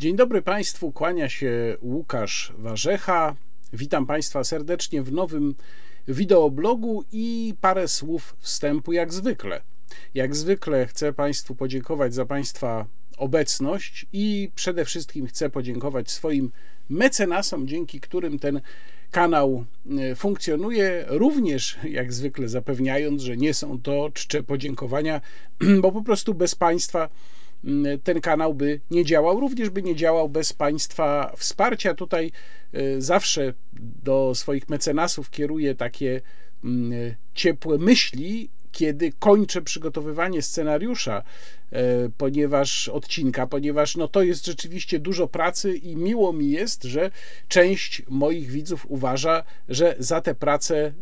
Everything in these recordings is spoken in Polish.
Dzień dobry Państwu, kłania się Łukasz Warzecha. Witam Państwa serdecznie w nowym wideoblogu i parę słów wstępu jak zwykle. Jak zwykle chcę Państwu podziękować za Państwa obecność i przede wszystkim chcę podziękować swoim mecenasom, dzięki którym ten kanał funkcjonuje, również jak zwykle zapewniając, że nie są to czcze podziękowania, bo po prostu bez Państwa ten kanał by nie działał, również by nie działał bez Państwa wsparcia. Tutaj zawsze do swoich mecenasów kieruję takie ciepłe myśli, kiedy kończę przygotowywanie scenariusza, ponieważ to jest rzeczywiście dużo pracy i miło mi jest, że część moich widzów uważa, że za tę pracę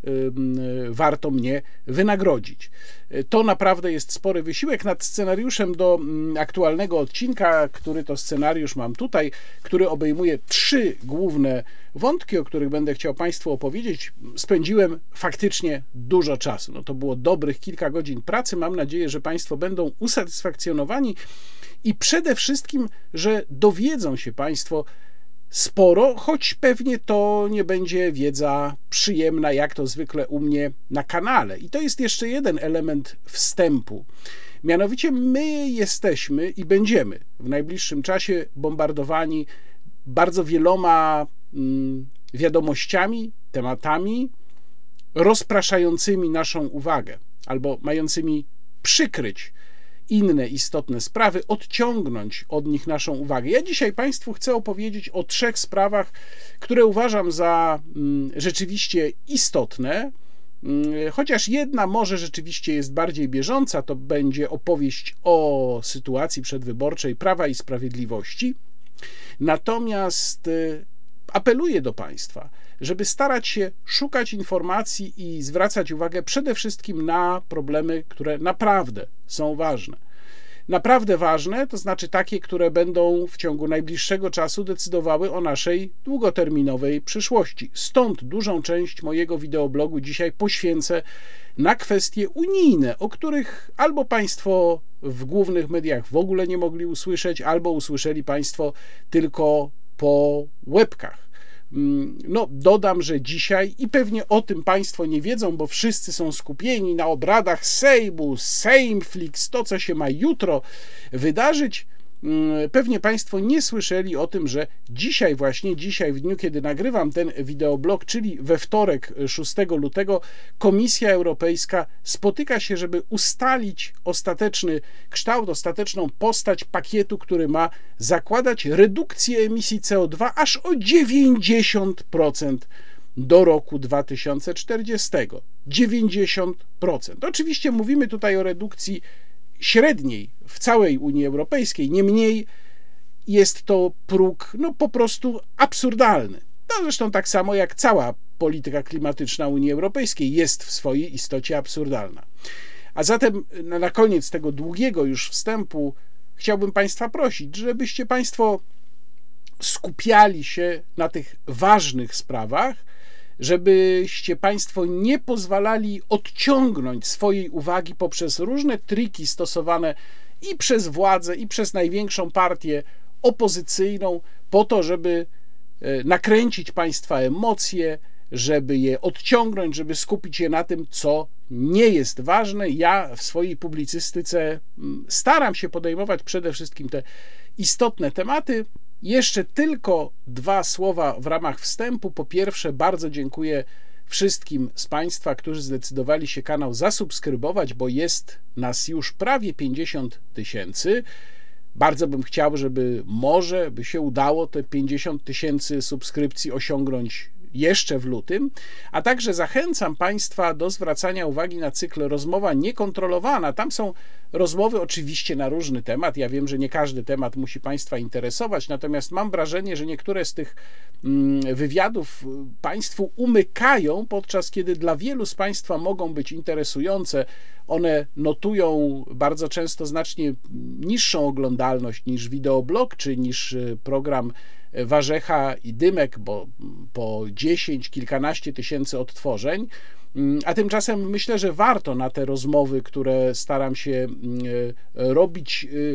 warto mnie wynagrodzić. To naprawdę jest spory wysiłek nad scenariuszem do aktualnego odcinka, który to scenariusz mam tutaj, który obejmuje 3 główne wątki, o których będę chciał Państwu opowiedzieć. Spędziłem faktycznie dużo czasu. To było dobrych kilka godzin pracy. Mam nadzieję, że Państwo będą usatysfakcjonowani i przede wszystkim, że dowiedzą się Państwo sporo, choć pewnie to nie będzie wiedza przyjemna, jak to zwykle u mnie na kanale. I to jest jeszcze jeden element wstępu. Mianowicie my jesteśmy i będziemy w najbliższym czasie bombardowani bardzo wieloma wiadomościami, tematami rozpraszającymi naszą uwagę albo mającymi przykryć inne istotne sprawy, odciągnąć od nich naszą uwagę. Ja dzisiaj Państwu chcę opowiedzieć o 3 sprawach, które uważam za rzeczywiście istotne, chociaż jedna może rzeczywiście jest bardziej bieżąca, to będzie opowieść o sytuacji przedwyborczej Prawa i Sprawiedliwości. Natomiast apeluję do Państwa, żeby starać się szukać informacji i zwracać uwagę przede wszystkim na problemy, które naprawdę są ważne. Naprawdę ważne, to znaczy takie, które będą w ciągu najbliższego czasu decydowały o naszej długoterminowej przyszłości. Stąd dużą część mojego wideoblogu dzisiaj poświęcę na kwestie unijne, o których albo Państwo w głównych mediach w ogóle nie mogli usłyszeć, albo usłyszeli Państwo tylko po łebkach. Dodam, że dzisiaj, i pewnie o tym Państwo nie wiedzą, bo wszyscy są skupieni na obradach Sejmu, Sejmflix, to co się ma jutro wydarzyć, pewnie Państwo nie słyszeli o tym, że dzisiaj, w dniu, kiedy nagrywam ten wideoblog, czyli we wtorek 6 lutego, Komisja Europejska spotyka się, żeby ustalić ostateczny kształt, ostateczną postać pakietu, który ma zakładać redukcję emisji CO2 aż o 90% do roku 2040. 90%. Oczywiście mówimy tutaj o redukcji średniej w całej Unii Europejskiej, niemniej jest to próg po prostu absurdalny. Zresztą tak samo jak cała polityka klimatyczna Unii Europejskiej jest w swojej istocie absurdalna. A zatem na koniec tego długiego już wstępu chciałbym Państwa prosić, żebyście Państwo skupiali się na tych ważnych sprawach, żebyście Państwo nie pozwalali odciągnąć swojej uwagi poprzez różne triki stosowane i przez władzę, i przez największą partię opozycyjną, po to, żeby nakręcić Państwa emocje, żeby je odciągnąć, żeby skupić je na tym, co nie jest ważne. Ja w swojej publicystyce staram się podejmować przede wszystkim te istotne tematy. Jeszcze tylko 2 słowa w ramach wstępu. Po pierwsze, bardzo dziękuję wszystkim z Państwa, którzy zdecydowali się kanał zasubskrybować, bo jest nas już prawie 50 000. Bardzo bym chciał, żeby może by się udało te 50 000 subskrypcji osiągnąć jeszcze w lutym, a także zachęcam Państwa do zwracania uwagi na cykl Rozmowa Niekontrolowana. Tam są rozmowy oczywiście na różny temat. Ja wiem, że nie każdy temat musi Państwa interesować, natomiast mam wrażenie, że niektóre z tych wywiadów Państwu umykają, podczas kiedy dla wielu z Państwa mogą być interesujące. One notują bardzo często znacznie niższą oglądalność niż wideoblog, czy niż program Warzecha i Dymek, bo po 10, kilkanaście tysięcy odtworzeń, a tymczasem myślę, że warto na te rozmowy, które staram się robić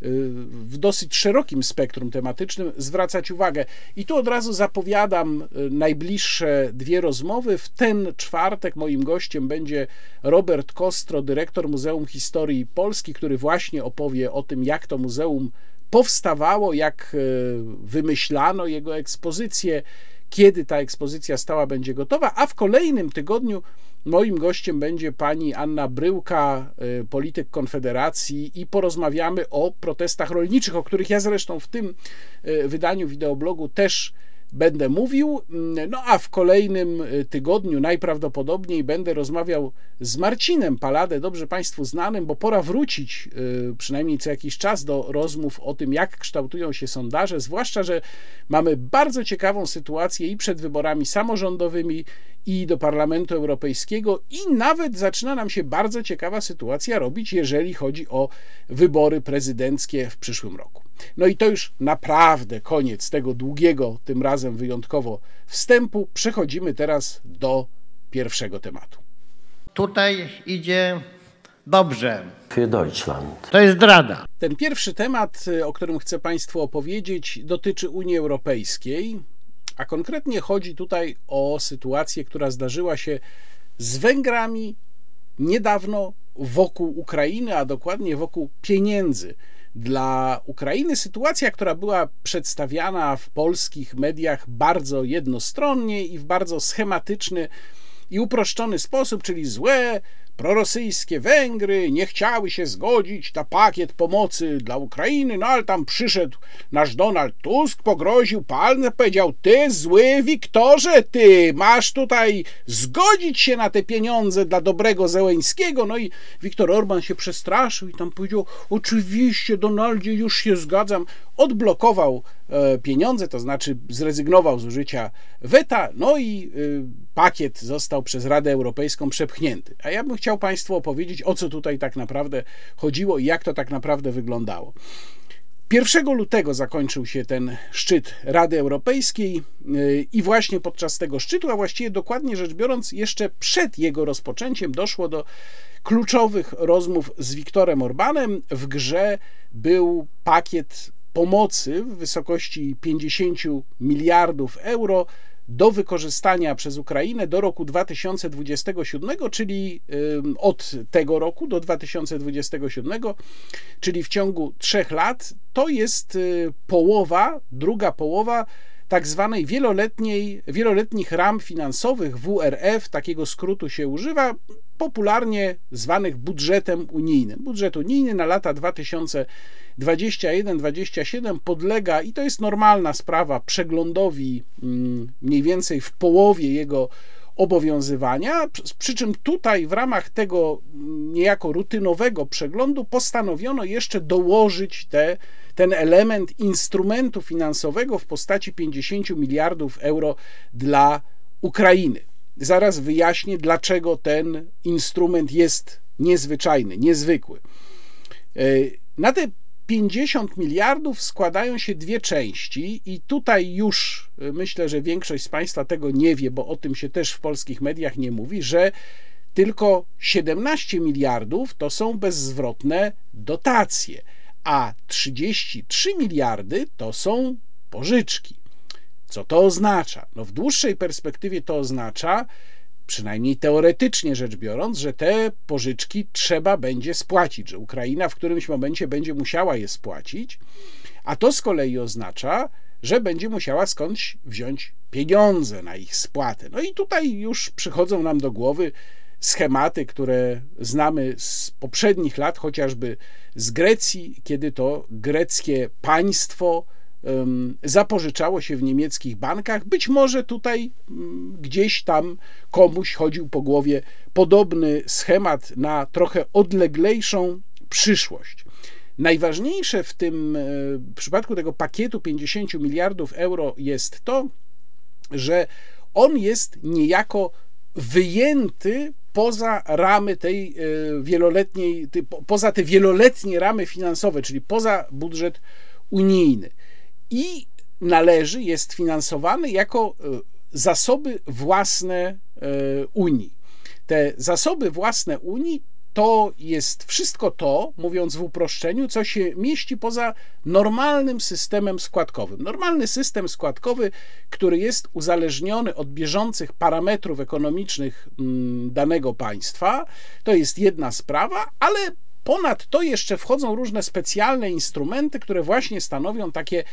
w dosyć szerokim spektrum tematycznym zwracać uwagę. I tu od razu zapowiadam najbliższe dwie rozmowy. W ten czwartek moim gościem będzie Robert Kostro, dyrektor Muzeum Historii Polski, który właśnie opowie o tym, jak to muzeum powstawało, jak wymyślano jego ekspozycję, kiedy ta ekspozycja stała będzie gotowa, a w kolejnym tygodniu moim gościem będzie pani Anna Bryłka, polityk Konfederacji, i porozmawiamy o protestach rolniczych, o których ja zresztą w tym wydaniu wideoblogu też będę mówił. No a w kolejnym tygodniu najprawdopodobniej będę rozmawiał z Marcinem Palladę, dobrze Państwu znanym, bo pora wrócić przynajmniej co jakiś czas do rozmów o tym, jak kształtują się sondaże, zwłaszcza że mamy bardzo ciekawą sytuację i przed wyborami samorządowymi, i do Parlamentu Europejskiego, i nawet zaczyna nam się bardzo ciekawa sytuacja robić, jeżeli chodzi o wybory prezydenckie w przyszłym roku. No i to już naprawdę koniec tego długiego, tym razem wyjątkowo, wstępu. Przechodzimy teraz do pierwszego tematu. Tutaj idzie dobrze. Für Deutschland. To jest zdrada. Ten pierwszy temat, o którym chcę Państwu opowiedzieć, dotyczy Unii Europejskiej, a konkretnie chodzi tutaj o sytuację, która zdarzyła się z Węgrami niedawno wokół Ukrainy, a dokładnie wokół pieniędzy dla Ukrainy. Sytuacja, która była przedstawiana w polskich mediach bardzo jednostronnie i w bardzo schematyczny i uproszczony sposób, czyli złe, prorosyjskie Węgry nie chciały się zgodzić na pakiet pomocy dla Ukrainy, no ale tam przyszedł nasz Donald Tusk, pogroził palcem, powiedział: ty zły Wiktorze, ty masz tutaj zgodzić się na te pieniądze dla dobrego Zełenskiego. No i Viktor Orban się przestraszył i tam powiedział: oczywiście Donaldzie, już się zgadzam. Odblokował pieniądze, to znaczy zrezygnował z użycia weta, no i pakiet został przez Radę Europejską przepchnięty. A ja bym chciał Państwu opowiedzieć, o co tutaj tak naprawdę chodziło i jak to tak naprawdę wyglądało. 1 lutego zakończył się ten szczyt Rady Europejskiej i właśnie podczas tego szczytu, a właściwie dokładnie rzecz biorąc jeszcze przed jego rozpoczęciem, doszło do kluczowych rozmów z Viktorem Orbanem. W grze był pakiet pomocy w wysokości 50 miliardów euro do wykorzystania przez Ukrainę do roku 2027, czyli od tego roku do 2027, czyli w ciągu 3 lat. To jest połowa, druga połowa tak zwanej wieloletnich ram finansowych, WRF, takiego skrótu się używa, popularnie zwanych budżetem unijnym. Budżet unijny na lata 2021-2027 podlega, i to jest normalna sprawa, przeglądowi mniej więcej w połowie jego obowiązywania, przy czym tutaj w ramach tego niejako rutynowego przeglądu postanowiono jeszcze dołożyć ten element instrumentu finansowego w postaci 50 miliardów euro dla Ukrainy. Zaraz wyjaśnię, dlaczego ten instrument jest niezwyczajny, niezwykły. Na te 50 miliardów składają się dwie części i tutaj już myślę, że większość z Państwa tego nie wie, bo o tym się też w polskich mediach nie mówi, że tylko 17 miliardów to są bezzwrotne dotacje, a 33 miliardy to są pożyczki. Co to oznacza? No w dłuższej perspektywie to oznacza, przynajmniej teoretycznie rzecz biorąc, że te pożyczki trzeba będzie spłacić, że Ukraina w którymś momencie będzie musiała je spłacić, a to z kolei oznacza, że będzie musiała skądś wziąć pieniądze na ich spłatę. No i tutaj już przychodzą nam do głowy schematy, które znamy z poprzednich lat, chociażby z Grecji, kiedy to greckie państwo zapożyczało się w niemieckich bankach. Być może tutaj gdzieś tam komuś chodził po głowie podobny schemat na trochę odleglejszą przyszłość. Najważniejsze w tym przypadku tego pakietu 50 miliardów euro jest to, że on jest niejako wyjęty poza ramy tej wieloletniej, poza te wieloletnie ramy finansowe, czyli poza budżet unijny. I jest finansowany jako zasoby własne Unii. Te zasoby własne Unii to jest wszystko to, mówiąc w uproszczeniu, co się mieści poza normalnym systemem składkowym. Normalny system składkowy, który jest uzależniony od bieżących parametrów ekonomicznych danego państwa, to jest jedna sprawa, ale ponad to jeszcze wchodzą różne specjalne instrumenty, które właśnie stanowią takie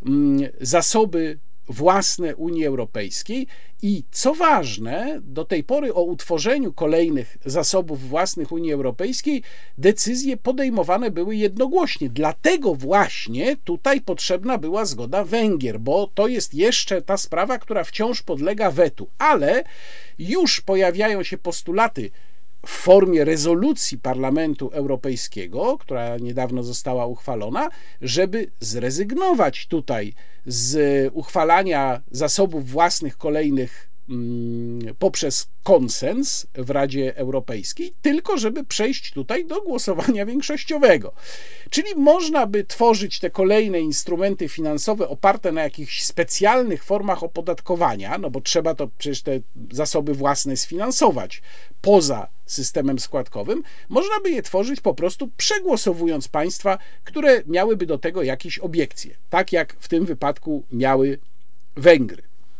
zasoby własne Unii Europejskiej i co ważne, do tej pory o utworzeniu kolejnych zasobów własnych Unii Europejskiej decyzje podejmowane były jednogłośnie. Dlatego właśnie tutaj potrzebna była zgoda Węgier, bo to jest jeszcze ta sprawa, która wciąż podlega wetu, ale już pojawiają się postulaty w formie rezolucji Parlamentu Europejskiego, która niedawno została uchwalona, żeby zrezygnować tutaj z uchwalania zasobów własnych kolejnych poprzez konsens w Radzie Europejskiej, tylko żeby przejść tutaj do głosowania większościowego. Czyli można by tworzyć te kolejne instrumenty finansowe oparte na jakichś specjalnych formach opodatkowania, no bo trzeba to przecież te zasoby własne sfinansować poza systemem składkowym. Można by je tworzyć po prostu przegłosowując państwa, które miałyby do tego jakieś obiekcje, tak jak w tym wypadku miały Węgry.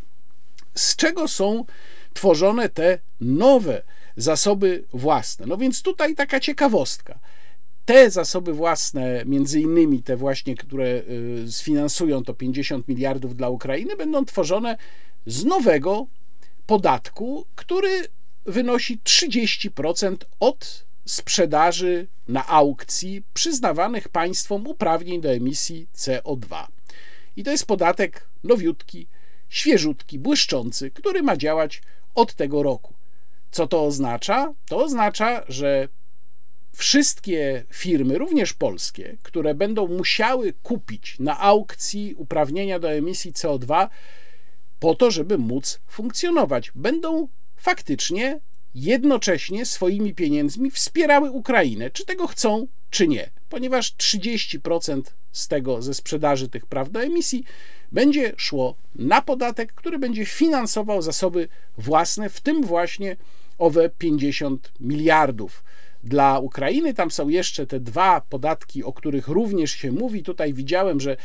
Z czego są tworzone te nowe zasoby własne? No więc tutaj taka ciekawostka. Te zasoby własne, między innymi te właśnie, które sfinansują to 50 miliardów dla Ukrainy, będą tworzone z nowego podatku, który wynosi 30% od sprzedaży na aukcji przyznawanych państwom uprawnień do emisji CO2. I to jest podatek nowiutki, świeżutki, błyszczący, który ma działać od tego roku. Co to oznacza? To oznacza, że wszystkie firmy, również polskie, które będą musiały kupić na aukcji uprawnienia do emisji CO2 po to, żeby móc funkcjonować, będą faktycznie jednocześnie swoimi pieniędzmi wspierały Ukrainę, czy tego chcą, czy nie, ponieważ 30% z tego, ze sprzedaży tych praw do emisji będzie szło na podatek, który będzie finansował zasoby własne, w tym właśnie owe 50 miliardów dla Ukrainy. Tam są jeszcze te dwa podatki, o których również się mówi. Tutaj widziałem, że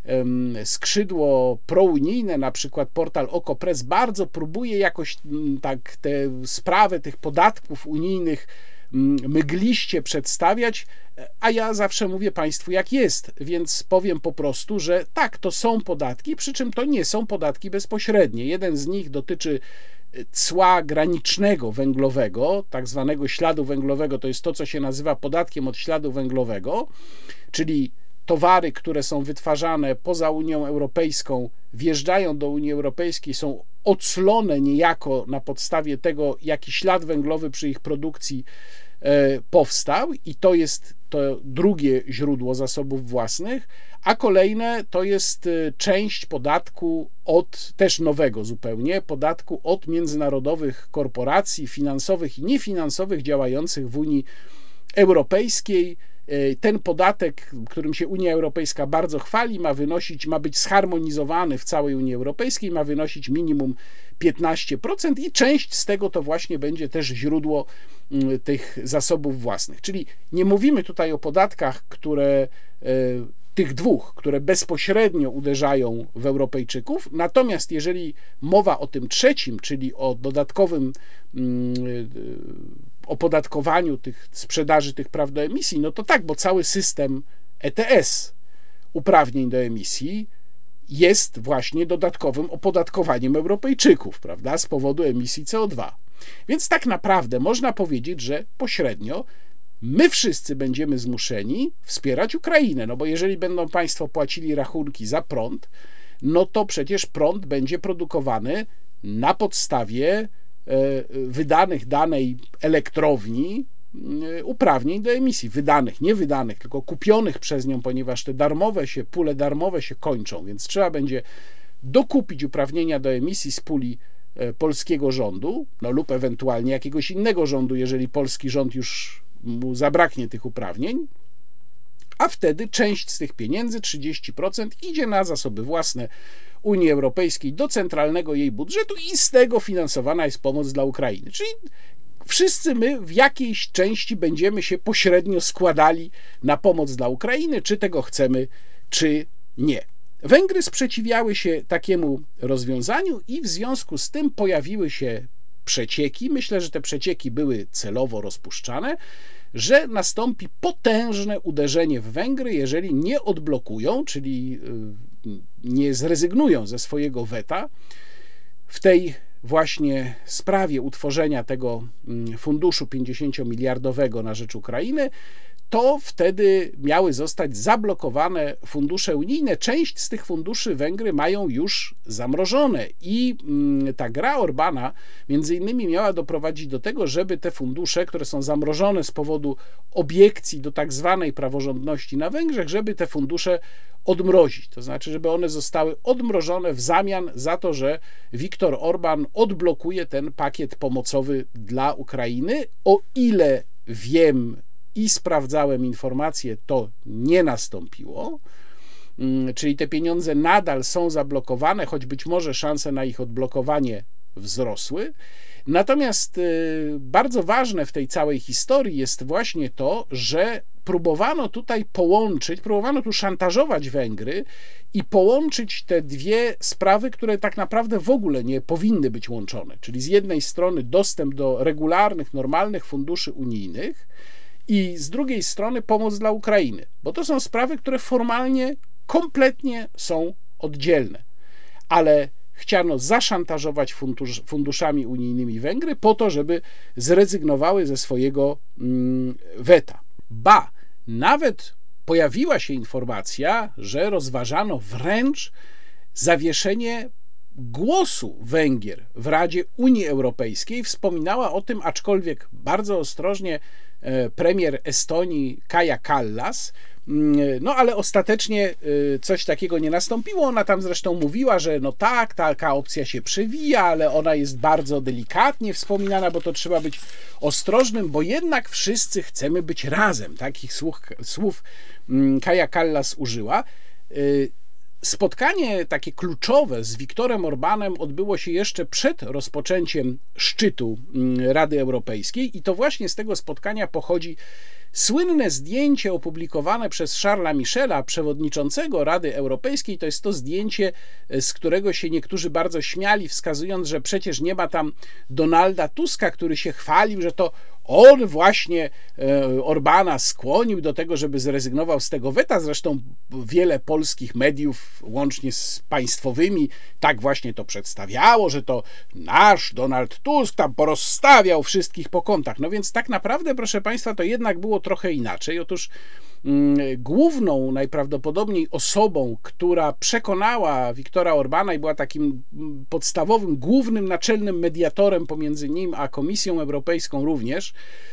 skrzydło prounijne, na przykład portal Okopres, bardzo próbuje jakoś tak tę sprawę tych podatków unijnych mgliście przedstawiać, a ja zawsze mówię Państwu jak jest, więc powiem po prostu, że tak, to są podatki, przy czym to nie są podatki bezpośrednie. Jeden z nich dotyczy cła granicznego węglowego, tak zwanego śladu węglowego, to jest to, co się nazywa podatkiem od śladu węglowego, czyli towary, które są wytwarzane poza Unią Europejską, wjeżdżają do Unii Europejskiej, są oclone niejako na podstawie tego, jaki ślad węglowy przy ich produkcji powstał, i to jest to drugie źródło zasobów własnych, a kolejne to jest część podatku od, też nowego zupełnie, podatku od międzynarodowych korporacji finansowych i niefinansowych działających w Unii Europejskiej. Ten podatek, którym się Unia Europejska bardzo chwali, ma być zharmonizowany w całej Unii Europejskiej, ma wynosić minimum 15% i część z tego to właśnie będzie też źródło tych zasobów własnych. Czyli nie mówimy tutaj o podatkach, tych dwóch, które bezpośrednio uderzają w Europejczyków, natomiast jeżeli mowa o tym trzecim, czyli o dodatkowym opodatkowaniu tych sprzedaży tych praw do emisji, no to tak, bo cały system ETS uprawnień do emisji jest właśnie dodatkowym opodatkowaniem Europejczyków, prawda, z powodu emisji CO2. Więc tak naprawdę można powiedzieć, że pośrednio my wszyscy będziemy zmuszeni wspierać Ukrainę, no bo jeżeli będą państwo płacili rachunki za prąd, no to przecież prąd będzie produkowany na podstawie wydanych danej elektrowni uprawnień do emisji. Wydanych, nie wydanych, tylko kupionych przez nią, ponieważ te pule darmowe się kończą, więc trzeba będzie dokupić uprawnienia do emisji z puli polskiego rządu, no lub ewentualnie jakiegoś innego rządu, jeżeli polski rząd już mu zabraknie tych uprawnień, a wtedy część z tych pieniędzy, 30%, idzie na zasoby własne Unii Europejskiej do centralnego jej budżetu i z tego finansowana jest pomoc dla Ukrainy. Czyli wszyscy my w jakiejś części będziemy się pośrednio składali na pomoc dla Ukrainy, czy tego chcemy, czy nie. Węgry sprzeciwiały się takiemu rozwiązaniu i w związku z tym pojawiły się przecieki. Myślę, że te przecieki były celowo rozpuszczane, że nastąpi potężne uderzenie w Węgry, jeżeli nie odblokują, czyli nie zrezygnują ze swojego weta w tej właśnie sprawie utworzenia tego funduszu 50-miliardowego na rzecz Ukrainy, to wtedy miały zostać zablokowane fundusze unijne. Część z tych funduszy Węgry mają już zamrożone i ta gra Orbana między innymi miała doprowadzić do tego, żeby te fundusze, które są zamrożone z powodu obiekcji do tak zwanej praworządności na Węgrzech, żeby te fundusze odmrozić. To znaczy, żeby one zostały odmrożone w zamian za to, że Viktor Orban odblokuje ten pakiet pomocowy dla Ukrainy. O ile wiem i sprawdzałem informacje, to nie nastąpiło, czyli te pieniądze nadal są zablokowane, choć być może szanse na ich odblokowanie wzrosły. Natomiast bardzo ważne w tej całej historii jest właśnie to, że próbowano tu szantażować Węgry i połączyć te dwie sprawy, które tak naprawdę w ogóle nie powinny być łączone. Czyli z jednej strony dostęp do regularnych, normalnych funduszy unijnych i z drugiej strony pomoc dla Ukrainy, bo to są sprawy, które formalnie kompletnie są oddzielne, ale chciano zaszantażować funduszami unijnymi Węgry po to, żeby zrezygnowały ze swojego weta. Ba, nawet pojawiła się informacja, że rozważano wręcz zawieszenie głosu Węgier w Radzie Unii Europejskiej. Wspominała o tym, aczkolwiek bardzo ostrożnie, premier Estonii Kaja Kallas. No ale ostatecznie coś takiego nie nastąpiło. Ona tam zresztą mówiła, że no tak, taka opcja się przewija, ale ona jest bardzo delikatnie wspominana, bo to trzeba być ostrożnym, bo jednak wszyscy chcemy być razem. Takich słów Kaja Kallas użyła. Spotkanie takie kluczowe z Viktorem Orbanem odbyło się jeszcze przed rozpoczęciem szczytu Rady Europejskiej i to właśnie z tego spotkania pochodzi słynne zdjęcie opublikowane przez Charlesa Michela, przewodniczącego Rady Europejskiej. To jest to zdjęcie, z którego się niektórzy bardzo śmiali, wskazując, że przecież nie ma tam Donalda Tuska, który się chwalił, że to on właśnie Orbana skłonił do tego, żeby zrezygnował z tego weta. Zresztą wiele polskich mediów, łącznie z państwowymi, tak właśnie to przedstawiało, że to nasz Donald Tusk tam porozstawiał wszystkich po kątach. No więc tak naprawdę, proszę Państwa, to jednak było trochę inaczej. Otóż główną najprawdopodobniej osobą, która przekonała Viktora Orbana i była takim podstawowym, głównym, naczelnym mediatorem pomiędzy nim a Komisją Europejską również,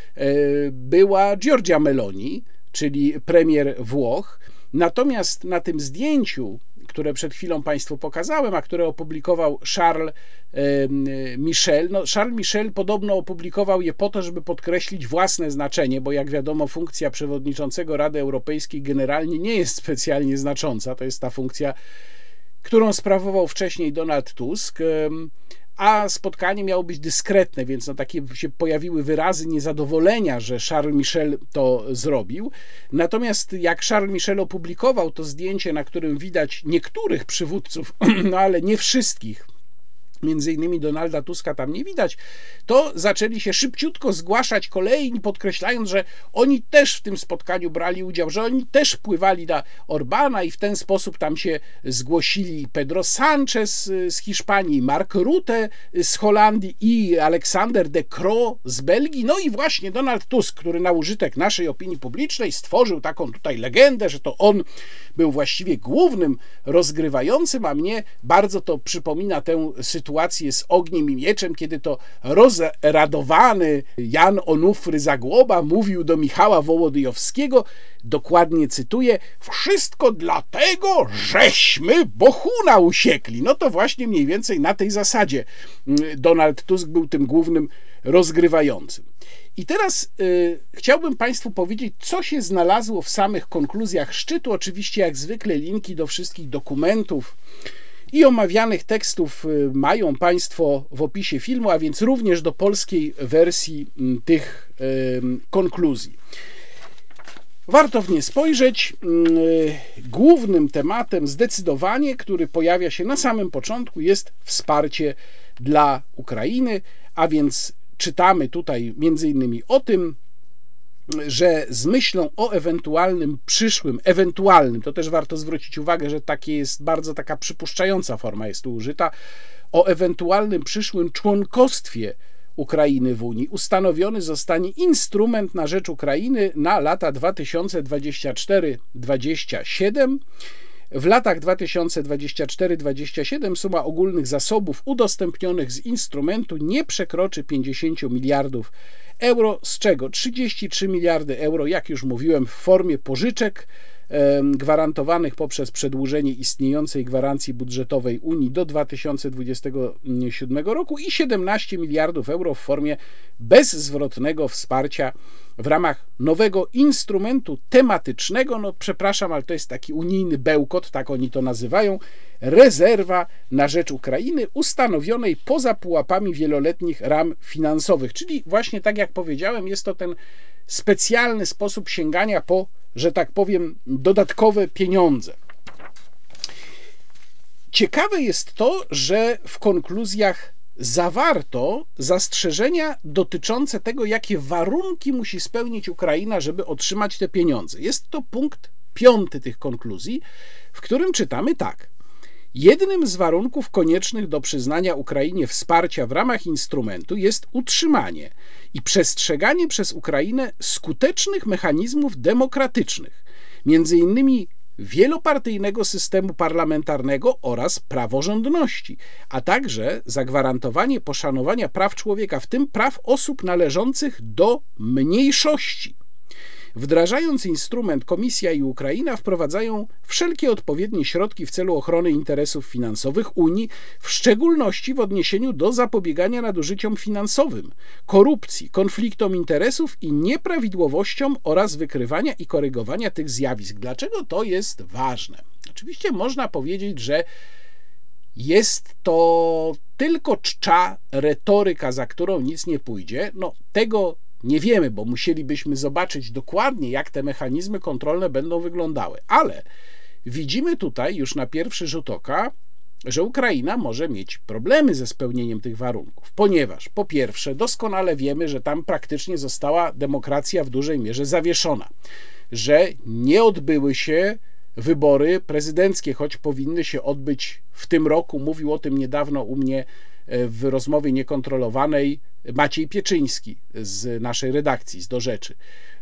była Giorgia Meloni, czyli premier Włoch. Natomiast na tym zdjęciu, które przed chwilą Państwu pokazałem, a które opublikował Charles Michel, Charles Michel podobno opublikował je po to, żeby podkreślić własne znaczenie, bo jak wiadomo, funkcja przewodniczącego Rady Europejskiej generalnie nie jest specjalnie znacząca. To jest ta funkcja, którą sprawował wcześniej Donald Tusk, a spotkanie miało być dyskretne, więc takie się pojawiły wyrazy niezadowolenia, że Charles Michel to zrobił. Natomiast jak Charles Michel opublikował to zdjęcie, na którym widać niektórych przywódców, no ale nie wszystkich, między innymi Donalda Tuska tam nie widać, to zaczęli się szybciutko zgłaszać kolejni, podkreślając, że oni też w tym spotkaniu brali udział, że oni też wpływali na Orbana i w ten sposób tam się zgłosili Pedro Sánchez z Hiszpanii, Mark Rutte z Holandii i Alexander De Croo z Belgii. No i właśnie Donald Tusk, który na użytek naszej opinii publicznej stworzył taką tutaj legendę, że to on był właściwie głównym rozgrywającym, a mnie bardzo to przypomina tę sytuację z Ogniem i Mieczem, kiedy to rozradowany Jan Onufry Zagłoba mówił do Michała Wołodyjowskiego, dokładnie cytuję: wszystko dlatego, żeśmy Bohuna usiekli. No to właśnie mniej więcej na tej zasadzie Donald Tusk był tym głównym rozgrywającym. I teraz chciałbym Państwu powiedzieć, co się znalazło w samych konkluzjach szczytu. Oczywiście jak zwykle linki do wszystkich dokumentów I omawianych tekstów mają Państwo w opisie filmu, a więc również do polskiej wersji tych konkluzji. Warto w nie spojrzeć. Głównym tematem zdecydowanie, który pojawia się na samym początku, jest wsparcie dla Ukrainy, a więc czytamy tutaj m.in. o tym, że z myślą o ewentualnym, to też warto zwrócić uwagę, że takie jest bardzo taka przypuszczająca forma jest tu użyta, o ewentualnym przyszłym członkostwie Ukrainy w Unii ustanowiony zostanie instrument na rzecz Ukrainy na lata 2024-2027. W latach 2024-2027 suma ogólnych zasobów udostępnionych z instrumentu nie przekroczy 50 miliardów euro, z czego 33 miliardy euro, jak już mówiłem, w formie pożyczek gwarantowanych poprzez przedłużenie istniejącej gwarancji budżetowej Unii do 2027 roku i 17 miliardów euro w formie bezzwrotnego wsparcia w ramach nowego instrumentu tematycznego, no przepraszam, ale to jest taki unijny bełkot, tak oni to nazywają, rezerwa na rzecz Ukrainy ustanowionej poza pułapami wieloletnich ram finansowych, czyli właśnie tak jak powiedziałem, jest to ten specjalny sposób sięgania po, że tak powiem, dodatkowe pieniądze. Ciekawe jest to, że w konkluzjach zawarto zastrzeżenia dotyczące tego, jakie warunki musi spełnić Ukraina, żeby otrzymać te pieniądze. Jest to punkt 5 tych konkluzji, w którym czytamy tak. Jednym z warunków koniecznych do przyznania Ukrainie wsparcia w ramach instrumentu jest utrzymanie i przestrzeganie przez Ukrainę skutecznych mechanizmów demokratycznych, między innymi wielopartyjnego systemu parlamentarnego oraz praworządności, a także zagwarantowanie poszanowania praw człowieka, w tym praw osób należących do mniejszości. Wdrażając instrument, Komisja i Ukraina wprowadzają wszelkie odpowiednie środki w celu ochrony interesów finansowych Unii, w szczególności w odniesieniu do zapobiegania nadużyciom finansowym, korupcji, konfliktom interesów i nieprawidłowościom oraz wykrywania i korygowania tych zjawisk. Dlaczego to jest ważne? Oczywiście można powiedzieć, że jest to tylko czcza retoryka, za którą nic nie pójdzie. No, tego nie wiemy, bo musielibyśmy zobaczyć dokładnie, jak te mechanizmy kontrolne będą wyglądały. Ale widzimy tutaj już na pierwszy rzut oka, że Ukraina może mieć problemy ze spełnieniem tych warunków, ponieważ po pierwsze doskonale wiemy, że tam praktycznie została demokracja w dużej mierze zawieszona, że nie odbyły się wybory prezydenckie, choć powinny się odbyć w tym roku. Mówił o tym niedawno u mnie w rozmowie niekontrolowanej Maciej Pieczyński z naszej redakcji, z Do Rzeczy.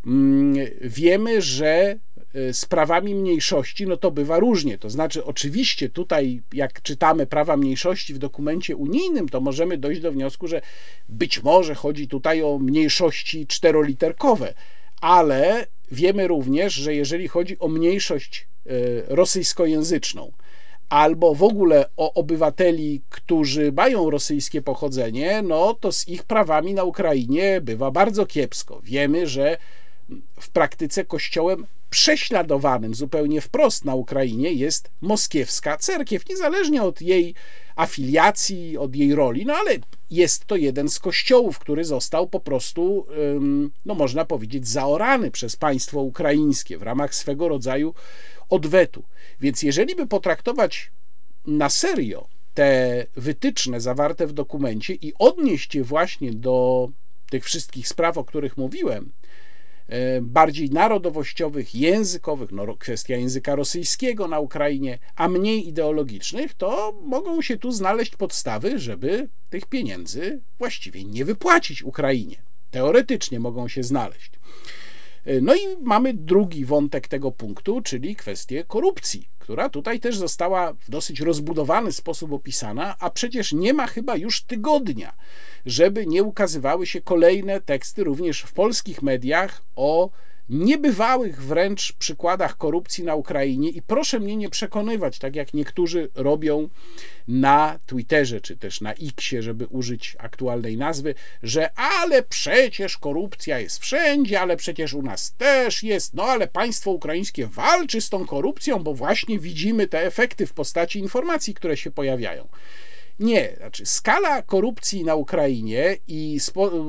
Wiemy, że z prawami mniejszości, no to bywa różnie. To znaczy, oczywiście tutaj, jak czytamy prawa mniejszości w dokumencie unijnym, to możemy dojść do wniosku, że być może chodzi tutaj o mniejszości czteroliterkowe, ale wiemy również, że jeżeli chodzi o mniejszość rosyjskojęzyczną, albo w ogóle o obywateli, którzy mają rosyjskie pochodzenie, no to z ich prawami na Ukrainie bywa bardzo kiepsko. Wiemy, że w praktyce kościołem prześladowanym zupełnie wprost na Ukrainie jest moskiewska cerkiew, niezależnie od jej afiliacji, od jej roli, no ale jest to jeden z kościołów, który został po prostu, no można powiedzieć, zaorany przez państwo ukraińskie w ramach swego rodzaju odwetu. Więc jeżeli by potraktować na serio te wytyczne zawarte w dokumencie i odnieść je właśnie do tych wszystkich spraw, o których mówiłem, bardziej narodowościowych, językowych, no kwestia języka rosyjskiego na Ukrainie, a mniej ideologicznych, to mogą się tu znaleźć podstawy, żeby tych pieniędzy właściwie nie wypłacić Ukrainie. Teoretycznie mogą się znaleźć. No i mamy drugi wątek tego punktu, czyli kwestię korupcji, która tutaj też została w dosyć rozbudowany sposób opisana, a przecież nie ma chyba już tygodnia, żeby nie ukazywały się kolejne teksty również w polskich mediach o niebywałych wręcz przykładach korupcji na Ukrainie i proszę mnie nie przekonywać, tak jak niektórzy robią na Twitterze czy też na Xie, żeby użyć aktualnej nazwy, że ale przecież korupcja jest wszędzie, ale przecież u nas też jest, no ale państwo ukraińskie walczy z tą korupcją, bo właśnie widzimy te efekty w postaci informacji, które się pojawiają. Nie, znaczy skala korupcji na Ukrainie i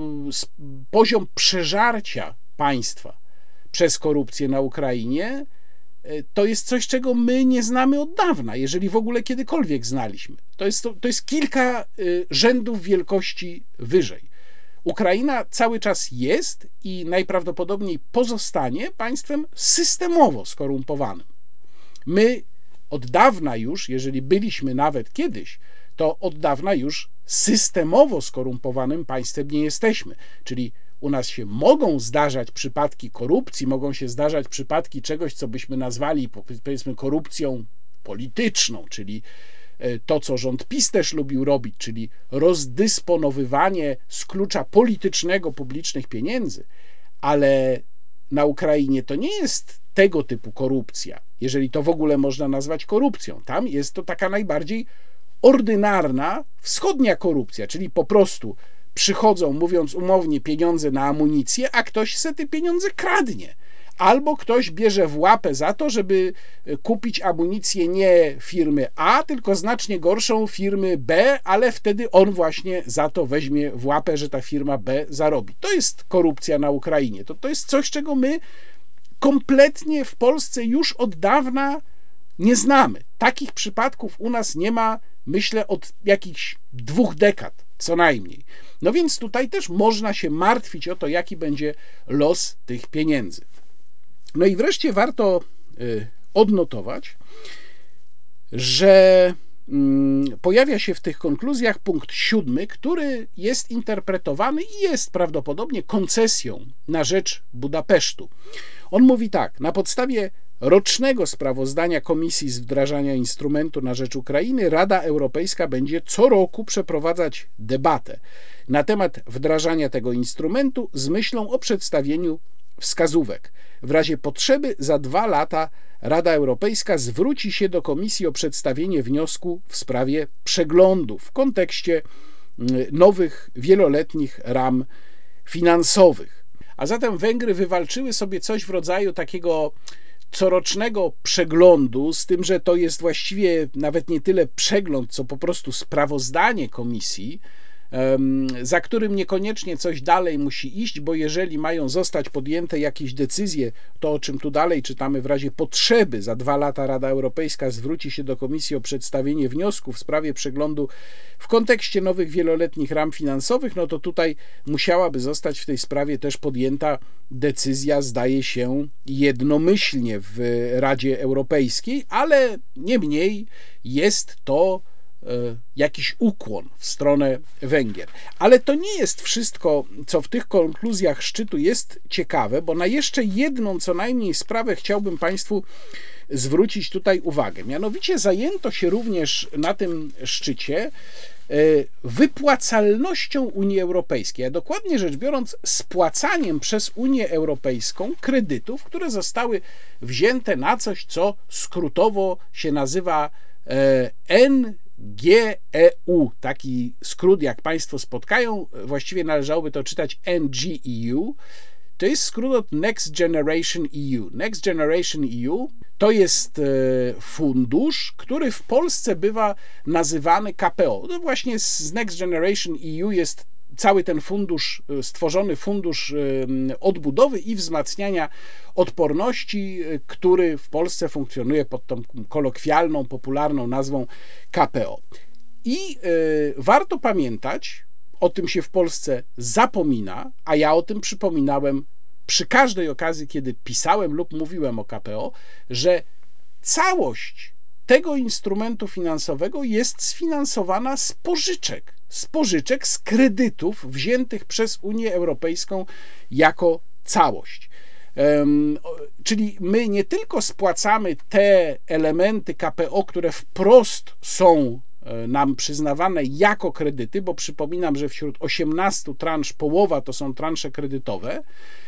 poziom przeżarcia państwa przez korupcję na Ukrainie to jest coś, czego my nie znamy od dawna, jeżeli w ogóle kiedykolwiek znaliśmy. To jest kilka rzędów wielkości wyżej. Ukraina cały czas jest i najprawdopodobniej pozostanie państwem systemowo skorumpowanym. My od dawna już, jeżeli byliśmy nawet kiedyś, to od dawna już systemowo skorumpowanym państwem nie jesteśmy. Czyli u nas się mogą zdarzać przypadki korupcji, mogą się zdarzać przypadki czegoś, co byśmy nazwali, powiedzmy, korupcją polityczną, czyli to, co rząd PiS też lubił robić, czyli rozdysponowywanie z klucza politycznego publicznych pieniędzy, ale na Ukrainie to nie jest tego typu korupcja, jeżeli to w ogóle można nazwać korupcją. Tam jest to taka najbardziej ordynarna wschodnia korupcja, czyli po prostu przychodzą, mówiąc umownie, pieniądze na amunicję, a ktoś se te pieniądze kradnie. Albo ktoś bierze w łapę za to, żeby kupić amunicję nie firmy A, tylko znacznie gorszą firmy B, ale wtedy on właśnie za to weźmie w łapę, że ta firma B zarobi. To jest korupcja na Ukrainie. To jest coś, czego my kompletnie w Polsce już od dawna nie znamy. Takich przypadków u nas nie ma, myślę, od jakichś 2 dekad co najmniej. No więc tutaj też można się martwić o to, jaki będzie los tych pieniędzy. No i wreszcie warto odnotować, że pojawia się w tych konkluzjach punkt 7, który jest interpretowany i jest prawdopodobnie koncesją na rzecz Budapesztu. On mówi tak: na podstawie rocznego sprawozdania Komisji z wdrażania instrumentu na rzecz Ukrainy Rada Europejska będzie co roku przeprowadzać debatę na temat wdrażania tego instrumentu z myślą o przedstawieniu wskazówek. W razie potrzeby za 2 lata Rada Europejska zwróci się do Komisji o przedstawienie wniosku w sprawie przeglądu w kontekście nowych wieloletnich ram finansowych. A zatem Węgry wywalczyły sobie coś w rodzaju takiego corocznego przeglądu, z tym, że to jest właściwie nawet nie tyle przegląd, co po prostu sprawozdanie komisji, za którym niekoniecznie coś dalej musi iść, bo jeżeli mają zostać podjęte jakieś decyzje, to o czym tu dalej czytamy, w razie potrzeby za 2 lata Rada Europejska zwróci się do Komisji o przedstawienie wniosku w sprawie przeglądu w kontekście nowych wieloletnich ram finansowych, no to tutaj musiałaby zostać w tej sprawie też podjęta decyzja, zdaje się, jednomyślnie w Radzie Europejskiej, ale niemniej jest to jakiś ukłon w stronę Węgier. Ale to nie jest wszystko, co w tych konkluzjach szczytu jest ciekawe, bo na jeszcze jedną co najmniej sprawę chciałbym Państwu zwrócić tutaj uwagę. Mianowicie zajęto się również na tym szczycie wypłacalnością Unii Europejskiej, a dokładnie rzecz biorąc spłacaniem przez Unię Europejską kredytów, które zostały wzięte na coś, co skrótowo się nazywa NGEU, taki skrót, jak Państwo spotkają, właściwie należałoby to czytać NGEU, to jest skrót od Next Generation EU. Next Generation EU to jest fundusz, który w Polsce bywa nazywany KPO. No właśnie z Next Generation EU jest cały ten fundusz, stworzony fundusz odbudowy i wzmacniania odporności, który w Polsce funkcjonuje pod tą kolokwialną, popularną nazwą KPO. I warto pamiętać, o tym się w Polsce zapomina, a ja o tym przypominałem przy każdej okazji, kiedy pisałem lub mówiłem o KPO, że całość tego instrumentu finansowego jest sfinansowana z pożyczek, z kredytów wziętych przez Unię Europejską jako całość. Czyli my nie tylko spłacamy te elementy KPO, które wprost są nam przyznawane jako kredyty, bo przypominam, że wśród 18 transz połowa to są transze kredytowe,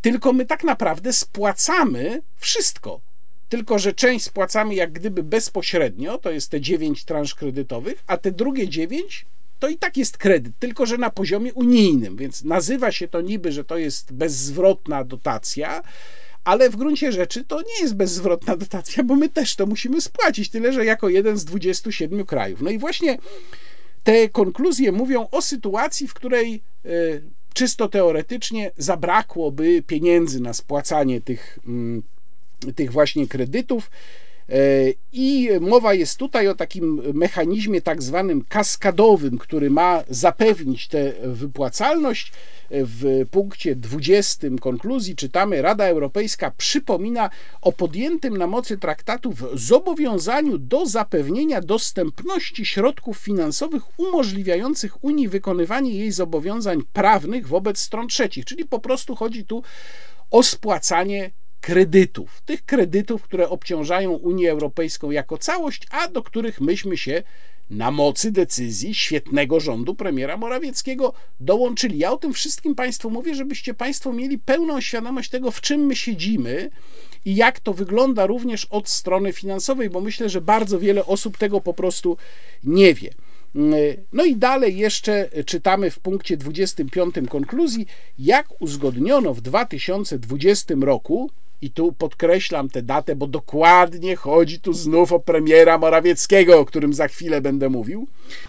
tylko my tak naprawdę spłacamy wszystko. Tylko że część spłacamy jak gdyby bezpośrednio, to jest te 9 transz kredytowych, a te drugie 9 to i tak jest kredyt, tylko że na poziomie unijnym, więc nazywa się to niby, że to jest bezzwrotna dotacja, ale w gruncie rzeczy to nie jest bezzwrotna dotacja, bo my też to musimy spłacić, tyle że jako jeden z 27 krajów. No i właśnie te konkluzje mówią o sytuacji, w której czysto teoretycznie zabrakłoby pieniędzy na spłacanie tych właśnie kredytów. I mowa jest tutaj o takim mechanizmie tak zwanym kaskadowym, który ma zapewnić tę wypłacalność. W punkcie 20 konkluzji czytamy: Rada Europejska przypomina o podjętym na mocy traktatów zobowiązaniu do zapewnienia dostępności środków finansowych umożliwiających Unii wykonywanie jej zobowiązań prawnych wobec stron trzecich, czyli po prostu chodzi tu o spłacanie kredytów, tych kredytów, które obciążają Unię Europejską jako całość, a do których myśmy się na mocy decyzji świetnego rządu premiera Morawieckiego dołączyli. Ja o tym wszystkim Państwu mówię, żebyście Państwo mieli pełną świadomość tego, w czym my siedzimy i jak to wygląda również od strony finansowej, bo myślę, że bardzo wiele osób tego po prostu nie wie. No i dalej jeszcze czytamy w punkcie 25 konkluzji, jak uzgodniono w 2020 roku, i tu podkreślam tę datę, bo dokładnie chodzi tu znów o premiera Morawieckiego, o którym za chwilę będę mówił.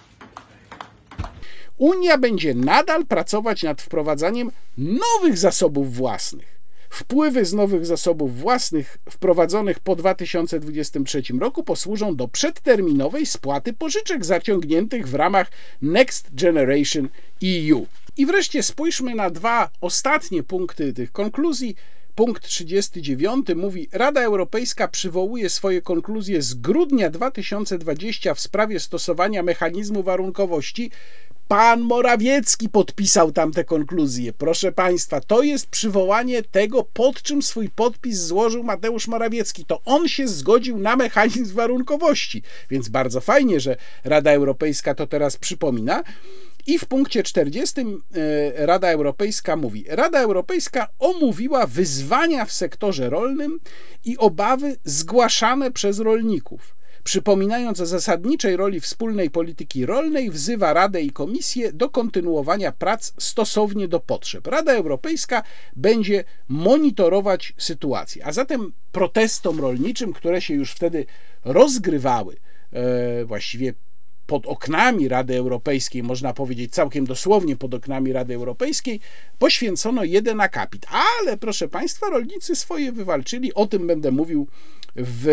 Unia będzie nadal pracować nad wprowadzaniem nowych zasobów własnych. Wpływy z nowych zasobów własnych wprowadzonych po 2023 roku posłużą do przedterminowej spłaty pożyczek zaciągniętych w ramach Next Generation EU. I wreszcie spójrzmy na dwa ostatnie punkty tych konkluzji. Punkt 39 mówi: Rada Europejska przywołuje swoje konkluzje z grudnia 2020 w sprawie stosowania mechanizmu warunkowości. Pan Morawiecki podpisał tamte konkluzje. Proszę Państwa, to jest przywołanie tego, pod czym swój podpis złożył Mateusz Morawiecki. To on się zgodził na mechanizm warunkowości. Więc bardzo fajnie, że Rada Europejska to teraz przypomina. I w punkcie 40 Rada Europejska mówi: Rada Europejska omówiła wyzwania w sektorze rolnym i obawy zgłaszane przez rolników. Przypominając o zasadniczej roli wspólnej polityki rolnej, wzywa Radę i Komisję do kontynuowania prac stosownie do potrzeb. Rada Europejska będzie monitorować sytuację. A zatem protestom rolniczym, które się już wtedy rozgrywały, właściwie pod oknami Rady Europejskiej, można powiedzieć całkiem dosłownie pod oknami Rady Europejskiej, poświęcono jeden akapit. Ale proszę Państwa, rolnicy swoje wywalczyli. O tym będę mówił w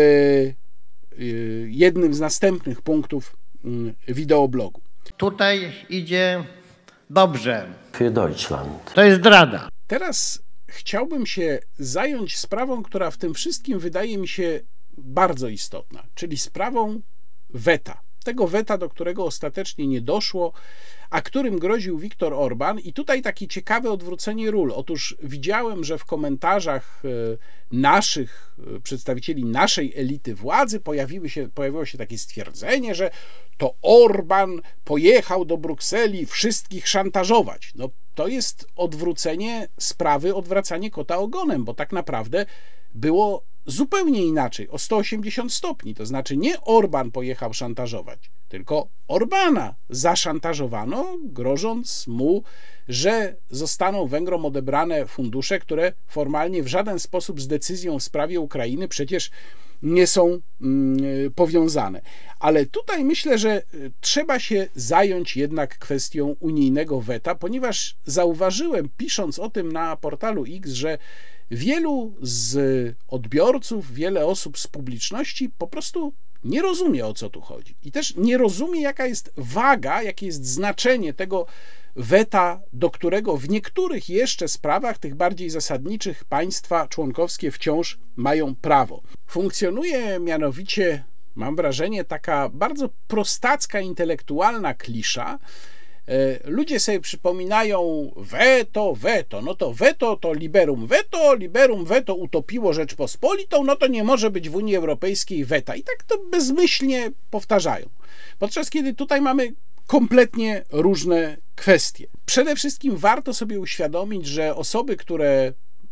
jednym z następnych punktów wideoblogu. Tutaj idzie dobrze. Für Deutschland. To jest zdrada. Teraz chciałbym się zająć sprawą, która w tym wszystkim wydaje mi się bardzo istotna, czyli sprawą weta. Tego weta, do którego ostatecznie nie doszło, a którym groził Viktor Orban. I tutaj takie ciekawe odwrócenie ról. Otóż widziałem, że w komentarzach naszych przedstawicieli naszej elity władzy pojawiło się takie stwierdzenie, że to Orban pojechał do Brukseli wszystkich szantażować. No to jest odwrócenie sprawy, odwracanie kota ogonem, bo tak naprawdę było zupełnie inaczej, o 180 stopni. To znaczy nie Orban pojechał szantażować, tylko Orbana zaszantażowano, grożąc mu, że zostaną Węgrom odebrane fundusze, które formalnie w żaden sposób z decyzją w sprawie Ukrainy przecież nie są powiązane. Ale tutaj myślę, że trzeba się zająć jednak kwestią unijnego weta, ponieważ zauważyłem, pisząc o tym na portalu X, że wielu z odbiorców, wiele osób z publiczności po prostu nie rozumie, o co tu chodzi. I też nie rozumie, jaka jest waga, jakie jest znaczenie tego weta, do którego w niektórych jeszcze sprawach, tych bardziej zasadniczych, państwa członkowskie wciąż mają prawo. Funkcjonuje mianowicie, mam wrażenie, taka bardzo prostacka, intelektualna klisza. Ludzie sobie przypominają weto, no to weto to liberum veto utopiło Rzeczpospolitą, no to nie może być w Unii Europejskiej weta. I tak to bezmyślnie powtarzają. Podczas kiedy tutaj mamy kompletnie różne kwestie. Przede wszystkim warto sobie uświadomić, że osoby, które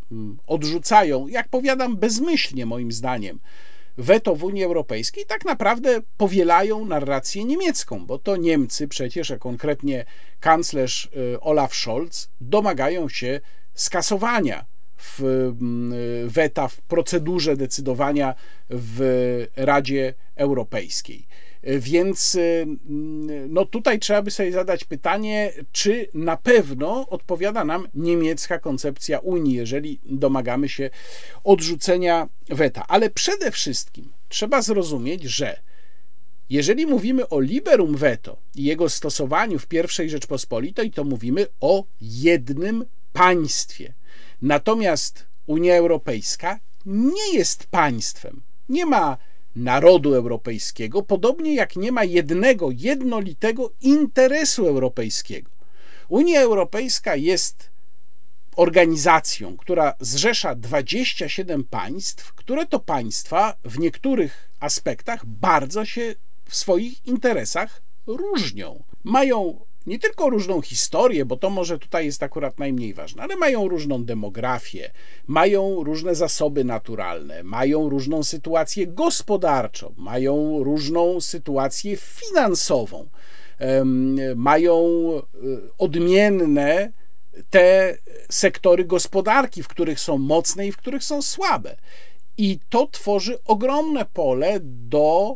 odrzucają, jak powiadam, bezmyślnie moim zdaniem, weto w Unii Europejskiej, tak naprawdę powielają narrację niemiecką, bo to Niemcy przecież, a konkretnie kanclerz Olaf Scholz, domagają się skasowania weta w procedurze decydowania w Radzie Europejskiej. Więc no tutaj trzeba by sobie zadać pytanie, czy na pewno odpowiada nam niemiecka koncepcja Unii, jeżeli domagamy się odrzucenia weta. Ale przede wszystkim trzeba zrozumieć, że jeżeli mówimy o liberum veto i jego stosowaniu w I Rzeczpospolitej, to mówimy o jednym państwie. Natomiast Unia Europejska nie jest państwem. Nie ma narodu europejskiego, podobnie jak nie ma jednego, jednolitego interesu europejskiego. Unia Europejska jest organizacją, która zrzesza 27 państw, które to państwa w niektórych aspektach bardzo się w swoich interesach różnią. Mają nie tylko różną historię, bo to może tutaj jest akurat najmniej ważne, ale mają różną demografię, mają różne zasoby naturalne, mają różną sytuację gospodarczą, mają różną sytuację finansową, mają odmienne te sektory gospodarki, w których są mocne i w których są słabe. I to tworzy ogromne pole do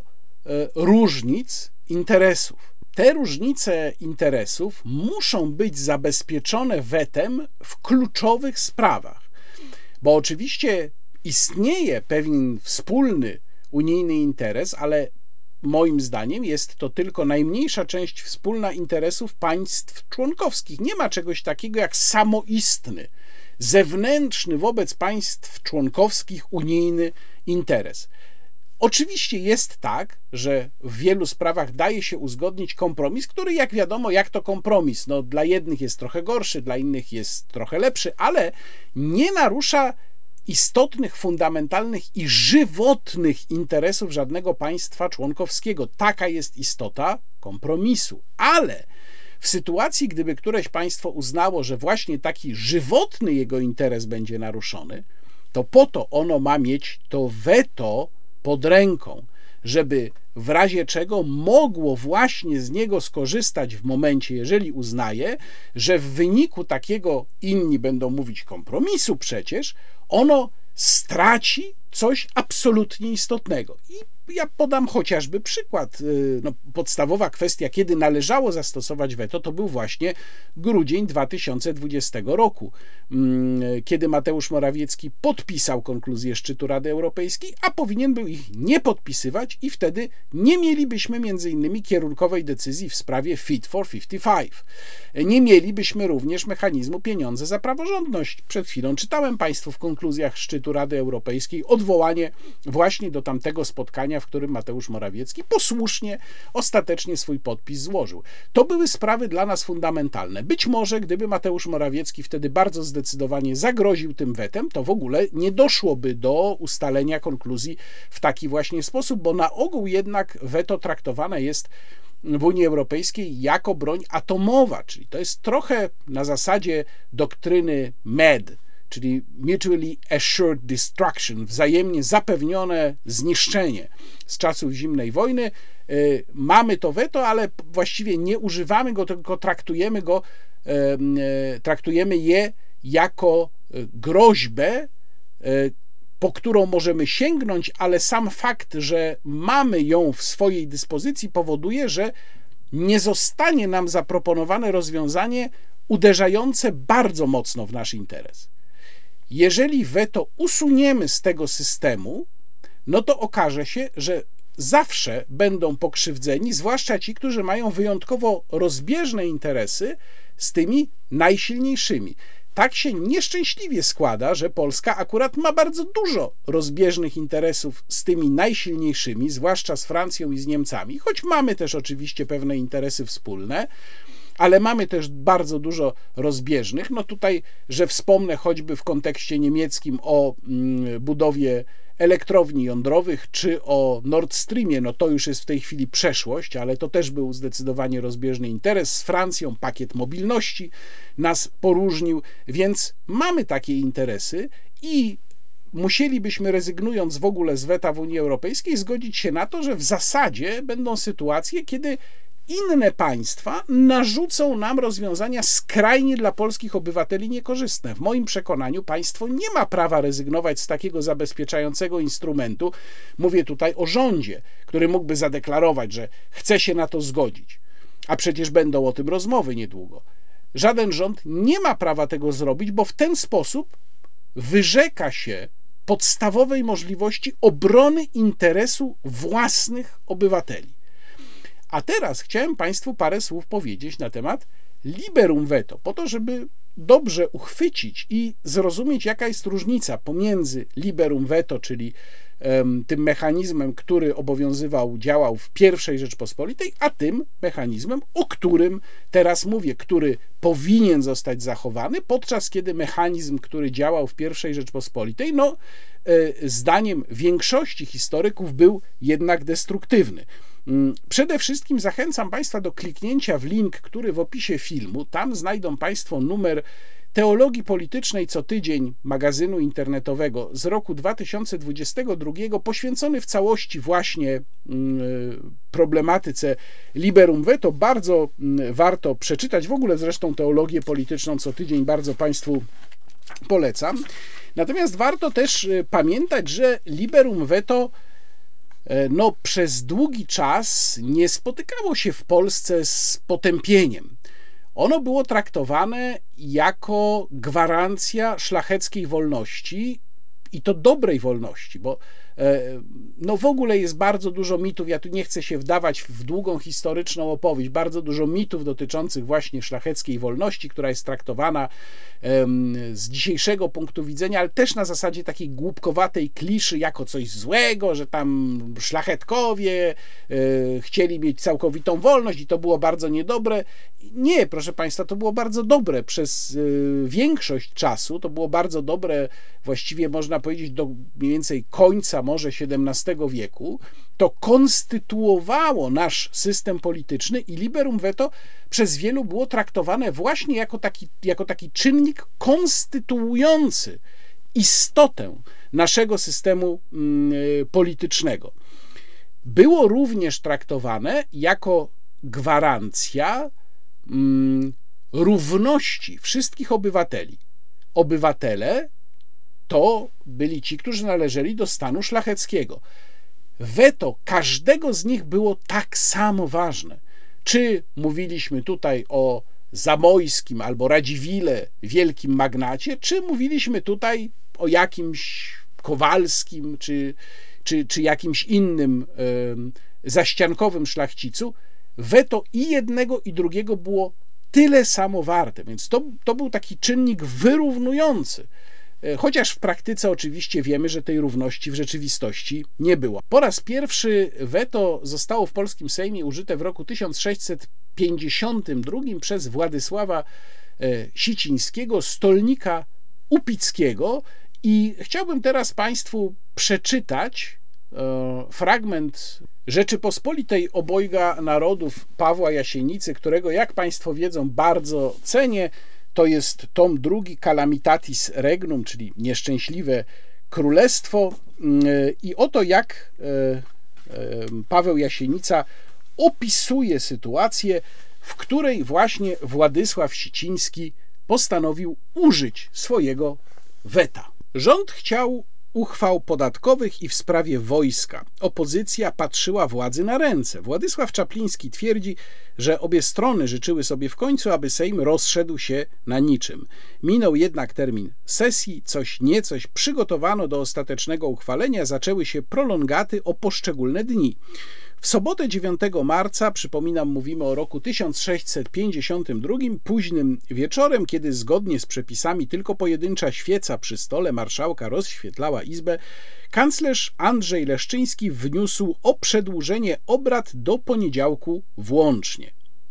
różnic interesów. Te różnice interesów muszą być zabezpieczone wetem w kluczowych sprawach, bo oczywiście istnieje pewien wspólny unijny interes, ale moim zdaniem jest to tylko najmniejsza część wspólna interesów państw członkowskich. Nie ma czegoś takiego jak samoistny, zewnętrzny wobec państw członkowskich unijny interes. Oczywiście jest tak, że w wielu sprawach daje się uzgodnić kompromis, który, jak wiadomo, jak to kompromis, no dla jednych jest trochę gorszy, dla innych jest trochę lepszy, ale nie narusza istotnych, fundamentalnych i żywotnych interesów żadnego państwa członkowskiego. Taka jest istota kompromisu. Ale w sytuacji, gdyby któreś państwo uznało, że właśnie taki żywotny jego interes będzie naruszony, to po to ono ma mieć to weto pod ręką, żeby w razie czego mogło właśnie z niego skorzystać w momencie, jeżeli uznaje, że w wyniku takiego, inni będą mówić kompromisu przecież, ono straci coś absolutnie istotnego. I ja podam chociażby przykład. Podstawowa kwestia, kiedy należało zastosować weto, to był właśnie grudzień 2020 roku, kiedy Mateusz Morawiecki podpisał konkluzje szczytu Rady Europejskiej, a powinien był ich nie podpisywać i wtedy nie mielibyśmy między innymi kierunkowej decyzji w sprawie Fit for 55. Nie mielibyśmy również mechanizmu pieniądze za praworządność. Przed chwilą czytałem Państwu w konkluzjach szczytu Rady Europejskiej odwołanie właśnie do tamtego spotkania, w którym Mateusz Morawiecki posłusznie, ostatecznie swój podpis złożył. To były sprawy dla nas fundamentalne. Być może, gdyby Mateusz Morawiecki wtedy bardzo zdecydowanie zagroził tym wetem, to w ogóle nie doszłoby do ustalenia konkluzji w taki właśnie sposób, bo na ogół jednak weto traktowane jest w Unii Europejskiej jako broń atomowa, czyli to jest trochę na zasadzie doktryny MED, czyli Mutually Assured Destruction, wzajemnie zapewnione zniszczenie z czasów zimnej wojny. Mamy to weto, ale właściwie nie używamy go, tylko traktujemy je jako groźbę, po którą możemy sięgnąć, ale sam fakt, że mamy ją w swojej dyspozycji, powoduje, że nie zostanie nam zaproponowane rozwiązanie uderzające bardzo mocno w nasz interes. Jeżeli weto usuniemy z tego systemu, no to okaże się, że zawsze będą pokrzywdzeni, zwłaszcza ci, którzy mają wyjątkowo rozbieżne interesy z tymi najsilniejszymi. Tak się nieszczęśliwie składa, że Polska akurat ma bardzo dużo rozbieżnych interesów z tymi najsilniejszymi, zwłaszcza z Francją i z Niemcami, choć mamy też oczywiście pewne interesy wspólne. ale mamy też bardzo dużo rozbieżnych. No tutaj, że wspomnę choćby w kontekście niemieckim o budowie elektrowni jądrowych, czy o Nord Streamie, no to już jest w tej chwili przeszłość, ale to też był zdecydowanie rozbieżny interes. Z Francją pakiet mobilności nas poróżnił, więc mamy takie interesy i musielibyśmy, rezygnując w ogóle z weta w Unii Europejskiej, zgodzić się na to, że w zasadzie będą sytuacje, kiedy inne państwa narzucą nam rozwiązania skrajnie dla polskich obywateli niekorzystne. W moim przekonaniu państwo nie ma prawa rezygnować z takiego zabezpieczającego instrumentu. Mówię tutaj o rządzie, który mógłby zadeklarować, że chce się na to zgodzić. A przecież będą o tym rozmowy niedługo. Żaden rząd nie ma prawa tego zrobić, bo w ten sposób wyrzeka się podstawowej możliwości obrony interesu własnych obywateli. A teraz chciałem Państwu parę słów powiedzieć na temat liberum veto, po to, żeby dobrze uchwycić i zrozumieć, jaka jest różnica pomiędzy liberum veto, czyli tym mechanizmem, który działał w I Rzeczpospolitej, a tym mechanizmem, o którym teraz mówię, który powinien zostać zachowany, podczas kiedy mechanizm, który działał w I Rzeczpospolitej, zdaniem większości historyków był jednak destruktywny. Przede wszystkim zachęcam Państwa do kliknięcia w link, który w opisie filmu. Tam znajdą Państwo numer Teologii Politycznej co tydzień magazynu internetowego z roku 2022, poświęcony w całości właśnie problematyce liberum veto. Bardzo warto przeczytać. W ogóle zresztą Teologię Polityczną co tydzień bardzo Państwu polecam. Natomiast warto też pamiętać, że liberum veto przez długi czas nie spotykało się w Polsce z potępieniem. Ono było traktowane jako gwarancja szlacheckiej wolności i to dobrej wolności, bo w ogóle jest bardzo dużo mitów, ja tu nie chcę się wdawać w długą historyczną opowieść, bardzo dużo mitów dotyczących właśnie szlacheckiej wolności, która jest traktowana z dzisiejszego punktu widzenia, ale też na zasadzie takiej głupkowatej kliszy jako coś złego, że tam szlachetkowie chcieli mieć całkowitą wolność i to było bardzo niedobre. Nie, proszę Państwa, to było bardzo dobre przez większość czasu, to było bardzo dobre, właściwie można powiedzieć do mniej więcej końca może XVII wieku, to konstytuowało nasz system polityczny i liberum veto przez wielu było traktowane właśnie jako taki czynnik konstytuujący istotę naszego systemu politycznego. Było również traktowane jako gwarancja równości wszystkich obywateli. Obywatele to byli ci, którzy należeli do stanu szlacheckiego. Weto każdego z nich było tak samo ważne. Czy mówiliśmy tutaj o Zamojskim albo Radziwile, wielkim magnacie, czy mówiliśmy tutaj o jakimś Kowalskim, czy jakimś innym zaściankowym szlachcicu, weto i jednego i drugiego było tyle samo warte, więc to był taki czynnik wyrównujący. Chociaż w praktyce oczywiście wiemy, że tej równości w rzeczywistości nie było. Po raz pierwszy weto zostało w polskim Sejmie użyte w roku 1652 przez Władysława Sicińskiego, stolnika upickiego, i chciałbym teraz Państwu przeczytać fragment Rzeczypospolitej Obojga Narodów Pawła Jasienicy, którego, jak Państwo wiedzą, bardzo cenię. To jest tom drugi, Calamitatis Regnum, czyli Nieszczęśliwe Królestwo. I oto jak Paweł Jasienica opisuje sytuację, w której właśnie Władysław Siciński postanowił użyć swojego weta. Rząd chciał uchwał podatkowych i w sprawie wojska. Opozycja patrzyła władzy na ręce. Władysław Czapliński twierdzi, że obie strony życzyły sobie w końcu, aby Sejm rozszedł się na niczym. Minął jednak termin sesji, coś przygotowano do ostatecznego uchwalenia, zaczęły się prolongaty o poszczególne dni. W sobotę 9 marca, przypominam, mówimy o roku 1652, późnym wieczorem, kiedy zgodnie z przepisami tylko pojedyncza świeca przy stole marszałka rozświetlała izbę, kanclerz Andrzej Leszczyński wniósł o przedłużenie obrad do poniedziałku włącznie.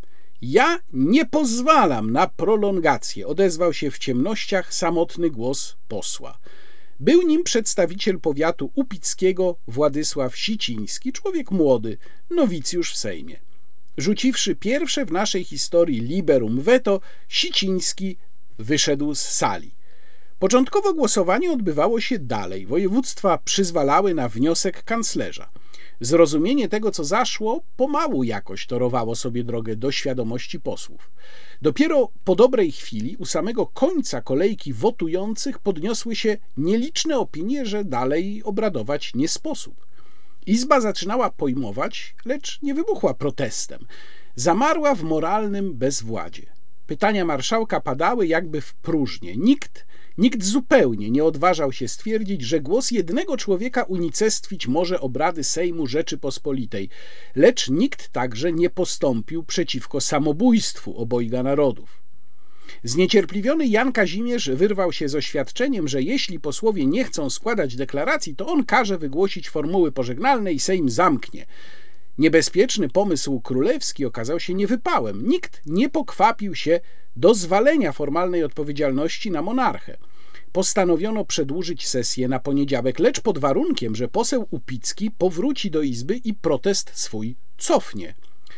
Ja nie pozwalam na prolongację, odezwał się w ciemnościach samotny głos posła. Był nim przedstawiciel powiatu upickiego Władysław Siciński, człowiek młody, nowicjusz w Sejmie. Rzuciwszy pierwsze w naszej historii liberum veto, Siciński wyszedł z sali. Początkowo głosowanie odbywało się dalej. Województwa przyzwalały na wniosek kanclerza. Zrozumienie tego, co zaszło, pomału jakoś torowało sobie drogę do świadomości posłów. Dopiero po dobrej chwili, u samego końca kolejki wotujących, podniosły się nieliczne opinie, że dalej obradować nie sposób. Izba zaczynała pojmować, lecz nie wybuchła protestem. Zamarła w moralnym bezwładzie. Pytania marszałka padały jakby w próżnię. Nikt zupełnie nie odważał się stwierdzić, że głos jednego człowieka unicestwić może obrady Sejmu Rzeczypospolitej, lecz nikt także nie postąpił przeciwko samobójstwu obojga narodów. Zniecierpliwiony Jan Kazimierz wyrwał się z oświadczeniem, że jeśli posłowie nie chcą składać deklaracji, to on każe wygłosić formuły pożegnalne i Sejm zamknie. Niebezpieczny pomysł królewski okazał się niewypałem. Nikt nie pokwapił się do zwalenia formalnej odpowiedzialności na monarchę. Postanowiono przedłużyć sesję na poniedziałek, lecz pod warunkiem, że poseł Upicki powróci do Izby i protest swój cofnie.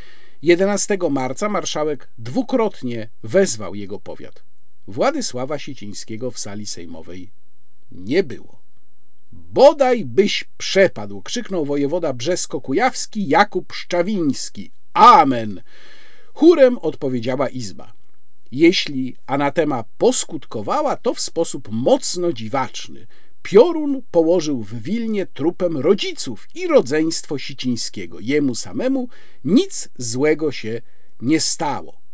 11 marca marszałek dwukrotnie wezwał jego powiat. Władysława Sicińskiego w sali sejmowej nie było. Bodaj byś przepadł, krzyknął wojewoda brzesko-kujawski Jakub Szczawiński. Amen! Chórem odpowiedziała Izba. Jeśli anatema poskutkowała, to w sposób mocno dziwaczny. Piorun położył w Wilnie trupem rodziców i rodzeństwo Sicińskiego. Jemu samemu nic złego się nie stało.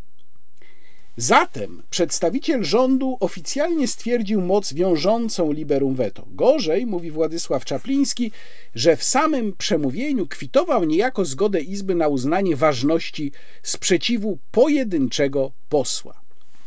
Zatem przedstawiciel rządu oficjalnie stwierdził moc wiążącą liberum veto. Gorzej, mówi Władysław Czapliński, że w samym przemówieniu kwitował niejako zgodę Izby na uznanie ważności sprzeciwu pojedynczego posła.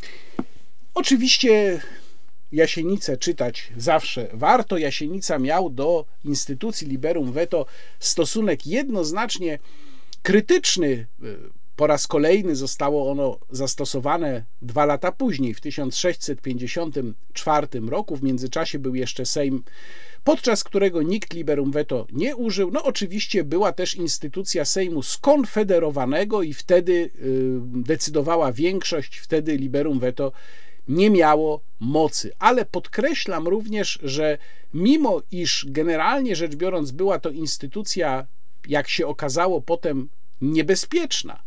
Oczywiście Jasienicę czytać zawsze warto. Jasienica miał do instytucji liberum veto stosunek jednoznacznie krytyczny. Po raz kolejny zostało ono zastosowane 2 lata później, w 1654 roku. W międzyczasie był jeszcze Sejm, podczas którego nikt liberum veto nie użył. No oczywiście była też instytucja Sejmu skonfederowanego i wtedy decydowała większość, wtedy liberum veto nie miało mocy. Ale podkreślam również, że mimo iż generalnie rzecz biorąc była to instytucja, jak się okazało potem, niebezpieczna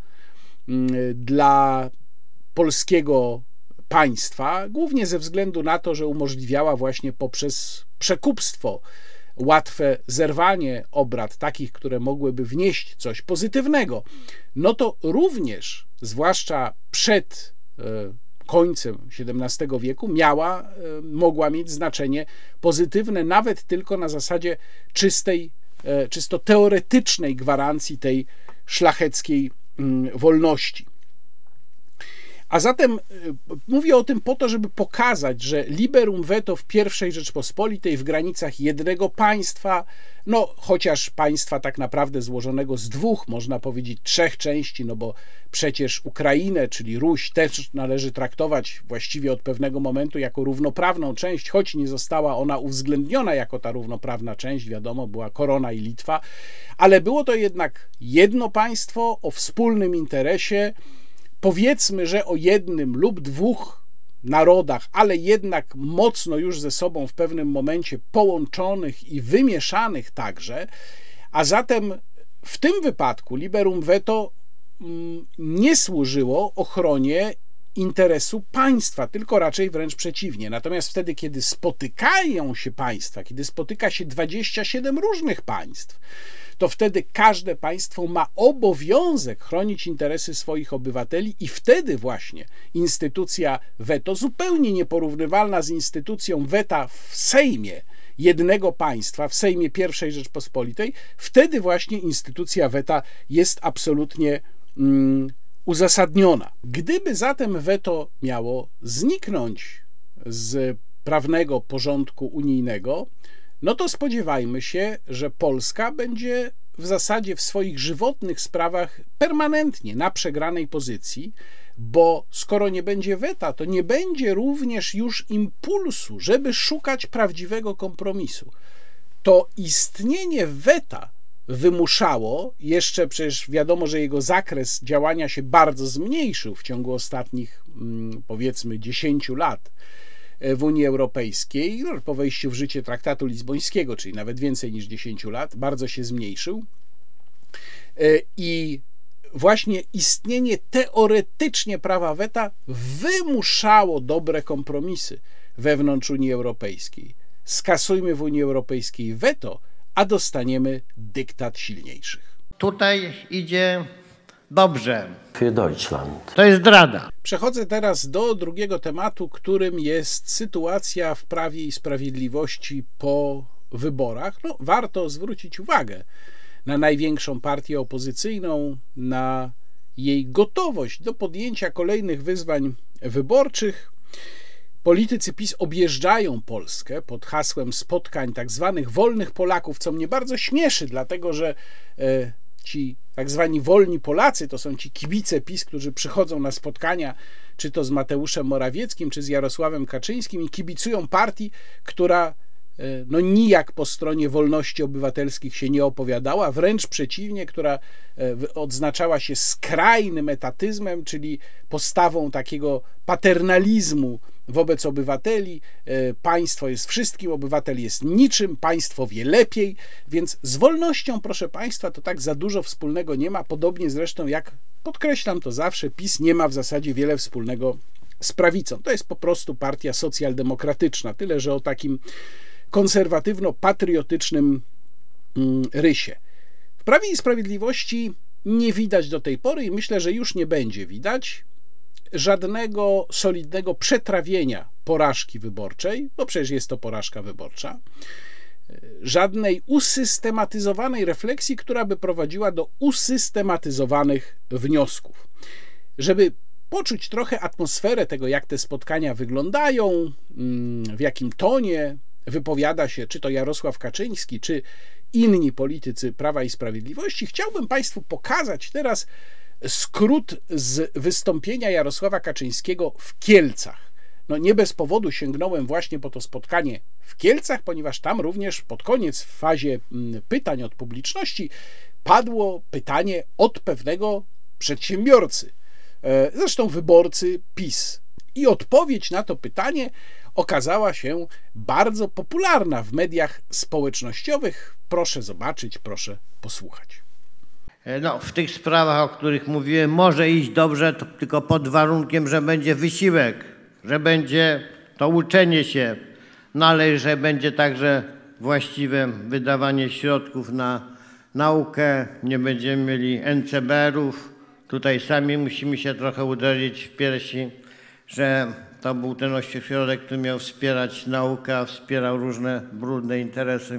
dla polskiego państwa, głównie ze względu na to, że umożliwiała właśnie poprzez przekupstwo łatwe zerwanie obrad, takich, które mogłyby wnieść coś pozytywnego, no to również, zwłaszcza przed końcem XVII wieku, mogła mieć znaczenie pozytywne, nawet tylko na zasadzie czysto teoretycznej gwarancji tej szlacheckiej wolności. A zatem mówię o tym po to, żeby pokazać, że liberum veto w I Rzeczpospolitej w granicach jednego państwa, no chociaż państwa tak naprawdę złożonego z 2, można powiedzieć 3 części, no bo przecież Ukrainę, czyli Ruś, też należy traktować właściwie od pewnego momentu jako równoprawną część, choć nie została ona uwzględniona jako ta równoprawna część, wiadomo, była Korona i Litwa, ale było to jednak jedno państwo o wspólnym interesie. Powiedzmy, że o jednym lub 2 narodach, ale jednak mocno już ze sobą w pewnym momencie połączonych i wymieszanych także, a zatem w tym wypadku liberum veto nie służyło ochronie interesu państwa, tylko raczej wręcz przeciwnie. Natomiast wtedy, kiedy spotykają się państwa, kiedy spotyka się 27 różnych państw, to wtedy każde państwo ma obowiązek chronić interesy swoich obywateli i wtedy właśnie instytucja veto, zupełnie nieporównywalna z instytucją weta w Sejmie jednego państwa, w Sejmie I Rzeczpospolitej, wtedy właśnie instytucja weta jest absolutnie uzasadniona. Gdyby zatem weto miało zniknąć z prawnego porządku unijnego, no to spodziewajmy się, że Polska będzie w zasadzie w swoich żywotnych sprawach permanentnie na przegranej pozycji, bo skoro nie będzie weta, to nie będzie również już impulsu, żeby szukać prawdziwego kompromisu. To istnienie weta wymuszało, jeszcze przecież wiadomo, że jego zakres działania się bardzo zmniejszył w ciągu ostatnich, powiedzmy, 10 lat w Unii Europejskiej, po wejściu w życie traktatu lizbońskiego, czyli nawet więcej niż 10 lat, bardzo się zmniejszył. I właśnie istnienie teoretycznie prawa weta wymuszało dobre kompromisy wewnątrz Unii Europejskiej. Skasujmy w Unii Europejskiej weto, a dostaniemy dyktat silniejszych. Tutaj idzie dobrze. Für Deutschland. To jest zdrada. Przechodzę teraz do drugiego tematu, którym jest sytuacja w Prawie i Sprawiedliwości po wyborach. Warto zwrócić uwagę na największą partię opozycyjną, na jej gotowość do podjęcia kolejnych wyzwań wyborczych. Politycy PiS objeżdżają Polskę pod hasłem spotkań tak zwanych wolnych Polaków, co mnie bardzo śmieszy, dlatego że ci tak zwani wolni Polacy to są ci kibice PiS, którzy przychodzą na spotkania, czy to z Mateuszem Morawieckim, czy z Jarosławem Kaczyńskim i kibicują partii, która nijak po stronie wolności obywatelskich się nie opowiadała, wręcz przeciwnie, która odznaczała się skrajnym etatyzmem, czyli postawą takiego paternalizmu wobec obywateli. Państwo jest wszystkim, obywatel jest niczym, państwo wie lepiej, więc z wolnością, proszę Państwa, to tak za dużo wspólnego nie ma, podobnie zresztą jak, podkreślam to zawsze, PiS nie ma w zasadzie wiele wspólnego z prawicą. To jest po prostu partia socjaldemokratyczna, tyle że o takim konserwatywno-patriotycznym rysie. W Prawie i Sprawiedliwości nie widać do tej pory i myślę, że już nie będzie widać żadnego solidnego przetrawienia porażki wyborczej, bo przecież jest to porażka wyborcza, żadnej usystematyzowanej refleksji, która by prowadziła do usystematyzowanych wniosków. Żeby poczuć trochę atmosferę tego, jak te spotkania wyglądają, w jakim tonie wypowiada się czy to Jarosław Kaczyński, czy inni politycy Prawa i Sprawiedliwości, chciałbym Państwu pokazać teraz skrót z wystąpienia Jarosława Kaczyńskiego w Kielcach. Nie bez powodu sięgnąłem właśnie po to spotkanie w Kielcach, ponieważ tam również pod koniec, w fazie pytań od publiczności, padło pytanie od pewnego przedsiębiorcy, zresztą wyborcy PiS. I odpowiedź na to pytanie okazała się bardzo popularna w mediach społecznościowych. Proszę zobaczyć, proszę posłuchać. W tych sprawach, o których mówiłem, może iść dobrze, tylko pod warunkiem, że będzie wysiłek, że będzie to uczenie się, ale że będzie także właściwe wydawanie środków na naukę, nie będziemy mieli NCBR-ów. Tutaj sami musimy się trochę uderzyć w piersi, że to był ten ośrodek, który miał wspierać naukę, a wspierał różne brudne interesy.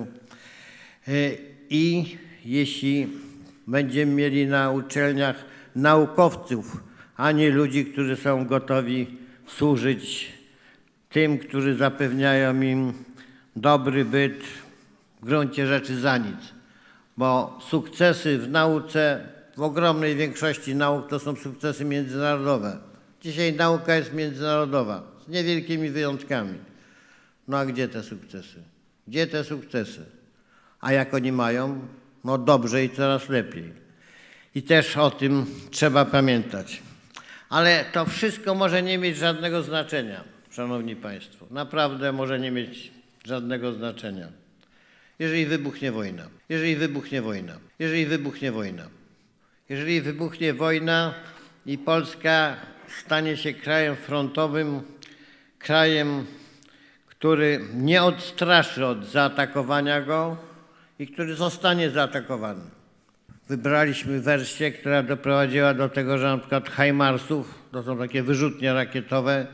I jeśli będziemy mieli na uczelniach naukowców, a nie ludzi, którzy są gotowi służyć tym, którzy zapewniają im dobry byt, w gruncie rzeczy za nic. Bo sukcesy w nauce, w ogromnej większości nauk to są sukcesy międzynarodowe. Dzisiaj nauka jest międzynarodowa, z niewielkimi wyjątkami. A gdzie te sukcesy? Gdzie te sukcesy? A jak oni mają? Dobrze i coraz lepiej. I też o tym trzeba pamiętać. Ale to wszystko może nie mieć żadnego znaczenia, szanowni państwo. Naprawdę może nie mieć żadnego znaczenia. Jeżeli wybuchnie wojna. Jeżeli wybuchnie wojna. Jeżeli wybuchnie wojna. Jeżeli wybuchnie wojna i Polska stanie się krajem frontowym, krajem, który nie odstraszy od zaatakowania go i który zostanie zaatakowany. Wybraliśmy wersję, która doprowadziła do tego, że na przykład HIMARS-ów, to są takie wyrzutnie rakietowe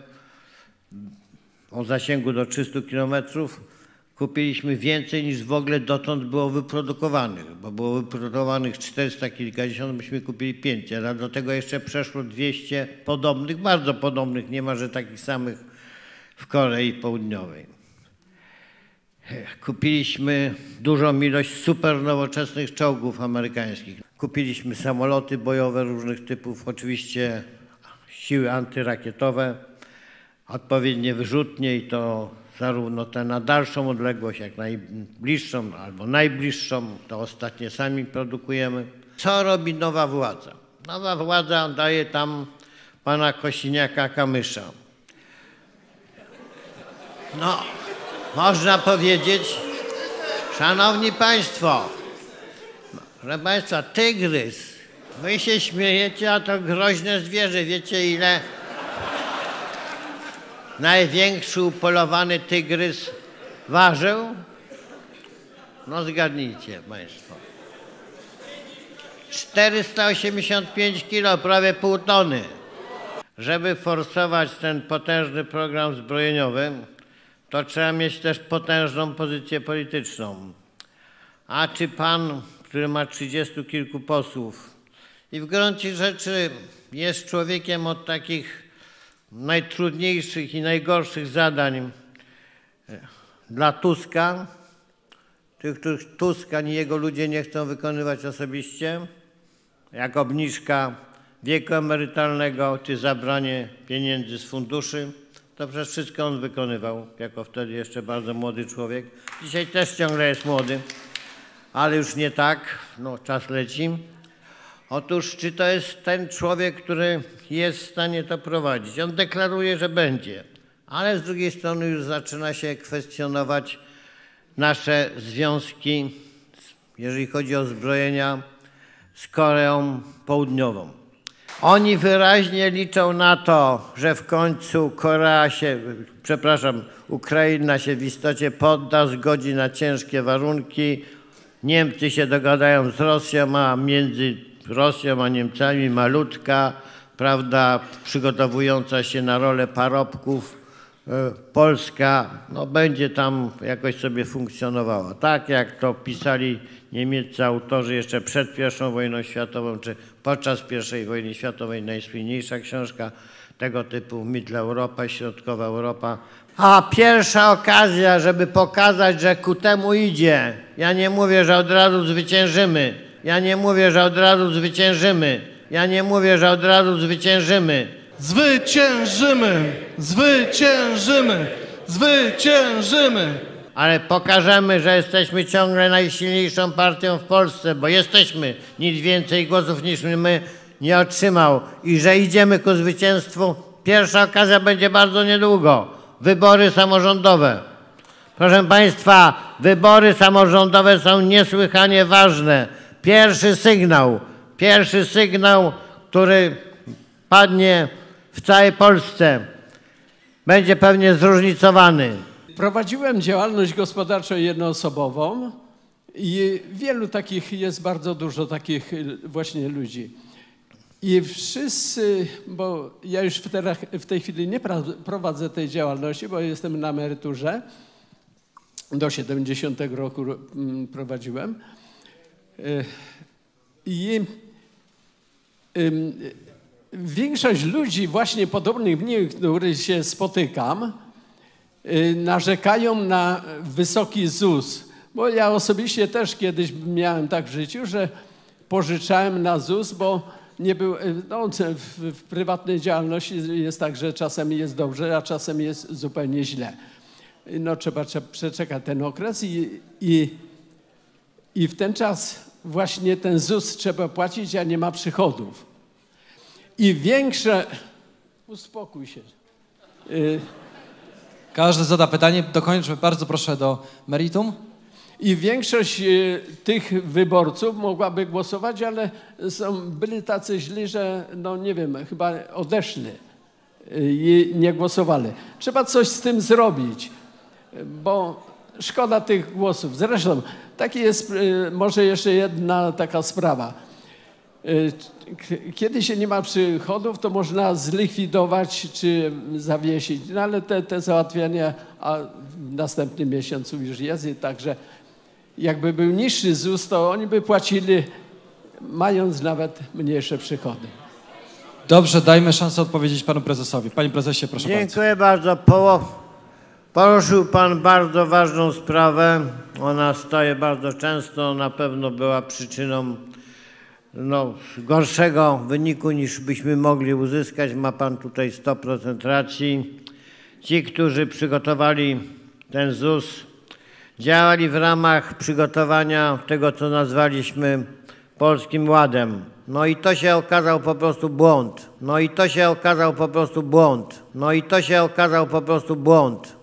o zasięgu do 300 km, kupiliśmy więcej niż w ogóle dotąd było wyprodukowanych, bo było wyprodukowanych 400 kilkadziesiąt, myśmy kupili 500, a do tego jeszcze przeszło 200 podobnych, bardzo podobnych, niemalże takich samych w Korei Południowej. Kupiliśmy dużą ilość super nowoczesnych czołgów amerykańskich. Kupiliśmy samoloty bojowe różnych typów, oczywiście siły antyrakietowe, odpowiednie wyrzutnie i to zarówno te na dalszą odległość, jak najbliższą albo najbliższą, to ostatnie sami produkujemy. Co robi nowa władza? Nowa władza daje tam pana Kosiniaka-Kamysza. No, można powiedzieć, szanowni państwo, proszę państwa, tygrys. Wy się śmiejecie, a to groźne zwierzę. Wiecie, ile największy upolowany tygrys ważył? No zgadnijcie państwo. 485 kg, prawie pół tony. Żeby forsować ten potężny program zbrojeniowy, to trzeba mieć też potężną pozycję polityczną. A czy pan, który ma 30 kilku posłów i w gruncie rzeczy jest człowiekiem od takich najtrudniejszych i najgorszych zadań dla Tuska, tych, których Tusk ani jego ludzie nie chcą wykonywać osobiście, jak obniżka wieku emerytalnego czy zabranie pieniędzy z funduszy, to przecież wszystko on wykonywał, jako wtedy jeszcze bardzo młody człowiek. Dzisiaj też ciągle jest młody, ale już nie tak, no czas leci. Otóż czy to jest ten człowiek, który jest w stanie to prowadzić? On deklaruje, że będzie, ale z drugiej strony już zaczyna się kwestionować nasze związki, jeżeli chodzi o zbrojenia, z Koreą Południową. Oni wyraźnie liczą na to, że w końcu Ukraina się w istocie podda, zgodzi na ciężkie warunki. Niemcy się dogadają z Rosją, a między Rosją a Niemcami malutka, prawda, przygotowująca się na rolę parobków, Polska no, będzie tam jakoś sobie funkcjonowała. Tak jak to pisali niemieccy autorzy jeszcze przed I wojną światową, czy podczas I wojny światowej, najsłynniejsza książka tego typu Mitteleuropa, Środkowa Europa. A pierwsza okazja, żeby pokazać, że ku temu idzie. Ja nie mówię, że od razu zwyciężymy. Ja nie mówię, że od razu zwyciężymy. Ja nie mówię, że od razu zwyciężymy. Zwyciężymy! Zwyciężymy! Zwyciężymy! Ale pokażemy, że jesteśmy ciągle najsilniejszą partią w Polsce, bo jesteśmy. Nic więcej głosów niż my nie otrzymał i że idziemy ku zwycięstwu. Pierwsza okazja będzie bardzo niedługo. Wybory samorządowe. Proszę państwa, wybory samorządowe są niesłychanie ważne. Pierwszy sygnał, który padnie w całej Polsce, będzie pewnie zróżnicowany. Prowadziłem działalność gospodarczą jednoosobową i wielu takich, jest bardzo dużo takich właśnie ludzi. I wszyscy, bo ja już w tej chwili nie prowadzę tej działalności, bo jestem na emeryturze, do 70 roku prowadziłem. I większość ludzi właśnie podobnych mnie, których się spotykam, narzekają na wysoki ZUS. Bo ja osobiście też kiedyś miałem tak w życiu, że pożyczałem na ZUS, bo nie był, no, w prywatnej działalności jest tak, że czasem jest dobrze, a czasem jest zupełnie źle. No, trzeba przeczekać ten okres i w ten czas właśnie ten ZUS trzeba płacić, a nie ma przychodów. I większe... Uspokój się. Każdy zada pytanie. Dokończmy, bardzo proszę, do meritum. I większość tych wyborców mogłaby głosować, ale byli tacy źli, że no nie wiem, chyba odeszli i nie głosowali. Trzeba coś z tym zrobić, bo szkoda tych głosów. Zresztą taki jest może jeszcze jedna taka sprawa. Kiedy się nie ma przychodów, to można zlikwidować czy zawiesić, no ale te załatwiania a w następnym miesiącu już jest i także jakby był niższy ZUS, to oni by płacili, mając nawet mniejsze przychody. Dobrze, dajmy szansę odpowiedzieć panu prezesowi. Panie prezesie, proszę bardzo. Dziękuję bardzo. Poruszył Pan bardzo ważną sprawę. Ona staje bardzo często, na pewno była przyczyną gorszego wyniku niż byśmy mogli uzyskać. Ma Pan tutaj 100% racji. Ci, którzy przygotowali ten ZUS, działali w ramach przygotowania tego, co nazwaliśmy Polskim Ładem. No i to się okazał po prostu błąd. No i to się okazał po prostu błąd. No i to się okazał po prostu błąd.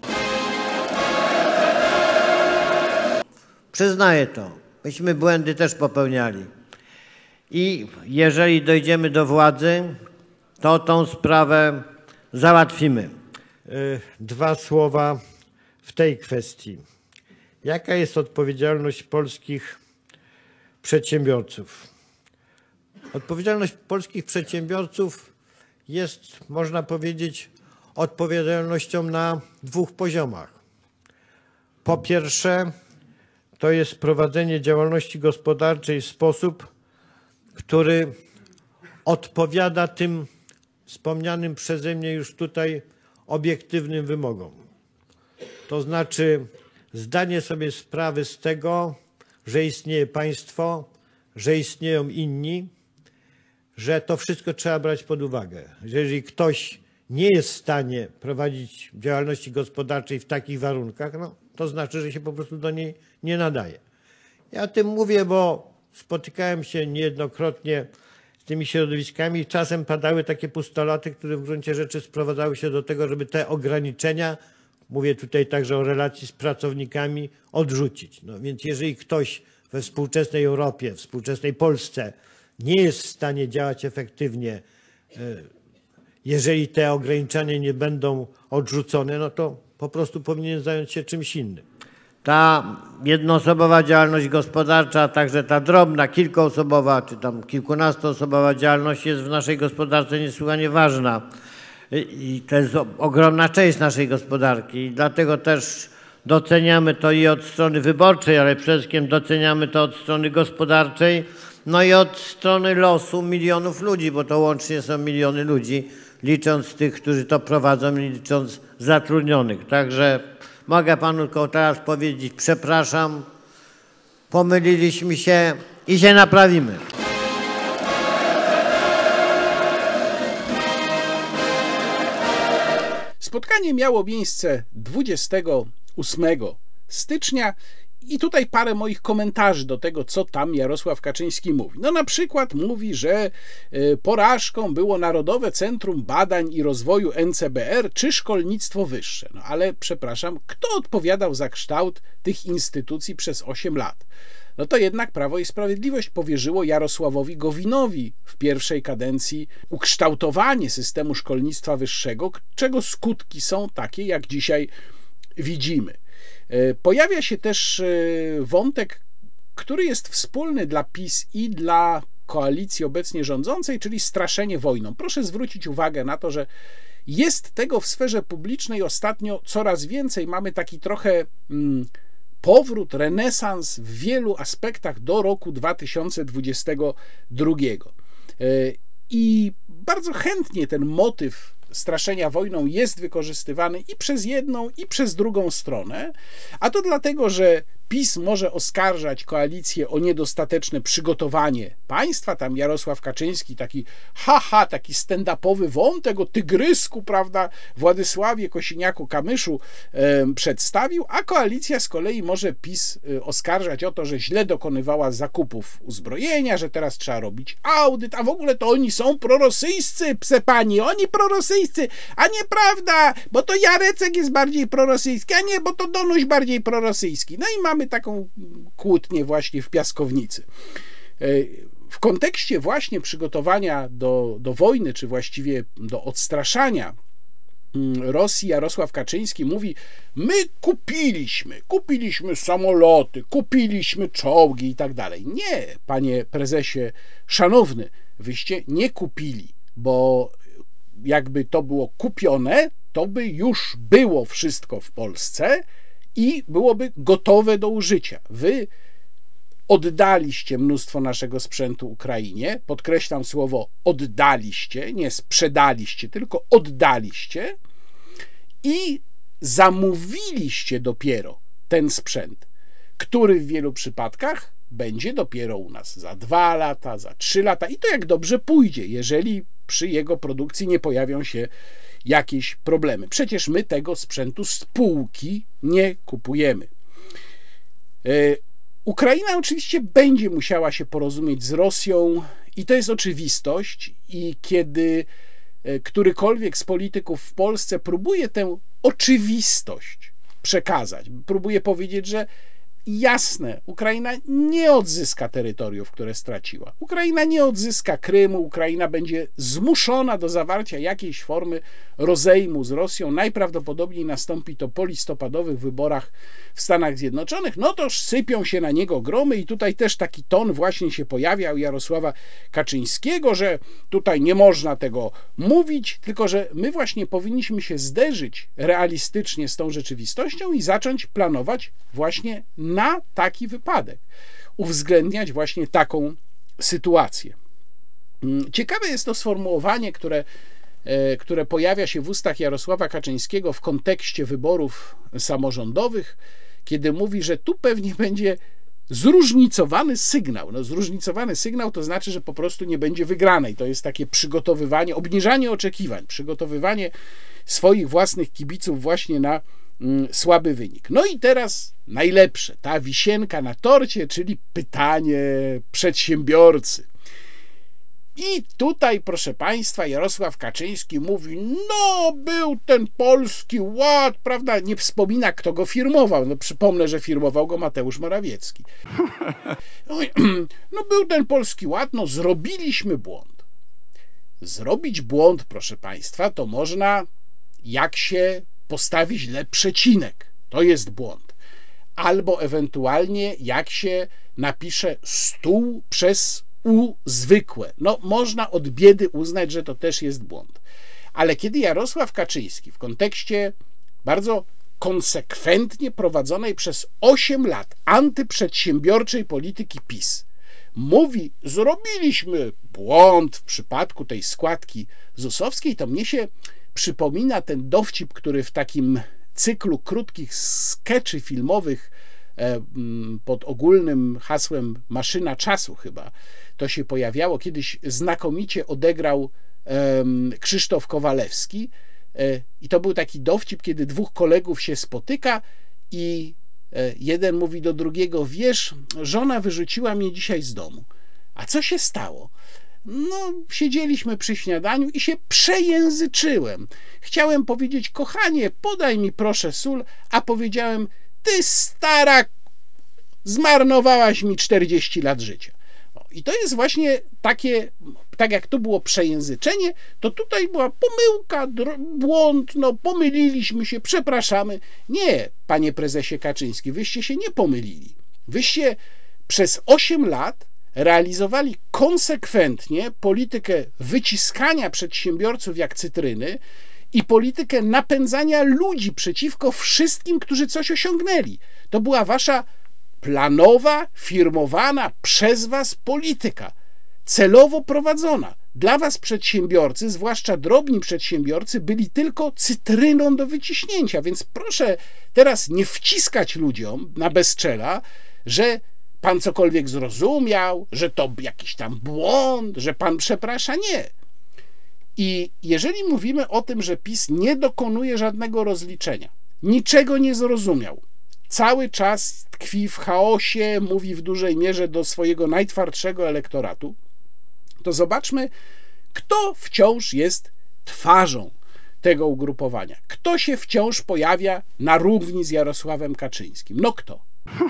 Przyznaję to. Myśmy błędy też popełniali. I jeżeli dojdziemy do władzy, to tą sprawę załatwimy. Dwa słowa w tej kwestii. Jaka jest odpowiedzialność polskich przedsiębiorców? Odpowiedzialność polskich przedsiębiorców jest, można powiedzieć, odpowiedzialnością na dwóch poziomach. Po pierwsze, to jest prowadzenie działalności gospodarczej w sposób, który odpowiada tym wspomnianym przeze mnie już tutaj obiektywnym wymogom. To znaczy zdanie sobie sprawy z tego, że istnieje państwo, że istnieją inni, że to wszystko trzeba brać pod uwagę. Że jeżeli ktoś nie jest w stanie prowadzić działalności gospodarczej w takich warunkach, no, to znaczy, że się po prostu do niej nie nadaje. Ja o tym mówię, bo spotykałem się niejednokrotnie z tymi środowiskami i czasem padały takie postulaty, które w gruncie rzeczy sprowadzały się do tego, żeby te ograniczenia, mówię tutaj także o relacji z pracownikami, odrzucić. No więc jeżeli ktoś we współczesnej Europie, współczesnej Polsce nie jest w stanie działać efektywnie, jeżeli te ograniczenia nie będą odrzucone, no to po prostu powinien zająć się czymś innym. Ta jednoosobowa działalność gospodarcza, a także ta drobna, kilkuosobowa czy tam kilkunastoosobowa działalność jest w naszej gospodarce niesłychanie ważna. I to jest ogromna część naszej gospodarki. I dlatego też doceniamy to i od strony wyborczej, ale przede wszystkim doceniamy to od strony gospodarczej, no i od strony losu milionów ludzi, bo to łącznie są miliony ludzi, licząc tych, którzy to prowadzą i licząc zatrudnionych. Także mogę Panu tylko teraz powiedzieć, przepraszam, pomyliliśmy się i się naprawimy. Spotkanie miało miejsce 28 stycznia i tutaj parę moich komentarzy do tego, co tam Jarosław Kaczyński mówi. No na przykład mówi, że porażką było Narodowe Centrum Badań i Rozwoju NCBR czy szkolnictwo wyższe. No ale przepraszam, kto odpowiadał za kształt tych instytucji przez 8 lat? No to jednak Prawo i Sprawiedliwość powierzyło Jarosławowi Gowinowi w pierwszej kadencji ukształtowanie systemu szkolnictwa wyższego, czego skutki są takie, jak dzisiaj widzimy. Pojawia się też wątek, który jest wspólny dla PiS i dla koalicji obecnie rządzącej, czyli straszenie wojną. Proszę zwrócić uwagę na to, że jest tego w sferze publicznej ostatnio coraz więcej. Mamy taki trochę powrót, renesans w wielu aspektach do roku 2022. I bardzo chętnie ten motyw straszenia wojną jest wykorzystywany i przez jedną, i przez drugą stronę, a to dlatego, że PiS może oskarżać koalicję o niedostateczne przygotowanie państwa. Tam Jarosław Kaczyński taki taki stand-upowy wątek o tygrysku, prawda, Władysławie Kosiniaku-Kamyszu przedstawił, a koalicja z kolei może PiS oskarżać o to, że źle dokonywała zakupów uzbrojenia, że teraz trzeba robić audyt, a w ogóle to oni są prorosyjscy, pse pani, oni prorosyjscy, a nieprawda, bo to Jarecek jest bardziej prorosyjski, a nie, bo to Donuś bardziej prorosyjski. No i mamy taką kłótnię właśnie w piaskownicy. W kontekście właśnie przygotowania do wojny, czy właściwie do odstraszania Rosji, Jarosław Kaczyński mówi: my kupiliśmy samoloty, kupiliśmy czołgi i tak dalej. Nie, panie prezesie szanowny, wyście nie kupili, bo jakby to było kupione, to by już było wszystko w Polsce i byłoby gotowe do użycia. Wy oddaliście mnóstwo naszego sprzętu Ukrainie, podkreślam słowo oddaliście, nie sprzedaliście, tylko oddaliście i zamówiliście dopiero ten sprzęt, który w wielu przypadkach będzie dopiero u nas za 2 lata, za 3 lata i to jak dobrze pójdzie, jeżeli przy jego produkcji nie pojawią się jakieś problemy. Przecież my tego sprzętu z półki nie kupujemy. Ukraina oczywiście będzie musiała się porozumieć z Rosją i to jest oczywistość i kiedy którykolwiek z polityków w Polsce próbuje tę oczywistość przekazać, próbuje powiedzieć, że jasne, Ukraina nie odzyska terytoriów, które straciła. Ukraina nie odzyska Krymu, Ukraina będzie zmuszona do zawarcia jakiejś formy rozejmu z Rosją. Najprawdopodobniej nastąpi to po listopadowych wyborach w Stanach Zjednoczonych. No toż sypią się na niego gromy i tutaj też taki ton właśnie się pojawia u Jarosława Kaczyńskiego, że tutaj nie można tego mówić, tylko że my właśnie powinniśmy się zderzyć realistycznie z tą rzeczywistością i zacząć planować właśnie na taki wypadek, uwzględniać właśnie taką sytuację. Ciekawe jest to sformułowanie, które pojawia się w ustach Jarosława Kaczyńskiego w kontekście wyborów samorządowych, kiedy mówi, że tu pewnie będzie zróżnicowany sygnał. No, zróżnicowany sygnał to znaczy, że po prostu nie będzie wygranej. To jest takie przygotowywanie, obniżanie oczekiwań, przygotowywanie swoich własnych kibiców właśnie na słaby wynik. No i teraz najlepsze, ta wisienka na torcie, czyli pytanie przedsiębiorcy. I tutaj, proszę Państwa, Jarosław Kaczyński mówi, no był ten Polski Ład, prawda, nie wspomina, kto go firmował. No przypomnę, że firmował go Mateusz Morawiecki. No był ten Polski Ład, no zrobiliśmy błąd. Zrobić błąd, proszę Państwa, to można, jak się postawi źle przecinek. To jest błąd. Albo ewentualnie jak się napisze stół przez U zwykłe. No można od biedy uznać, że to też jest błąd. Ale kiedy Jarosław Kaczyński w kontekście bardzo konsekwentnie prowadzonej przez 8 lat antyprzedsiębiorczej polityki PiS mówi, zrobiliśmy błąd w przypadku tej składki ZUS-owskiej, to mnie się przypomina ten dowcip, który w takim cyklu krótkich skeczy filmowych pod ogólnym hasłem Maszyna Czasu chyba to się pojawiało. Kiedyś znakomicie odegrał Krzysztof Kowalewski i to był taki dowcip, kiedy 2 kolegów się spotyka i jeden mówi do drugiego, wiesz, żona wyrzuciła mnie dzisiaj z domu. A co się stało? No, siedzieliśmy przy śniadaniu i się przejęzyczyłem. Chciałem powiedzieć, kochanie, podaj mi proszę sól, a powiedziałem, ty stara, zmarnowałaś mi 40 lat życia. I to jest właśnie takie, tak jak to było przejęzyczenie, to tutaj była pomyłka, błąd, no pomyliliśmy się, przepraszamy. Nie, panie prezesie Kaczyński, wyście się nie pomylili. Wyście przez 8 lat realizowali konsekwentnie politykę wyciskania przedsiębiorców jak cytryny i politykę napędzania ludzi przeciwko wszystkim, którzy coś osiągnęli. To była wasza planowa, firmowana przez was polityka, celowo prowadzona. Dla was przedsiębiorcy, zwłaszcza drobni przedsiębiorcy, byli tylko cytryną do wyciśnięcia, więc proszę teraz nie wciskać ludziom na bezczela, że pan cokolwiek zrozumiał, że to jakiś tam błąd, że pan przeprasza. Nie. I jeżeli mówimy o tym, że PiS nie dokonuje żadnego rozliczenia, niczego nie zrozumiał, cały czas tkwi w chaosie, mówi w dużej mierze do swojego najtwardszego elektoratu, to zobaczmy, kto wciąż jest twarzą tego ugrupowania. Kto się wciąż pojawia na równi z Jarosławem Kaczyńskim? No kto?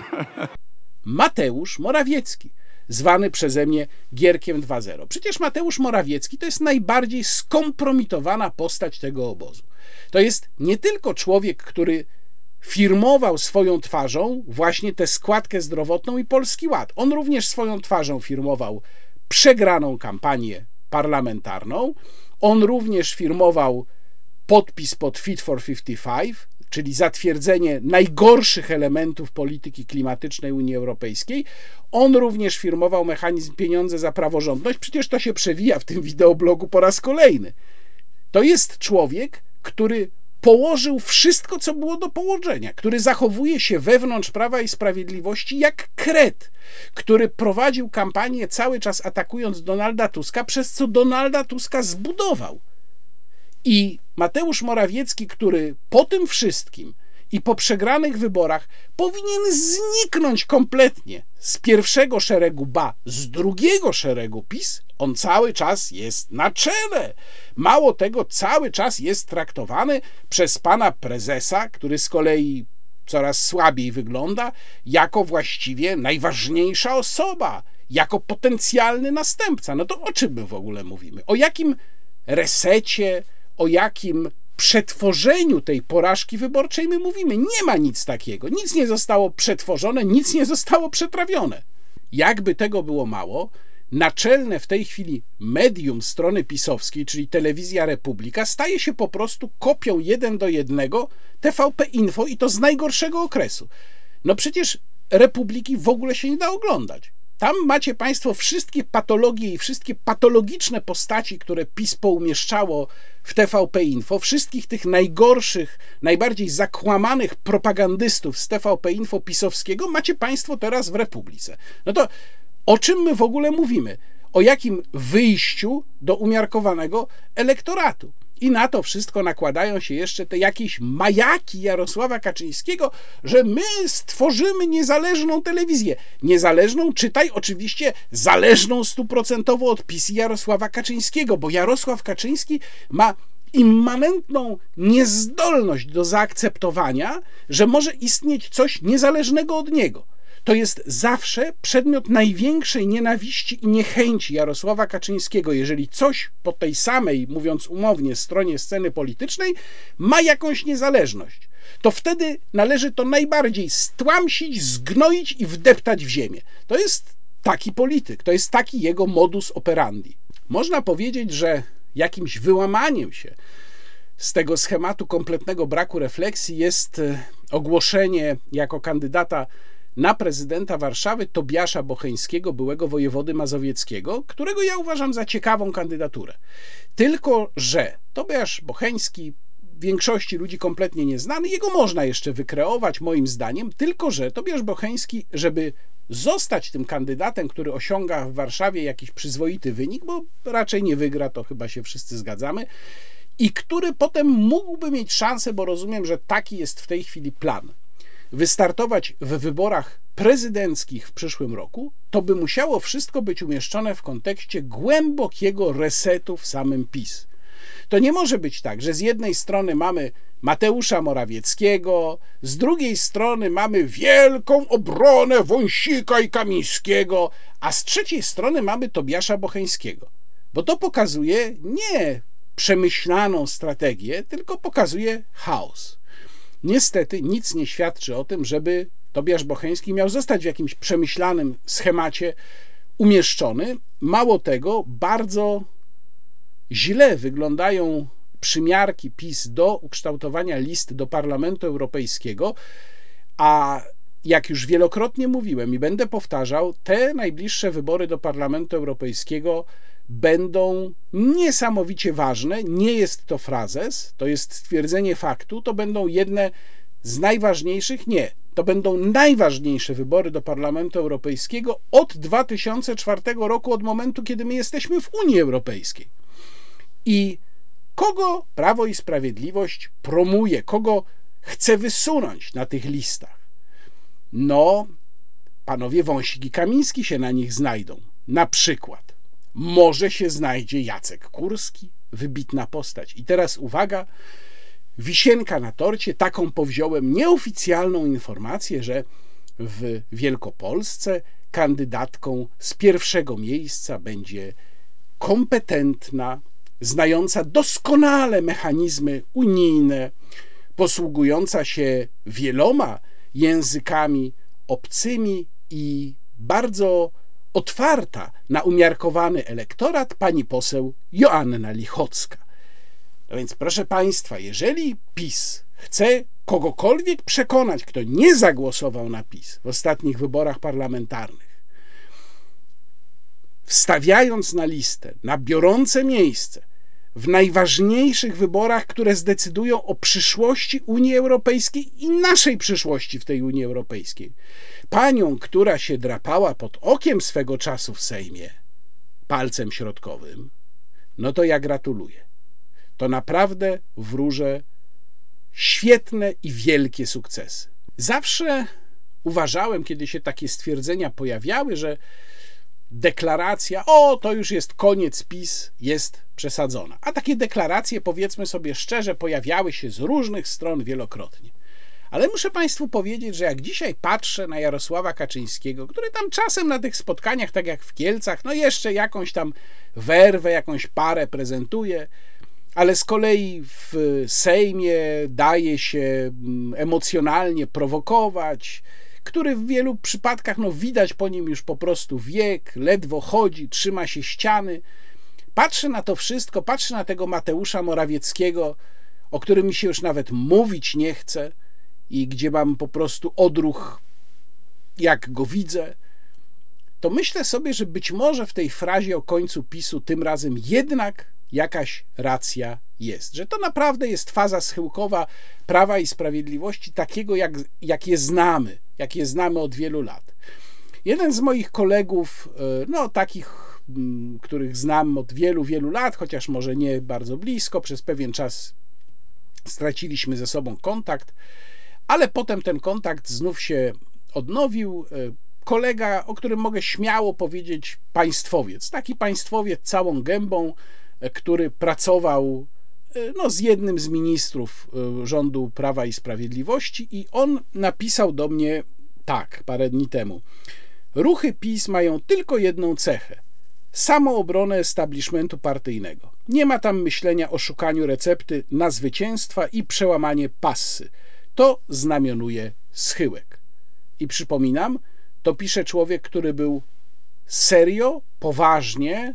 Mateusz Morawiecki, zwany przeze mnie Gierkiem 2.0. Przecież Mateusz Morawiecki to jest najbardziej skompromitowana postać tego obozu. To jest nie tylko człowiek, który firmował swoją twarzą właśnie tę składkę zdrowotną i Polski Ład. On również swoją twarzą firmował przegraną kampanię parlamentarną. On również firmował podpis pod Fit for 55, czyli zatwierdzenie najgorszych elementów polityki klimatycznej Unii Europejskiej. On również firmował mechanizm pieniądze za praworządność. Przecież to się przewija w tym wideoblogu po raz kolejny. To jest człowiek, który położył wszystko, co było do położenia, który zachowuje się wewnątrz Prawa i Sprawiedliwości jak kret, który prowadził kampanię cały czas atakując Donalda Tuska, przez co Donalda Tuska zbudował. I Mateusz Morawiecki, który po tym wszystkim i po przegranych wyborach powinien zniknąć kompletnie z pierwszego szeregu, z drugiego szeregu PiS, on cały czas jest na czele. Mało tego, cały czas jest traktowany przez pana prezesa, który z kolei coraz słabiej wygląda, jako właściwie najważniejsza osoba, jako potencjalny następca. No to o czym my w ogóle mówimy? O jakim resecie, o jakim przetworzeniu tej porażki wyborczej my mówimy? Nie ma nic takiego. Nic nie zostało przetworzone, nic nie zostało przetrawione. Jakby tego było mało, naczelne w tej chwili medium strony pisowskiej, czyli Telewizja Republika, staje się po prostu kopią 1:1 TVP Info i to z najgorszego okresu. No przecież Republiki w ogóle się nie da oglądać. Tam macie państwo wszystkie patologie i wszystkie patologiczne postaci, które PiS poumieszczało w TVP Info, wszystkich tych najgorszych, najbardziej zakłamanych propagandystów z TVP Info pisowskiego macie państwo teraz w Republice. No to o czym my w ogóle mówimy? O jakim wyjściu do umiarkowanego elektoratu? I na to wszystko nakładają się jeszcze te jakieś majaki Jarosława Kaczyńskiego, że my stworzymy niezależną telewizję. Niezależną, czytaj oczywiście zależną 100% od PiS i Jarosława Kaczyńskiego, bo Jarosław Kaczyński ma immanentną niezdolność do zaakceptowania, że może istnieć coś niezależnego od niego. To jest zawsze przedmiot największej nienawiści i niechęci Jarosława Kaczyńskiego. Jeżeli coś po tej samej, mówiąc umownie, stronie sceny politycznej ma jakąś niezależność, to wtedy należy to najbardziej stłamsić, zgnoić i wdeptać w ziemię. To jest taki polityk, to jest taki jego modus operandi. Można powiedzieć, że jakimś wyłamaniem się z tego schematu kompletnego braku refleksji jest ogłoszenie jako kandydata na prezydenta Warszawy Tobiasza Bocheńskiego, byłego wojewody mazowieckiego, którego ja uważam za ciekawą kandydaturę. Tylko że Tobiasz Bocheński, większości ludzi kompletnie nieznany, jego można jeszcze wykreować moim zdaniem, tylko że Tobiasz Bocheński, żeby zostać tym kandydatem, który osiąga w Warszawie jakiś przyzwoity wynik, bo raczej nie wygra, to chyba się wszyscy zgadzamy, i który potem mógłby mieć szansę, bo rozumiem, że taki jest w tej chwili plan, wystartować w wyborach prezydenckich w przyszłym roku, to by musiało wszystko być umieszczone w kontekście głębokiego resetu w samym PiS. To nie może być tak, że z jednej strony mamy Mateusza Morawieckiego, z drugiej strony mamy wielką obronę Wąsika i Kamińskiego, a z trzeciej strony mamy Tobiasza Bocheńskiego. Bo to pokazuje nie przemyślaną strategię, tylko pokazuje chaos. Niestety nic nie świadczy o tym, żeby Tobiasz Bocheński miał zostać w jakimś przemyślanym schemacie umieszczony. Mało tego, bardzo źle wyglądają przymiarki PiS do ukształtowania list do Parlamentu Europejskiego, a jak już wielokrotnie mówiłem i będę powtarzał, te najbliższe wybory do Parlamentu Europejskiego będą niesamowicie ważne. Nie jest to frazes, to jest stwierdzenie faktu, to będą jedne z najważniejszych, to będą najważniejsze wybory do Parlamentu Europejskiego od 2004 roku, od momentu, kiedy my jesteśmy w Unii Europejskiej. I kogo Prawo i Sprawiedliwość promuje, kogo chce wysunąć na tych listach? No, panowie Wąsik i Kamiński się na nich znajdą. Na przykład może się znajdzie Jacek Kurski, wybitna postać. I teraz uwaga, wisienka na torcie, taką powziąłem nieoficjalną informację, że w Wielkopolsce kandydatką z pierwszego miejsca będzie kompetentna, znająca doskonale mechanizmy unijne, posługująca się wieloma językami obcymi i bardzo otwarta na umiarkowany elektorat pani poseł Joanna Lichocka. No więc proszę państwa, jeżeli PiS chce kogokolwiek przekonać, kto nie zagłosował na PiS w ostatnich wyborach parlamentarnych, wstawiając na listę, na biorące miejsce w najważniejszych wyborach, które zdecydują o przyszłości Unii Europejskiej i naszej przyszłości w tej Unii Europejskiej. Panią, która się drapała pod okiem swego czasu w Sejmie palcem środkowym, no to ja gratuluję. To naprawdę wróżę świetne i wielkie sukcesy. Zawsze uważałem, kiedy się takie stwierdzenia pojawiały, że deklaracja, to już jest koniec PiS, jest przesadzona. A takie deklaracje, powiedzmy sobie szczerze, pojawiały się z różnych stron wielokrotnie. Ale muszę Państwu powiedzieć, że jak dzisiaj patrzę na Jarosława Kaczyńskiego, który tam czasem na tych spotkaniach, tak jak w Kielcach, no jeszcze jakąś tam werwę, jakąś parę prezentuje, ale z kolei w Sejmie daje się emocjonalnie prowokować, który w wielu przypadkach, widać po nim już po prostu wiek, ledwo chodzi, trzyma się ściany. Patrzę na to wszystko, patrzę na tego Mateusza Morawieckiego, o którym mi się już nawet mówić nie chce i gdzie mam po prostu odruch, jak go widzę, to myślę sobie, że być może w tej frazie o końcu PiS-u tym razem jednak jakaś racja jest, że to naprawdę jest faza schyłkowa Prawa i Sprawiedliwości takiego, jak je znamy od wielu lat. Jeden z moich kolegów, takich, których znam od wielu, wielu lat, chociaż może nie bardzo blisko, przez pewien czas straciliśmy ze sobą kontakt, ale potem ten kontakt znów się odnowił. Kolega, o którym mogę śmiało powiedzieć państwowiec, taki państwowiec całą gębą, który pracował z jednym z ministrów rządu Prawa i Sprawiedliwości i on napisał do mnie tak parę dni temu: ruchy PiS mają tylko jedną cechę: samoobronę establishmentu partyjnego. Nie ma tam myślenia o szukaniu recepty na zwycięstwa i przełamanie passy. To znamionuje schyłek. I przypominam, to pisze człowiek, który był serio, poważnie,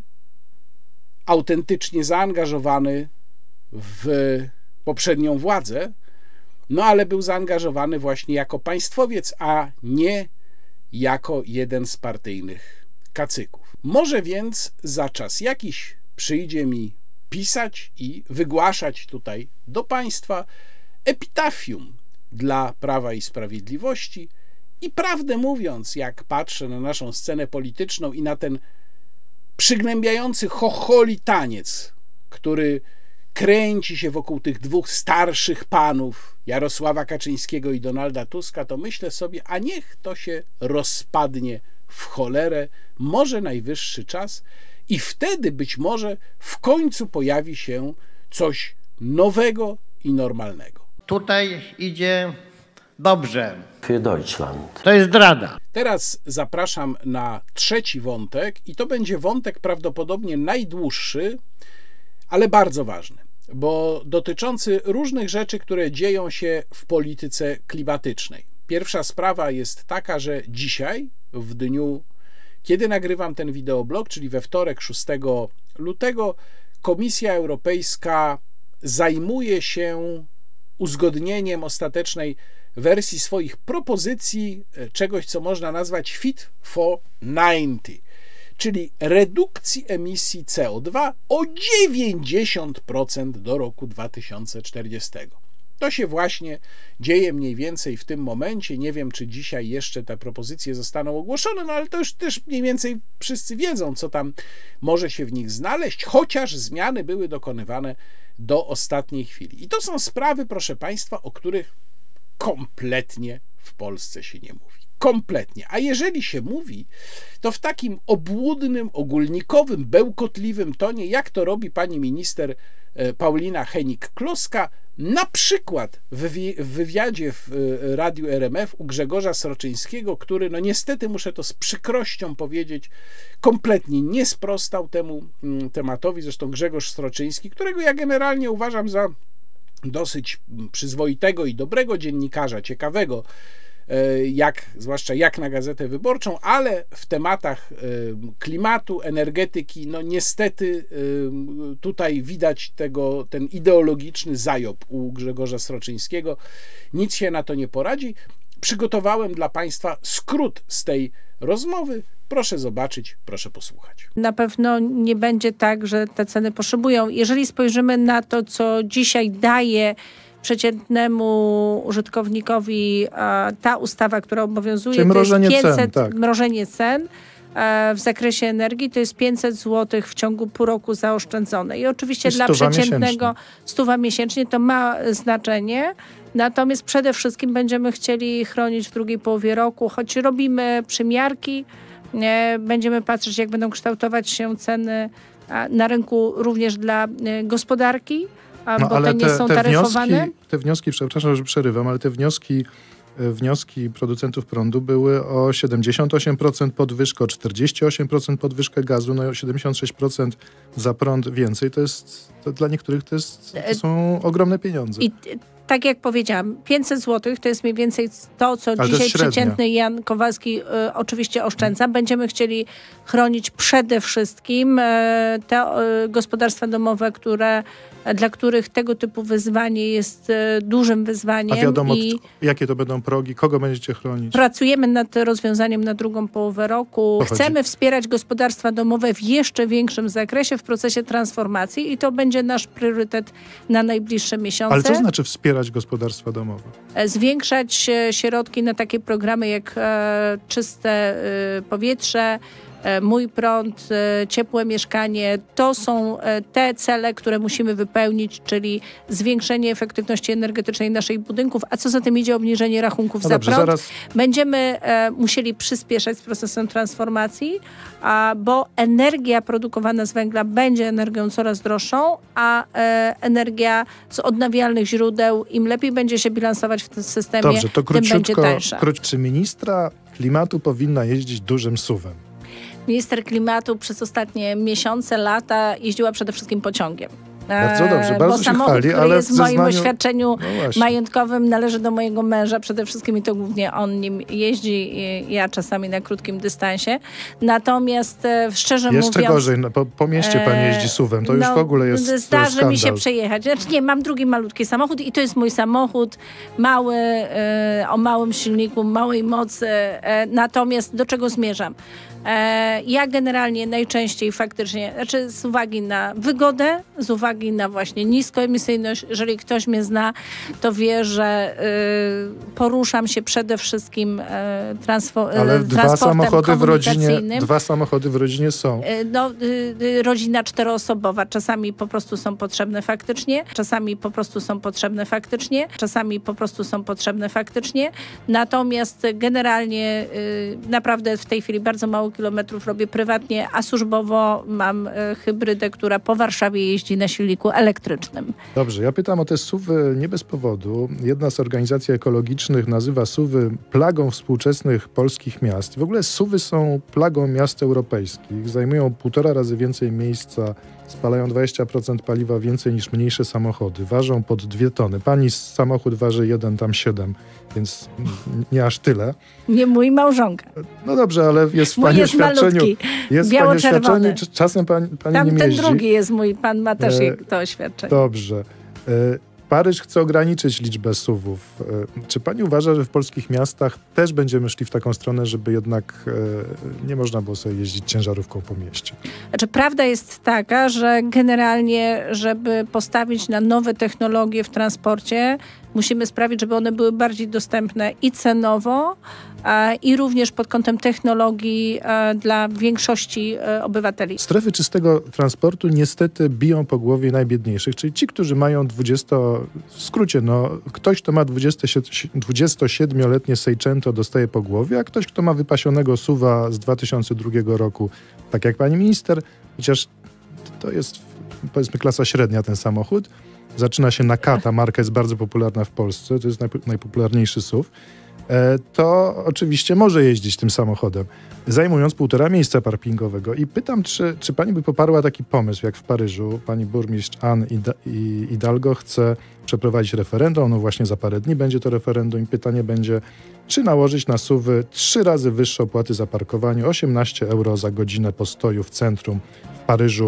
autentycznie zaangażowany w poprzednią władzę, ale był zaangażowany właśnie jako państwowiec, a nie jako jeden z partyjnych kacyków. Może więc za czas jakiś przyjdzie mi pisać i wygłaszać tutaj do Państwa epitafium dla Prawa i Sprawiedliwości i prawdę mówiąc, jak patrzę na naszą scenę polityczną i na ten przygnębiający chocholi taniec, który kręci się wokół tych dwóch starszych panów, Jarosława Kaczyńskiego i Donalda Tuska, to myślę sobie, a niech to się rozpadnie w cholerę, może najwyższy czas i wtedy być może w końcu pojawi się coś nowego i normalnego. Tutaj idzie dobrze. Für Deutschland. To jest zdrada. Teraz zapraszam na trzeci wątek i to będzie wątek prawdopodobnie najdłuższy, ale bardzo ważny, bo dotyczący różnych rzeczy, które dzieją się w polityce klimatycznej. Pierwsza sprawa jest taka, że dzisiaj, w dniu, kiedy nagrywam ten wideoblog, czyli we wtorek 6 lutego, Komisja Europejska zajmuje się uzgodnieniem ostatecznej wersji swoich propozycji czegoś, co można nazwać Fit for 90, czyli redukcji emisji CO2 o 90% do roku 2040. To się właśnie dzieje mniej więcej w tym momencie. Nie wiem, czy dzisiaj jeszcze te propozycje zostaną ogłoszone, ale to już też mniej więcej wszyscy wiedzą, co tam może się w nich znaleźć, chociaż zmiany były dokonywane do ostatniej chwili. I to są sprawy, proszę Państwa, o których kompletnie w Polsce się nie mówi. Kompletnie. A jeżeli się mówi, to w takim obłudnym, ogólnikowym, bełkotliwym tonie, jak to robi pani minister Paulina Hennig-Kloska, na przykład w wywiadzie w Radiu RMF u Grzegorza Sroczyńskiego, który, niestety muszę to z przykrością powiedzieć, kompletnie nie sprostał temu tematowi. Zresztą Grzegorz Sroczyński, którego ja generalnie uważam za dosyć przyzwoitego i dobrego dziennikarza, ciekawego, zwłaszcza jak na Gazetę Wyborczą, ale w tematach klimatu, energetyki, niestety tutaj widać ten ideologiczny zajob u Grzegorza Sroczyńskiego. Nic się na to nie poradzi, przygotowałem dla Państwa skrót z tej rozmowy. Proszę zobaczyć, proszę posłuchać. Na pewno nie będzie tak, że te ceny poszybują. Jeżeli spojrzymy na to, co dzisiaj daje przeciętnemu użytkownikowi ta ustawa, która obowiązuje, czyli mrożenie to jest 500, cen, tak. mrożenie cen w zakresie energii, to jest 500 zł w ciągu pół roku zaoszczędzone. I oczywiście dla przeciętnego 100 miesięcznie to ma znaczenie. Natomiast przede wszystkim będziemy chcieli chronić w drugiej połowie roku, choć robimy przymiarki, będziemy patrzeć, jak będą kształtować się ceny na rynku również dla gospodarki, bo te nie są taryfowane. Te wnioski, przepraszam, że przerywam, ale te wnioski producentów prądu były o 78% podwyżkę, o 48% podwyżkę gazu, no i o 76% za prąd więcej. To dla niektórych to są ogromne pieniądze. I tak jak powiedziałam, 500 zł to jest mniej więcej to, co dzisiaj przeciętny Jan Kowalski oczywiście oszczędza. Będziemy chcieli chronić przede wszystkim te gospodarstwa domowe, dla których tego typu wyzwanie jest dużym wyzwaniem. A wiadomo, jakie to będą progi, kogo będziecie chronić? Pracujemy nad rozwiązaniem na drugą połowę roku. Chcemy wspierać gospodarstwa domowe w jeszcze większym zakresie w procesie transformacji i to będzie nasz priorytet na najbliższe miesiące. Ale co znaczy wspierać gospodarstwa domowe? Zwiększać środki na takie programy jak czyste powietrze, Mój prąd, ciepłe mieszkanie. To są te cele, które musimy wypełnić, czyli zwiększenie efektywności energetycznej naszych budynków, a co za tym idzie obniżenie rachunków za prąd. Będziemy musieli przyspieszać z procesem transformacji, bo energia produkowana z węgla będzie energią coraz droższą, a energia z odnawialnych źródeł, im lepiej będzie się bilansować w tym systemie, tym będzie tańsza. Czy ministra klimatu powinna jeździć dużym SUV-em? Minister klimatu przez ostatnie miesiące, lata jeździła przede wszystkim pociągiem. Bardzo dobrze, bardzo bo samochód, chwali, który ale jest w moim oświadczeniu majątkowym, należy do mojego męża przede wszystkim i to głównie on nim jeździ, ja czasami na krótkim dystansie. Natomiast szczerze mówiąc... Jeszcze gorzej, po mieście pani jeździ SUV-em, to już w ogóle jest zdarzy mi się przejechać. Znaczy nie, mam drugi malutki samochód i to jest mój samochód, mały, o małym silniku, małej mocy. Natomiast do czego zmierzam? Ja generalnie najczęściej faktycznie, znaczy z uwagi na wygodę, z uwagi na właśnie niskoemisyjność, jeżeli ktoś mnie zna, to wie, że poruszam się przede wszystkim ale dwa samochody w rodzinie są. Rodzina czteroosobowa. Czasami po prostu są potrzebne faktycznie. Natomiast generalnie naprawdę w tej chwili bardzo mało kilometrów robię prywatnie, a służbowo mam hybrydę, która po Warszawie jeździ na silniku elektrycznym. Dobrze, ja pytam o te SUV-y nie bez powodu. Jedna z organizacji ekologicznych nazywa SUV-y plagą współczesnych polskich miast. W ogóle SUV-y są plagą miast europejskich. Zajmują 1,5 razy więcej miejsca, spalają 20% paliwa więcej niż mniejsze samochody. Ważą pod 2 tony. Pani samochód waży 1,7, więc nie aż tyle. Nie mój, małżonka. No dobrze, ale jest w pani oświadczeniu. Jest w pani oświadczeniu, czasem pani tam nim ten jeździ. drugi jest mój, pan ma też to oświadczenie. Dobrze. Paryż chce ograniczyć liczbę SUV-ów. Czy pani uważa, że w polskich miastach też będziemy szli w taką stronę, żeby jednak nie można było sobie jeździć ciężarówką po mieście? Znaczy, prawda jest taka, że generalnie, żeby postawić na nowe technologie w transporcie, musimy sprawić, żeby one były bardziej dostępne i cenowo, i również pod kątem technologii dla większości obywateli. Strefy czystego transportu niestety biją po głowie najbiedniejszych, czyli ci, którzy mają w skrócie, ktoś, kto ma 27-letnie Seicento, dostaje po głowie, a ktoś, kto ma wypasionego SUV-a z 2002 roku, tak jak pani minister, chociaż to jest powiedzmy klasa średnia ten samochód, zaczyna się na K, ta marka jest bardzo popularna w Polsce, to jest najpopularniejszy SUV, to oczywiście może jeździć tym samochodem, zajmując 1,5 miejsca parkingowego. I pytam, czy pani by poparła taki pomysł, jak w Paryżu pani burmistrz Anne Hidalgo chce przeprowadzić referendum, no właśnie za parę dni będzie to referendum i pytanie będzie, czy nałożyć na SUV-y 3 razy wyższe opłaty za parkowanie, 18 € za godzinę postoju w centrum w Paryżu,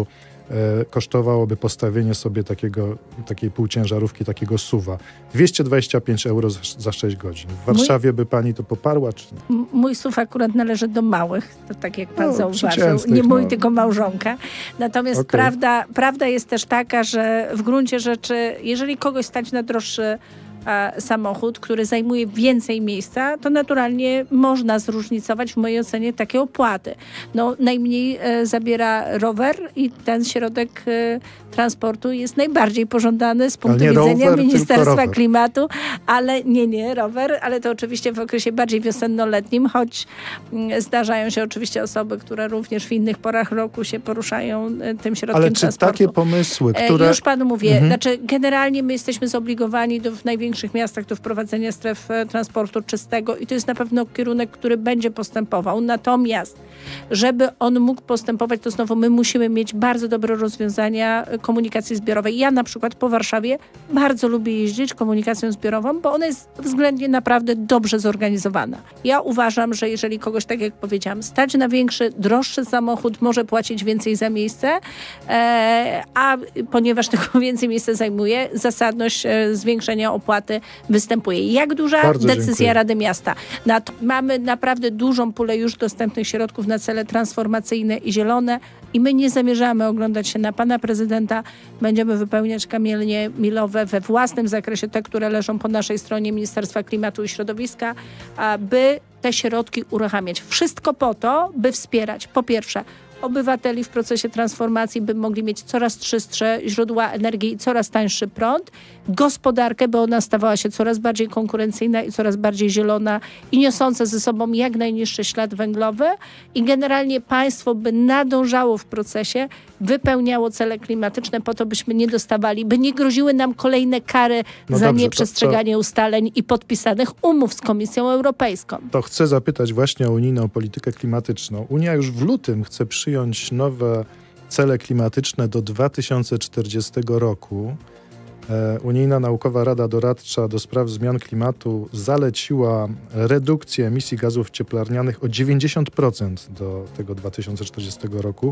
kosztowałoby postawienie sobie takiej półciężarówki, takiego SUV-a. 225 euro za 6 godzin. W Warszawie by pani to poparła, czy nie? Mój SUV akurat należy do małych, to tak jak pan zauważył. przeciętnych, Nie mój, tylko małżonka. Natomiast Okej. prawda jest też taka, że w gruncie rzeczy, jeżeli kogoś stać na droższy samochód, który zajmuje więcej miejsca, to naturalnie można zróżnicować w mojej ocenie takie opłaty. No, najmniej zabiera rower i ten środek transportu jest najbardziej pożądany z punktu widzenia rower, Ministerstwa rower. Klimatu, ale nie rower, ale to oczywiście w okresie bardziej wiosennoletnim, choć zdarzają się oczywiście osoby, które również w innych porach roku się poruszają tym środkiem Ale czy transportu. takie pomysły, które... Już panu mówię, znaczy generalnie my jesteśmy zobligowani w największych miastach do wprowadzenia stref transportu czystego i to jest na pewno kierunek, który będzie postępował. Natomiast, żeby on mógł postępować, to znowu my musimy mieć bardzo dobre rozwiązania komunikacji zbiorowej. Ja na przykład po Warszawie bardzo lubię jeździć komunikacją zbiorową, bo ona jest względnie naprawdę dobrze zorganizowana. Ja uważam, że jeżeli kogoś, tak jak powiedziałam, stać na większy, droższy samochód, może płacić więcej za miejsce, a ponieważ tylko więcej miejsca zajmuje, zasadność zwiększenia opłaty występuje. Jak duża? Bardzo Decyzja dziękuję. Rady Miasta. Mamy naprawdę dużą pulę już dostępnych środków na cele transformacyjne i zielone i my nie zamierzamy oglądać się na pana prezydenta. Będziemy wypełniać kamienie milowe we własnym zakresie, te, które leżą po naszej stronie Ministerstwa Klimatu i Środowiska, aby te środki uruchamiać. Wszystko po to, by wspierać, po pierwsze, obywateli w procesie transformacji, by mogli mieć coraz czystsze źródła energii i coraz tańszy prąd, gospodarkę, by ona stawała się coraz bardziej konkurencyjna i coraz bardziej zielona i niosąca ze sobą jak najniższy ślad węglowy i generalnie państwo by nadążało w procesie, wypełniało cele klimatyczne po to, byśmy nie dostawali, by nie groziły nam kolejne kary No za dobrze, nieprzestrzeganie ustaleń i podpisanych umów z Komisją Europejską. To chcę zapytać właśnie o unijną politykę klimatyczną. Unia już w lutym chce przyjąć nowe cele klimatyczne do 2040 roku. Unijna Naukowa Rada Doradcza do spraw zmian klimatu zaleciła redukcję emisji gazów cieplarnianych o 90% do tego 2040 roku.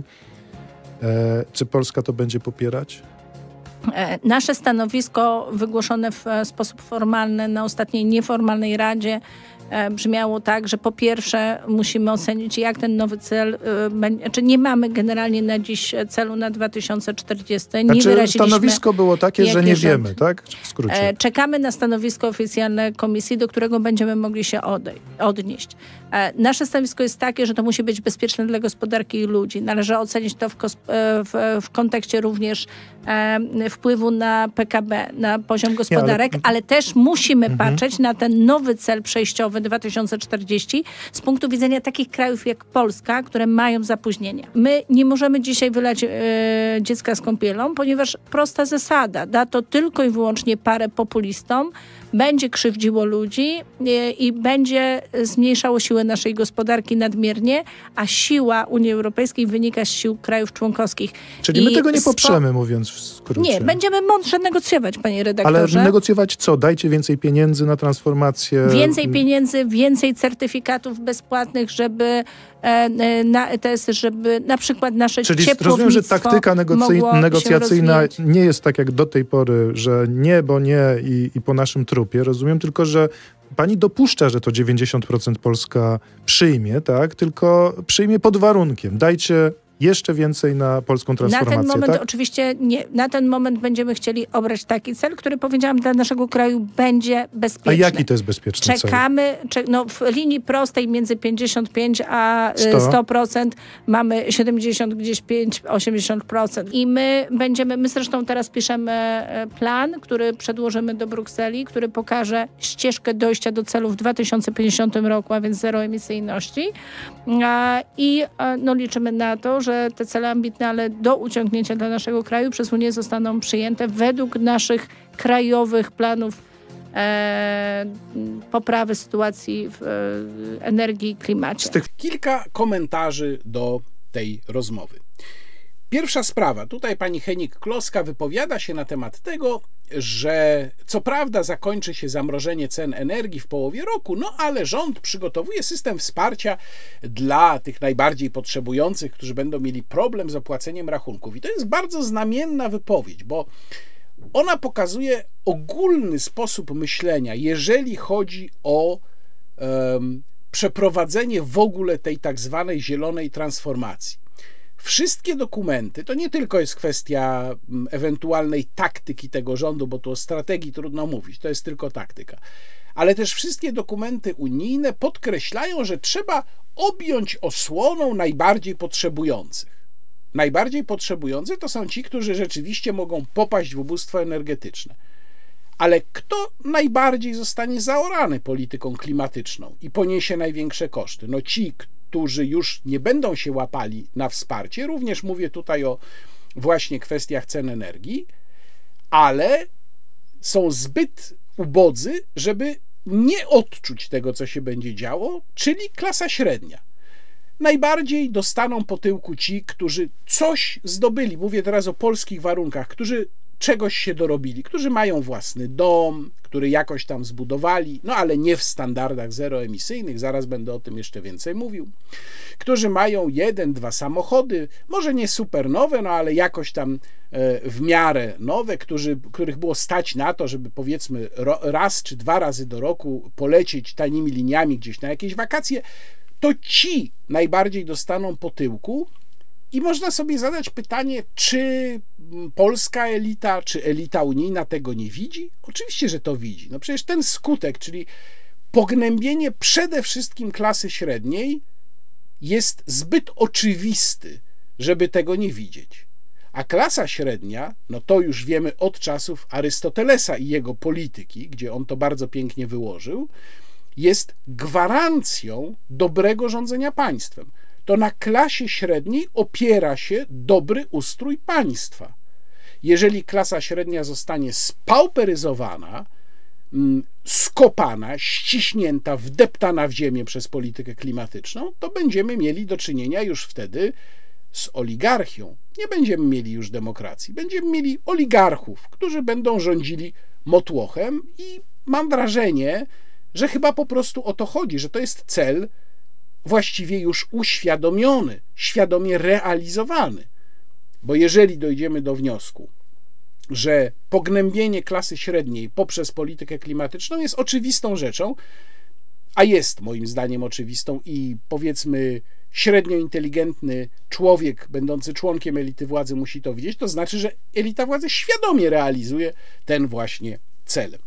Czy Polska to będzie popierać? Nasze stanowisko wygłoszone w sposób formalny na ostatniej nieformalnej radzie brzmiało tak, że po pierwsze musimy ocenić, jak ten nowy cel będzie. Czy nie mamy generalnie na dziś celu na 2040. Nie wyraziliśmy, stanowisko było takie, że nie jakie wiemy, tak? W skrócie. Czekamy na stanowisko oficjalne komisji, do którego będziemy mogli się odnieść. Nasze stanowisko jest takie, że to musi być bezpieczne dla gospodarki i ludzi. Należy ocenić to w kontekście również wpływu na PKB, na poziom gospodarek, ale też musimy patrzeć na ten nowy cel przejściowy 2040 z punktu widzenia takich krajów jak Polska, które mają zapóźnienia. My nie możemy dzisiaj wylać dziecka z kąpielą, ponieważ prosta zasada, da to tylko i wyłącznie parę populistom, będzie krzywdziło ludzi i będzie zmniejszało siłę naszej gospodarki nadmiernie, a siła Unii Europejskiej wynika z sił krajów członkowskich. Czyli my tego nie poprzemy, mówiąc w skrócie. Nie, będziemy mądrze negocjować, panie redaktorze. Ale negocjować co? Dajcie więcej pieniędzy na transformację. Więcej pieniędzy, więcej certyfikatów bezpłatnych, żeby na ETS, żeby na przykład nasze ciepłownictwo rozumiem, że taktyka negocjacyjna się nie jest tak jak do tej pory, że nie, bo nie i po naszym trupie. Rozumiem tylko, że pani dopuszcza, że to 90% Polska przyjmie, tak? Tylko przyjmie pod warunkiem. Dajcie jeszcze więcej na polską transformację, Na ten moment tak? oczywiście nie. Na ten moment będziemy chcieli obrać taki cel, który powiedziałam dla naszego kraju będzie bezpieczny. A jaki to jest bezpieczny cel? Czekamy, w linii prostej między 55 a 100% mamy 70, gdzieś 5-80%. I my zresztą teraz piszemy plan, który przedłożymy do Brukseli, który pokaże ścieżkę dojścia do celu w 2050 roku, a więc zeroemisyjności. I liczymy na to, że te cele ambitne, ale do uciągnięcia dla naszego kraju przez Unię zostaną przyjęte według naszych krajowych planów poprawy sytuacji w energii i klimacie. Kilka komentarzy do tej rozmowy. Pierwsza sprawa. Tutaj pani Henik-Kloska wypowiada się na temat tego, że co prawda zakończy się zamrożenie cen energii w połowie roku, no ale rząd przygotowuje system wsparcia dla tych najbardziej potrzebujących, którzy będą mieli problem z opłaceniem rachunków. I to jest bardzo znamienna wypowiedź, bo ona pokazuje ogólny sposób myślenia, jeżeli chodzi o przeprowadzenie w ogóle tej tak zwanej zielonej transformacji. Wszystkie dokumenty, to nie tylko jest kwestia ewentualnej taktyki tego rządu, bo tu o strategii trudno mówić, to jest tylko taktyka, ale też wszystkie dokumenty unijne podkreślają, że trzeba objąć osłoną najbardziej potrzebujących. Najbardziej potrzebujący to są ci, którzy rzeczywiście mogą popaść w ubóstwo energetyczne. Ale kto najbardziej zostanie zaorany polityką klimatyczną i poniesie największe koszty? No ci, którzy już nie będą się łapali na wsparcie, również mówię tutaj o właśnie kwestiach cen energii, ale są zbyt ubodzy, żeby nie odczuć tego, co się będzie działo, czyli klasa średnia. Najbardziej dostaną po tyłku ci, którzy coś zdobyli, mówię teraz o polskich warunkach, którzy czegoś się dorobili, którzy mają własny dom, który jakoś tam zbudowali, no ale nie w standardach zeroemisyjnych, zaraz będę o tym jeszcze więcej mówił, którzy mają 1-2 samochody, może nie super nowe, no ale jakoś tam w miarę nowe, których było stać na to, żeby powiedzmy raz czy 2 razy do roku polecieć tanimi liniami gdzieś na jakieś wakacje, to ci najbardziej dostaną po tyłku. I można sobie zadać pytanie, czy polska elita, czy elita unijna tego nie widzi? Oczywiście, że to widzi. No przecież ten skutek, czyli pognębienie przede wszystkim klasy średniej, jest zbyt oczywisty, żeby tego nie widzieć. A klasa średnia, no to już wiemy od czasów Arystotelesa i jego polityki, gdzie on to bardzo pięknie wyłożył, jest gwarancją dobrego rządzenia państwem. To na klasie średniej opiera się dobry ustrój państwa. Jeżeli klasa średnia zostanie spauperyzowana, skopana, ściśnięta, wdeptana w ziemię przez politykę klimatyczną, to będziemy mieli do czynienia już wtedy z oligarchią. Nie będziemy mieli już demokracji. Będziemy mieli oligarchów, którzy będą rządzili motłochem i mam wrażenie, że chyba po prostu o to chodzi, że to jest cel właściwie już uświadomiony, świadomie realizowany. Bo jeżeli dojdziemy do wniosku, że pognębienie klasy średniej poprzez politykę klimatyczną jest oczywistą rzeczą, a jest moim zdaniem oczywistą i powiedzmy średnio inteligentny człowiek będący członkiem elity władzy musi to widzieć, to znaczy, że elita władzy świadomie realizuje ten właśnie cel.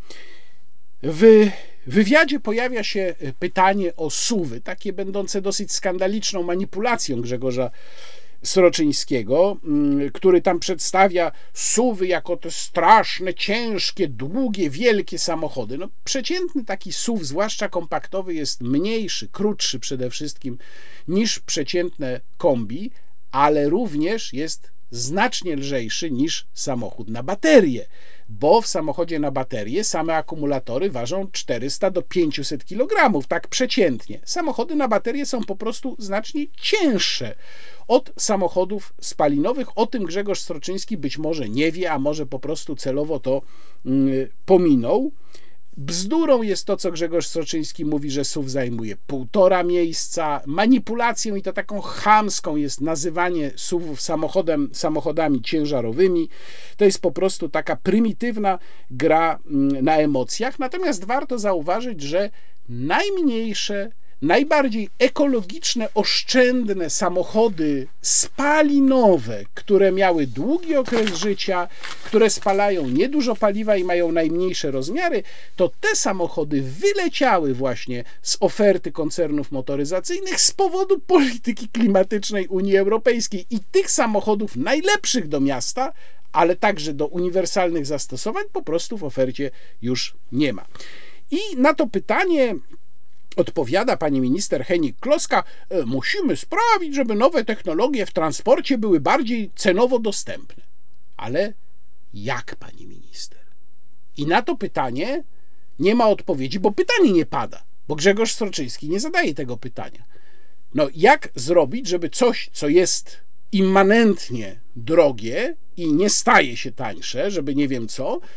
W wywiadzie pojawia się pytanie o SUV-y, takie będące dosyć skandaliczną manipulacją Grzegorza Sroczyńskiego, który tam przedstawia SUV-y jako te straszne, ciężkie, długie, wielkie samochody. No, przeciętny taki SUV, zwłaszcza kompaktowy, jest mniejszy, krótszy przede wszystkim niż przeciętne kombi, ale również jest znacznie lżejszy niż samochód na baterię, bo w samochodzie na baterię same akumulatory ważą 400 do 500 kg, tak przeciętnie. Samochody na baterię są po prostu znacznie cięższe od samochodów spalinowych. O tym Grzegorz Sroczyński być może nie wie, a może po prostu celowo to pominął. Bzdurą jest to, co Grzegorz Sroczyński mówi, że SUV zajmuje 1,5 miejsca. Manipulacją i to taką chamską jest nazywanie SUV-ów samochodami ciężarowymi. To jest po prostu taka prymitywna gra na emocjach. Natomiast warto zauważyć, że najmniejsze, najbardziej ekologiczne, oszczędne samochody spalinowe, które miały długi okres życia, które spalają niedużo paliwa i mają najmniejsze rozmiary, to te samochody wyleciały właśnie z oferty koncernów motoryzacyjnych z powodu polityki klimatycznej Unii Europejskiej i tych samochodów najlepszych do miasta, ale także do uniwersalnych zastosowań po prostu w ofercie już nie ma. I na to pytanie odpowiada pani minister Hennig-Kloska: musimy sprawić, żeby nowe technologie w transporcie były bardziej cenowo dostępne. Ale jak, pani minister? I na to pytanie nie ma odpowiedzi, bo pytanie nie pada, bo Grzegorz Sroczyński nie zadaje tego pytania. No jak zrobić, żeby coś, co jest immanentnie drogie i nie staje się tańsze, żeby nie wiem co,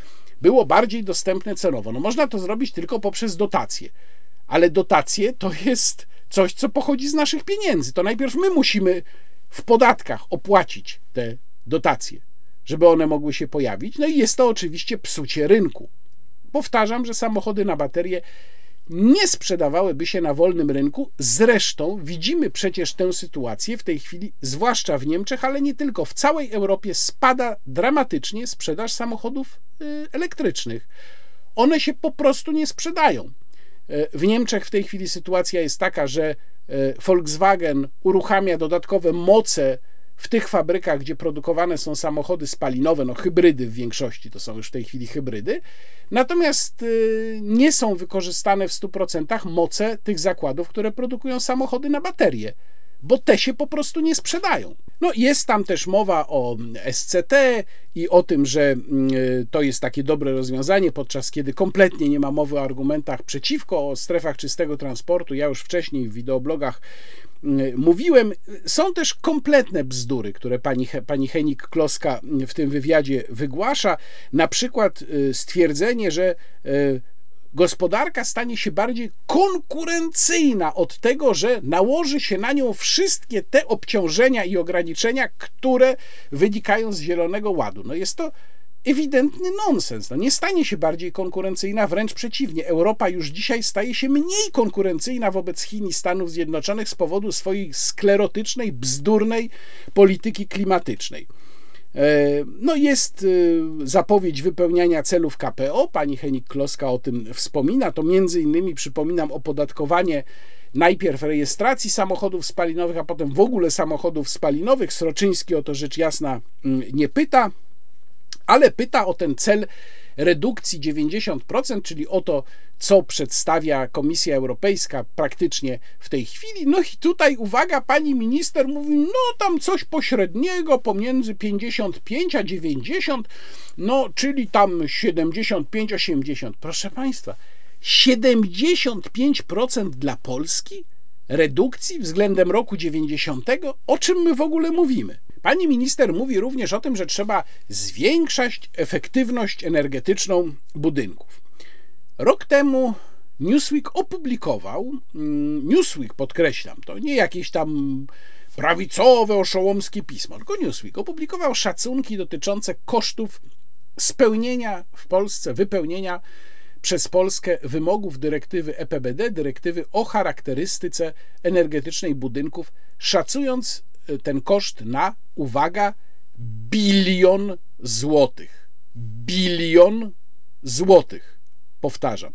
było bardziej dostępne cenowo. No można to zrobić tylko poprzez dotacje, ale dotacje to jest coś, co pochodzi z naszych pieniędzy. To najpierw my musimy w podatkach opłacić te dotacje, żeby one mogły się pojawić. No i jest to oczywiście psucie rynku. Powtarzam, że samochody na baterie nie sprzedawałyby się na wolnym rynku. Zresztą widzimy przecież tę sytuację w tej chwili, zwłaszcza w Niemczech, ale nie tylko. W całej Europie spada dramatycznie sprzedaż samochodów elektrycznych. One się po prostu nie sprzedają. W Niemczech w tej chwili sytuacja jest taka, że Volkswagen uruchamia dodatkowe moce w tych fabrykach, gdzie produkowane są samochody spalinowe, no hybrydy w większości, to są już w tej chwili hybrydy, natomiast nie są wykorzystane w 100% moce tych zakładów, które produkują samochody na baterie, bo te się po prostu nie sprzedają. No jest tam też mowa o SCT i o tym, że to jest takie dobre rozwiązanie, podczas kiedy kompletnie nie ma mowy o argumentach przeciwko, o strefach czystego transportu. Ja już wcześniej w wideoblogach mówiłem. Są też kompletne bzdury, które pani Hennig-Kloska w tym wywiadzie wygłasza. Na przykład stwierdzenie, że gospodarka stanie się bardziej konkurencyjna od tego, że nałoży się na nią wszystkie te obciążenia i ograniczenia, które wynikają z Zielonego Ładu. No jest to ewidentny nonsens. No nie stanie się bardziej konkurencyjna, wręcz przeciwnie. Europa już dzisiaj staje się mniej konkurencyjna wobec Chin i Stanów Zjednoczonych z powodu swojej sklerotycznej, bzdurnej polityki klimatycznej. No jest zapowiedź wypełniania celów KPO, pani Hennig-Kloska o tym wspomina, to między innymi, przypominam, opodatkowanie najpierw rejestracji samochodów spalinowych, a potem w ogóle samochodów spalinowych. Sroczyński o to rzecz jasna nie pyta, ale pyta o ten cel redukcji 90%, czyli o to, co przedstawia Komisja Europejska praktycznie w tej chwili. No i tutaj, uwaga, pani minister mówi, no tam coś pośredniego pomiędzy 55 a 90, no czyli tam 75-80. Proszę państwa, 75% dla Polski redukcji względem roku 90? O czym my w ogóle mówimy? Pani minister mówi również o tym, że trzeba zwiększać efektywność energetyczną budynków. Rok temu Newsweek opublikował, Newsweek, podkreślam, to nie jakieś tam prawicowe, oszołomskie pismo, tylko Newsweek opublikował szacunki dotyczące kosztów spełnienia w Polsce, wypełnienia przez Polskę wymogów dyrektywy EPBD, dyrektywy o charakterystyce energetycznej budynków, szacując ten koszt na, uwaga, 1 000 000 złotych. 1 000 000 złotych. Powtarzam.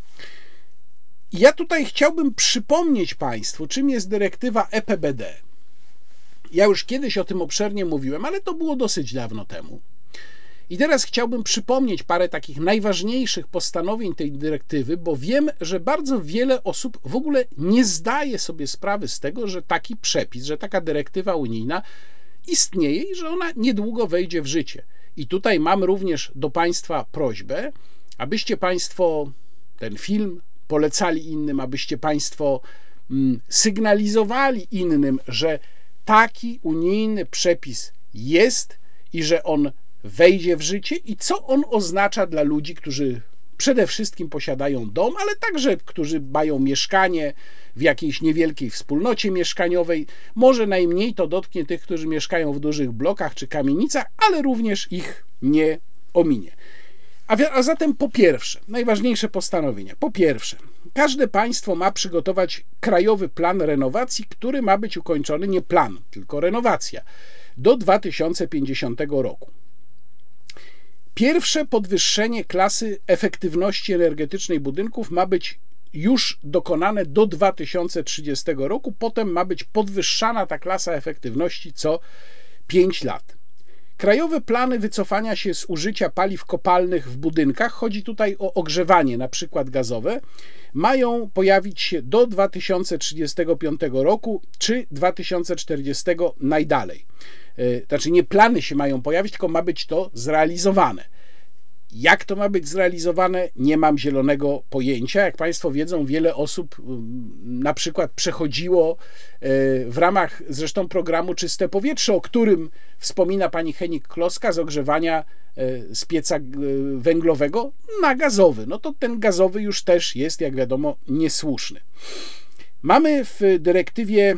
Ja tutaj chciałbym przypomnieć państwu, czym jest dyrektywa EPBD. Ja już kiedyś o tym obszernie mówiłem, ale to było dosyć dawno temu. I teraz chciałbym przypomnieć parę takich najważniejszych postanowień tej dyrektywy, bo wiem, że bardzo wiele osób w ogóle nie zdaje sobie sprawy z tego, że taki przepis, że taka dyrektywa unijna istnieje i że ona niedługo wejdzie w życie. I tutaj mam również do państwa prośbę, abyście państwo ten film polecali innym, abyście państwo sygnalizowali innym, że taki unijny przepis jest i że on wejdzie w życie i co on oznacza dla ludzi, którzy przede wszystkim posiadają dom, ale także którzy mają mieszkanie w jakiejś niewielkiej wspólnocie mieszkaniowej. Może najmniej to dotknie tych, którzy mieszkają w dużych blokach czy kamienicach, ale również ich nie ominie. A zatem po pierwsze, najważniejsze postanowienia. Po pierwsze, każde państwo ma przygotować krajowy plan renowacji, który ma być ukończony, nie plan, tylko renowacja, do 2050 roku. Pierwsze podwyższenie klasy efektywności energetycznej budynków ma być już dokonane do 2030 roku, potem ma być podwyższana ta klasa efektywności co 5 lat. Krajowe plany wycofania się z użycia paliw kopalnych w budynkach, chodzi tutaj o ogrzewanie, na przykład gazowe, mają pojawić się do 2035 roku czy 2040 najdalej. Znaczy nie plany się mają pojawić, tylko ma być to zrealizowane. Jak to ma być zrealizowane? Nie mam zielonego pojęcia. Jak Państwo wiedzą, wiele osób na przykład przechodziło w ramach zresztą programu Czyste Powietrze, o którym wspomina pani Hennig-Kloska, z ogrzewania z pieca węglowego na gazowy. No to ten gazowy już też jest, jak wiadomo, niesłuszny. Mamy w dyrektywie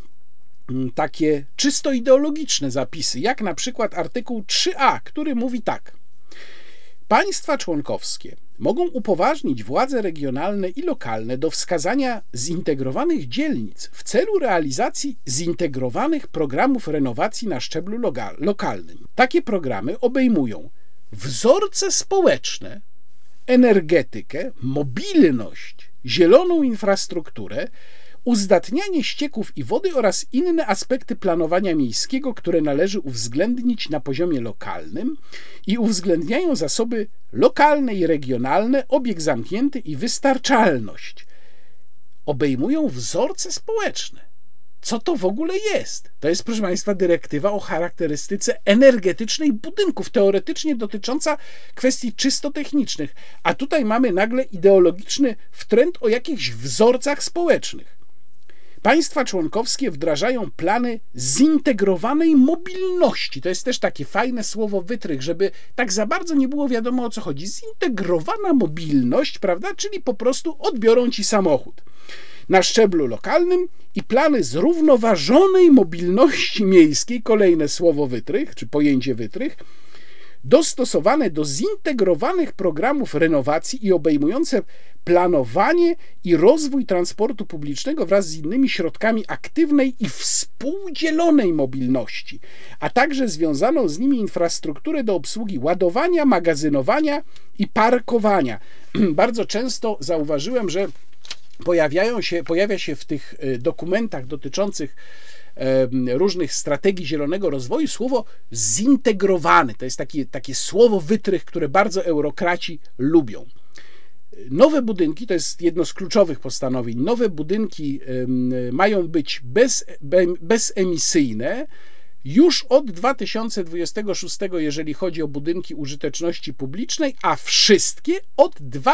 takie czysto ideologiczne zapisy, jak na przykład artykuł 3a, który mówi tak. Państwa członkowskie mogą upoważnić władze regionalne i lokalne do wskazania zintegrowanych dzielnic w celu realizacji zintegrowanych programów renowacji na szczeblu lokalnym. Takie programy obejmują wzorce społeczne, energetykę, mobilność, zieloną infrastrukturę, uzdatnianie ścieków i wody oraz inne aspekty planowania miejskiego, które należy uwzględnić na poziomie lokalnym i uwzględniają zasoby lokalne i regionalne, obieg zamknięty i wystarczalność. Obejmują wzorce społeczne. Co to w ogóle jest? To jest, proszę Państwa, dyrektywa o charakterystyce energetycznej budynków, teoretycznie dotycząca kwestii czysto technicznych, a tutaj mamy nagle ideologiczny wtręt o jakichś wzorcach społecznych. Państwa członkowskie wdrażają plany zintegrowanej mobilności. To jest też takie fajne słowo wytrych, żeby tak za bardzo nie było wiadomo, o co chodzi. Zintegrowana mobilność, prawda? Czyli po prostu odbiorą ci samochód na szczeblu lokalnym i plany zrównoważonej mobilności miejskiej, kolejne słowo wytrych, czy pojęcie wytrych, dostosowane do zintegrowanych programów renowacji i obejmujące planowanie i rozwój transportu publicznego wraz z innymi środkami aktywnej i współdzielonej mobilności, a także związaną z nimi infrastrukturę do obsługi ładowania, magazynowania i parkowania. Bardzo często zauważyłem, że pojawia się w tych dokumentach dotyczących różnych strategii zielonego rozwoju słowo zintegrowany. To jest takie słowo wytrych, które bardzo eurokraci lubią. Nowe budynki, to jest jedno z kluczowych postanowień, nowe budynki mają być bezemisyjne już od 2026, jeżeli chodzi o budynki użyteczności publicznej, a wszystkie od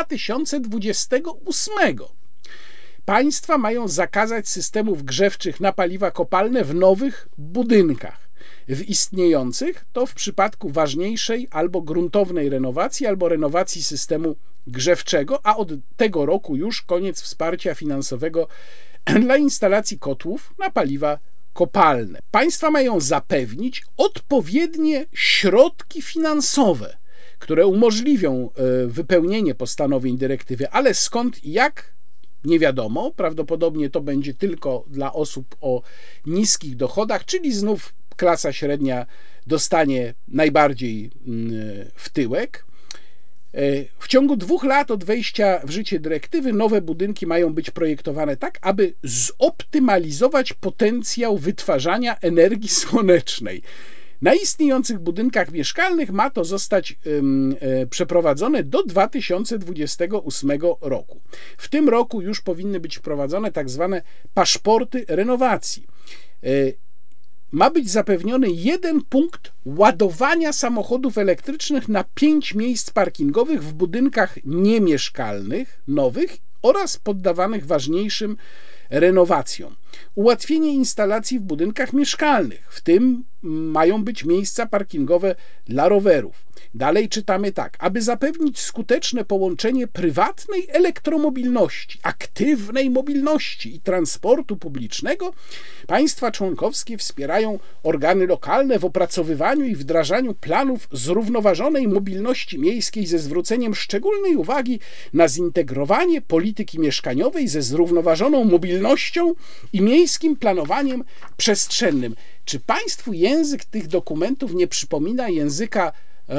2028. Państwa mają zakazać systemów grzewczych na paliwa kopalne w nowych budynkach. W istniejących to w przypadku ważniejszej albo gruntownej renowacji, albo renowacji systemu grzewczego, a od tego roku już koniec wsparcia finansowego dla instalacji kotłów na paliwa kopalne. Państwa mają zapewnić odpowiednie środki finansowe, które umożliwią wypełnienie postanowień dyrektywy, ale skąd i jak? Nie wiadomo, prawdopodobnie to będzie tylko dla osób o niskich dochodach, czyli znów klasa średnia dostanie najbardziej w tyłek. W ciągu 2 lat od wejścia w życie dyrektywy nowe budynki mają być projektowane tak, aby zoptymalizować potencjał wytwarzania energii słonecznej. Na istniejących budynkach mieszkalnych ma to zostać przeprowadzone do 2028 roku. W tym roku już powinny być wprowadzone tak zwane paszporty renowacji. Ma być zapewniony 1 punkt ładowania samochodów elektrycznych na 5 miejsc parkingowych w budynkach niemieszkalnych, nowych oraz poddawanych ważniejszym renowacjom. Ułatwienie instalacji w budynkach mieszkalnych, w tym mają być miejsca parkingowe dla rowerów. Dalej czytamy tak, aby zapewnić skuteczne połączenie prywatnej elektromobilności, aktywnej mobilności i transportu publicznego, państwa członkowskie wspierają organy lokalne w opracowywaniu i wdrażaniu planów zrównoważonej mobilności miejskiej ze zwróceniem szczególnej uwagi na zintegrowanie polityki mieszkaniowej ze zrównoważoną mobilnością i miejskim planowaniem przestrzennym. Czy Państwu język tych dokumentów nie przypomina języka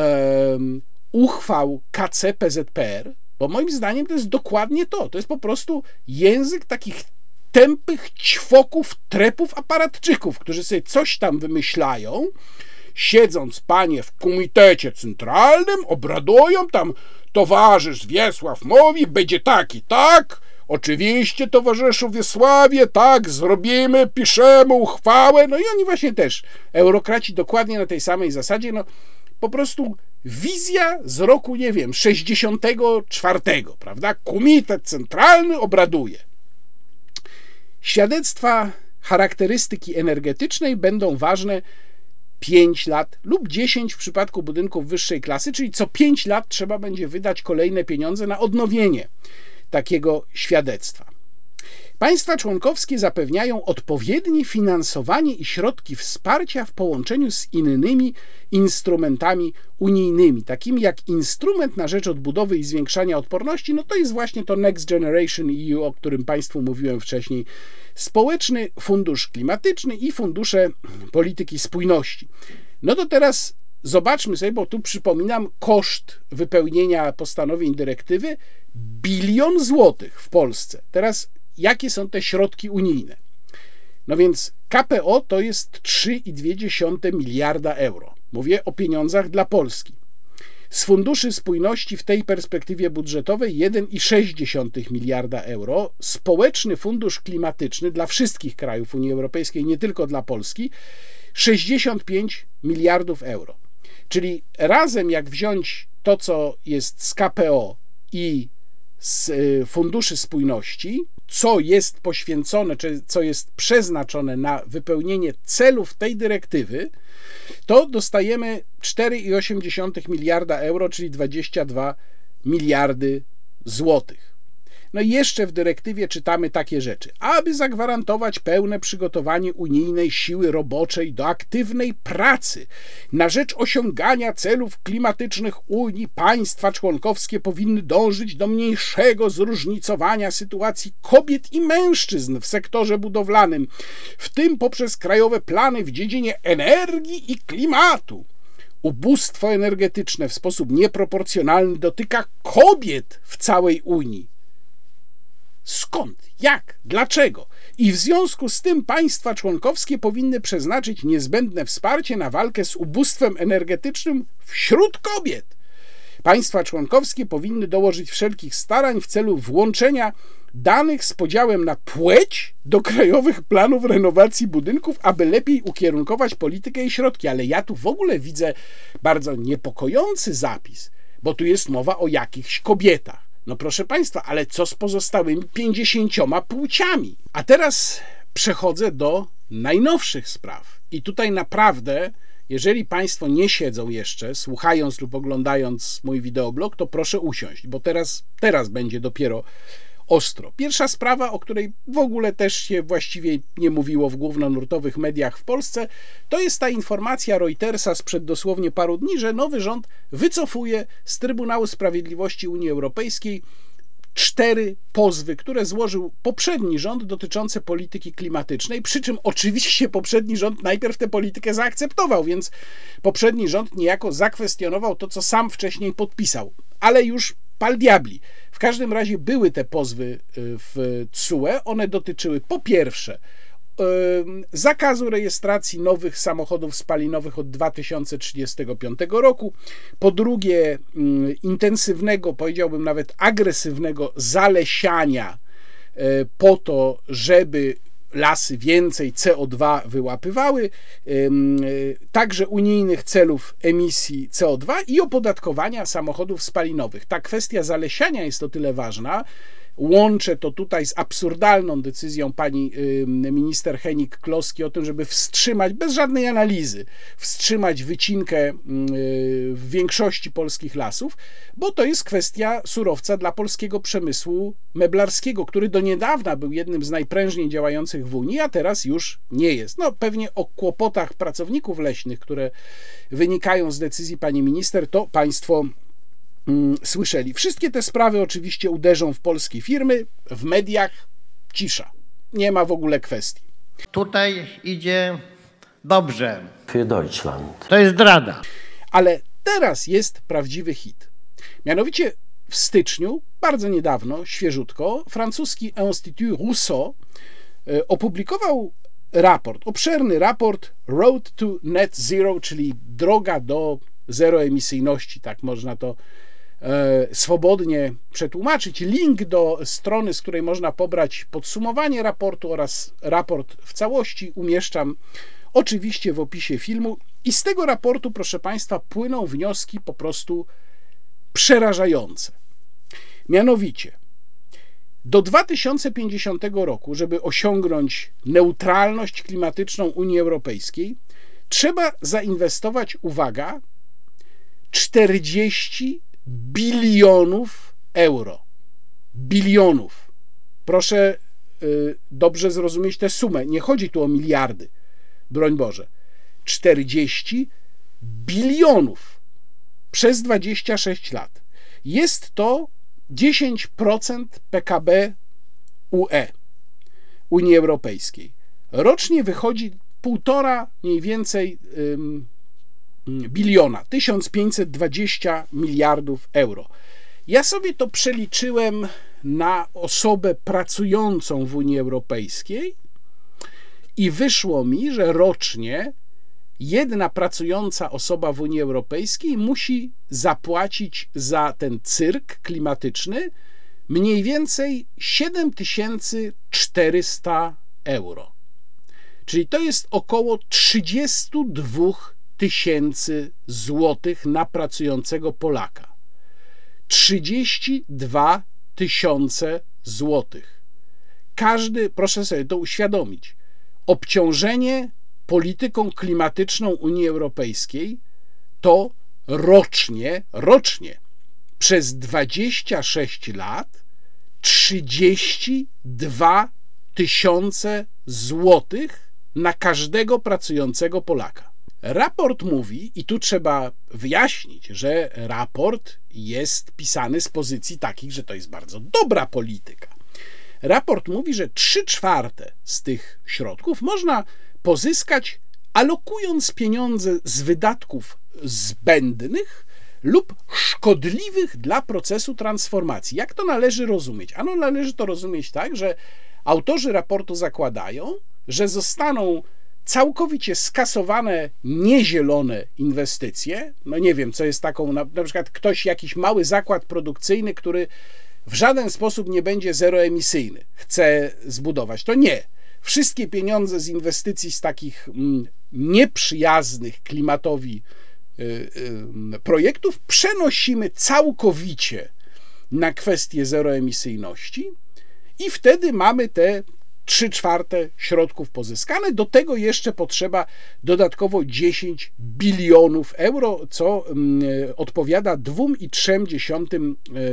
uchwał KC PZPR? Bo moim zdaniem to jest dokładnie to. To jest po prostu język takich tępych ćwoków, trepów, aparatczyków, którzy sobie coś tam wymyślają, siedząc, panie, w komitecie centralnym, obradują, tam towarzysz Wiesław mówi, będzie tak i tak, oczywiście, towarzyszu Wiesławie, tak, zrobimy, piszemy uchwałę. No i oni właśnie też, eurokraci dokładnie na tej samej zasadzie, no po prostu wizja z roku, nie wiem, 64, prawda? Komitet Centralny obraduje. Świadectwa charakterystyki energetycznej będą ważne 5 lat lub 10 w przypadku budynków wyższej klasy, czyli co 5 lat trzeba będzie wydać kolejne pieniądze na odnowienie takiego świadectwa. Państwa członkowskie zapewniają odpowiednie finansowanie i środki wsparcia w połączeniu z innymi instrumentami unijnymi, takimi jak instrument na rzecz odbudowy i zwiększania odporności, no to jest właśnie to Next Generation EU, o którym Państwu mówiłem wcześniej, społeczny fundusz klimatyczny i fundusze polityki spójności. No to teraz zobaczmy sobie, bo tu przypominam, koszt wypełnienia postanowień dyrektywy 1 bilion złotych w Polsce. Teraz jakie są te środki unijne? No więc KPO to jest 3,2 miliarda euro. Mówię o pieniądzach dla Polski. Z funduszy spójności w tej perspektywie budżetowej 1,6 miliarda euro. Społeczny fundusz klimatyczny dla wszystkich krajów Unii Europejskiej, nie tylko dla Polski, 65 miliardów euro. Czyli razem jak wziąć to, co jest z KPO i z funduszy spójności, co jest poświęcone, czy co jest przeznaczone na wypełnienie celów tej dyrektywy, to dostajemy 4,8 miliarda euro, czyli 22 miliardy złotych. No i jeszcze w dyrektywie czytamy takie rzeczy. Aby zagwarantować pełne przygotowanie unijnej siły roboczej do aktywnej pracy na rzecz osiągania celów klimatycznych Unii, państwa członkowskie powinny dążyć do mniejszego zróżnicowania sytuacji kobiet i mężczyzn w sektorze budowlanym, w tym poprzez krajowe plany w dziedzinie energii i klimatu. Ubóstwo energetyczne w sposób nieproporcjonalny dotyka kobiet w całej Unii. Skąd? Jak? Dlaczego? I w związku z tym państwa członkowskie powinny przeznaczyć niezbędne wsparcie na walkę z ubóstwem energetycznym wśród kobiet. Państwa członkowskie powinny dołożyć wszelkich starań w celu włączenia danych z podziałem na płeć do krajowych planów renowacji budynków, aby lepiej ukierunkować politykę i środki. Ale ja tu w ogóle widzę bardzo niepokojący zapis, bo tu jest mowa o jakichś kobietach. No proszę Państwa, ale co z pozostałymi 50 płciami? A teraz przechodzę do najnowszych spraw. I tutaj naprawdę, jeżeli Państwo nie siedzą jeszcze, słuchając lub oglądając mój wideoblog, to proszę usiąść, bo teraz będzie dopiero ostro. Pierwsza sprawa, o której w ogóle też się właściwie nie mówiło w głównonurtowych mediach w Polsce, to jest ta informacja Reutersa sprzed dosłownie paru dni, że nowy rząd wycofuje z Trybunału Sprawiedliwości Unii Europejskiej 4 pozwy, które złożył poprzedni rząd dotyczące polityki klimatycznej, przy czym oczywiście poprzedni rząd najpierw tę politykę zaakceptował, więc poprzedni rząd niejako zakwestionował to, co sam wcześniej podpisał, ale już pal diabli. W każdym razie były te pozwy w TSUE. One dotyczyły po pierwsze zakazu rejestracji nowych samochodów spalinowych od 2035 roku, po drugie intensywnego, powiedziałbym nawet agresywnego zalesiania po to, żeby lasy więcej CO2 wyłapywały, także unijnych celów emisji CO2 i opodatkowania samochodów spalinowych. Ta kwestia zalesiania jest o tyle ważna, łączę to tutaj z absurdalną decyzją pani minister Hennig-Kloski o tym, żeby wstrzymać, bez żadnej analizy, wstrzymać wycinkę w większości polskich lasów, bo to jest kwestia surowca dla polskiego przemysłu meblarskiego, który do niedawna był jednym z najprężniej działających w Unii, a teraz już nie jest. No pewnie o kłopotach pracowników leśnych, które wynikają z decyzji pani minister, to państwo słyszeli. Wszystkie te sprawy oczywiście uderzą w polskie firmy, w mediach cisza. Nie ma w ogóle kwestii. Tutaj idzie dobrze. Für Deutschland. To jest zdrada. Ale teraz jest prawdziwy hit. Mianowicie w styczniu, bardzo niedawno, świeżutko, francuski Institut Rousseau opublikował raport, obszerny raport Road to Net Zero, czyli droga do zeroemisyjności, tak można to swobodnie przetłumaczyć. Link do strony, z której można pobrać podsumowanie raportu oraz raport w całości umieszczam oczywiście w opisie filmu. I z tego raportu, proszę Państwa, płyną wnioski po prostu przerażające. Mianowicie, do 2050 roku, żeby osiągnąć neutralność klimatyczną Unii Europejskiej, trzeba zainwestować, uwaga, 40 bilionów euro. Bilionów. Proszę dobrze zrozumieć tę sumę. Nie chodzi tu o miliardy. Broń Boże. 40 bilionów przez 26 lat. Jest to 10% PKB UE, Unii Europejskiej. Rocznie wychodzi 1,5 mniej więcej biliona, 1520 miliardów euro. Ja sobie to przeliczyłem na osobę pracującą w Unii Europejskiej i wyszło mi, że rocznie jedna pracująca osoba w Unii Europejskiej musi zapłacić za ten cyrk klimatyczny mniej więcej 7400 euro. Czyli to jest około 32 000 złotych na pracującego Polaka. 32 000 złotych. Każdy, proszę sobie to uświadomić, obciążenie polityką klimatyczną Unii Europejskiej to rocznie przez 26 lat 32 000 złotych na każdego pracującego Polaka. Raport mówi, i tu trzeba wyjaśnić, że raport jest pisany z pozycji takich, że to jest bardzo dobra polityka. Raport mówi, że 3/4 z tych środków można pozyskać, alokując pieniądze z wydatków zbędnych lub szkodliwych dla procesu transformacji. Jak to należy rozumieć? Ano należy to rozumieć tak, że autorzy raportu zakładają, że zostaną całkowicie skasowane niezielone inwestycje. No nie wiem, co jest taką, na przykład jakiś mały zakład produkcyjny, który w żaden sposób nie będzie zeroemisyjny, chce zbudować. To nie. Wszystkie pieniądze z inwestycji z takich nieprzyjaznych klimatowi projektów przenosimy całkowicie na kwestię zeroemisyjności i wtedy mamy te 3/4 środków pozyskane. Do tego jeszcze potrzeba dodatkowo 10 bilionów euro, co odpowiada 2,3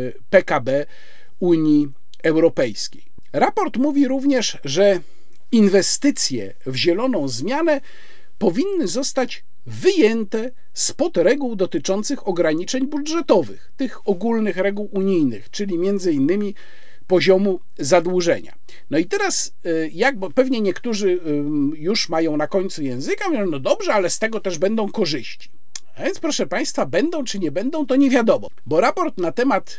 PKB Unii Europejskiej. Raport mówi również, że inwestycje w zieloną zmianę powinny zostać wyjęte spod reguł dotyczących ograniczeń budżetowych, tych ogólnych reguł unijnych, czyli między innymi poziomu zadłużenia. No i teraz, bo pewnie niektórzy już mają na końcu języka, mówią, no dobrze, ale z tego też będą korzyści. A więc, proszę Państwa, będą czy nie będą, to nie wiadomo, bo raport na temat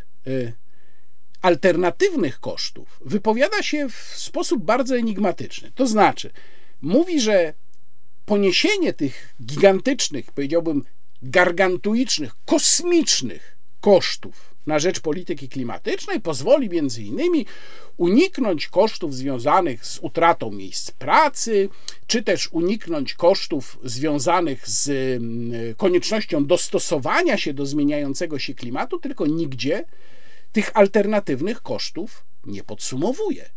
alternatywnych kosztów wypowiada się w sposób bardzo enigmatyczny. To znaczy, mówi, że poniesienie tych gigantycznych, powiedziałbym gargantuicznych, kosmicznych kosztów na rzecz polityki klimatycznej pozwoli między innymi uniknąć kosztów związanych z utratą miejsc pracy, czy też uniknąć kosztów związanych z koniecznością dostosowania się do zmieniającego się klimatu, tylko nigdzie tych alternatywnych kosztów nie podsumowuje.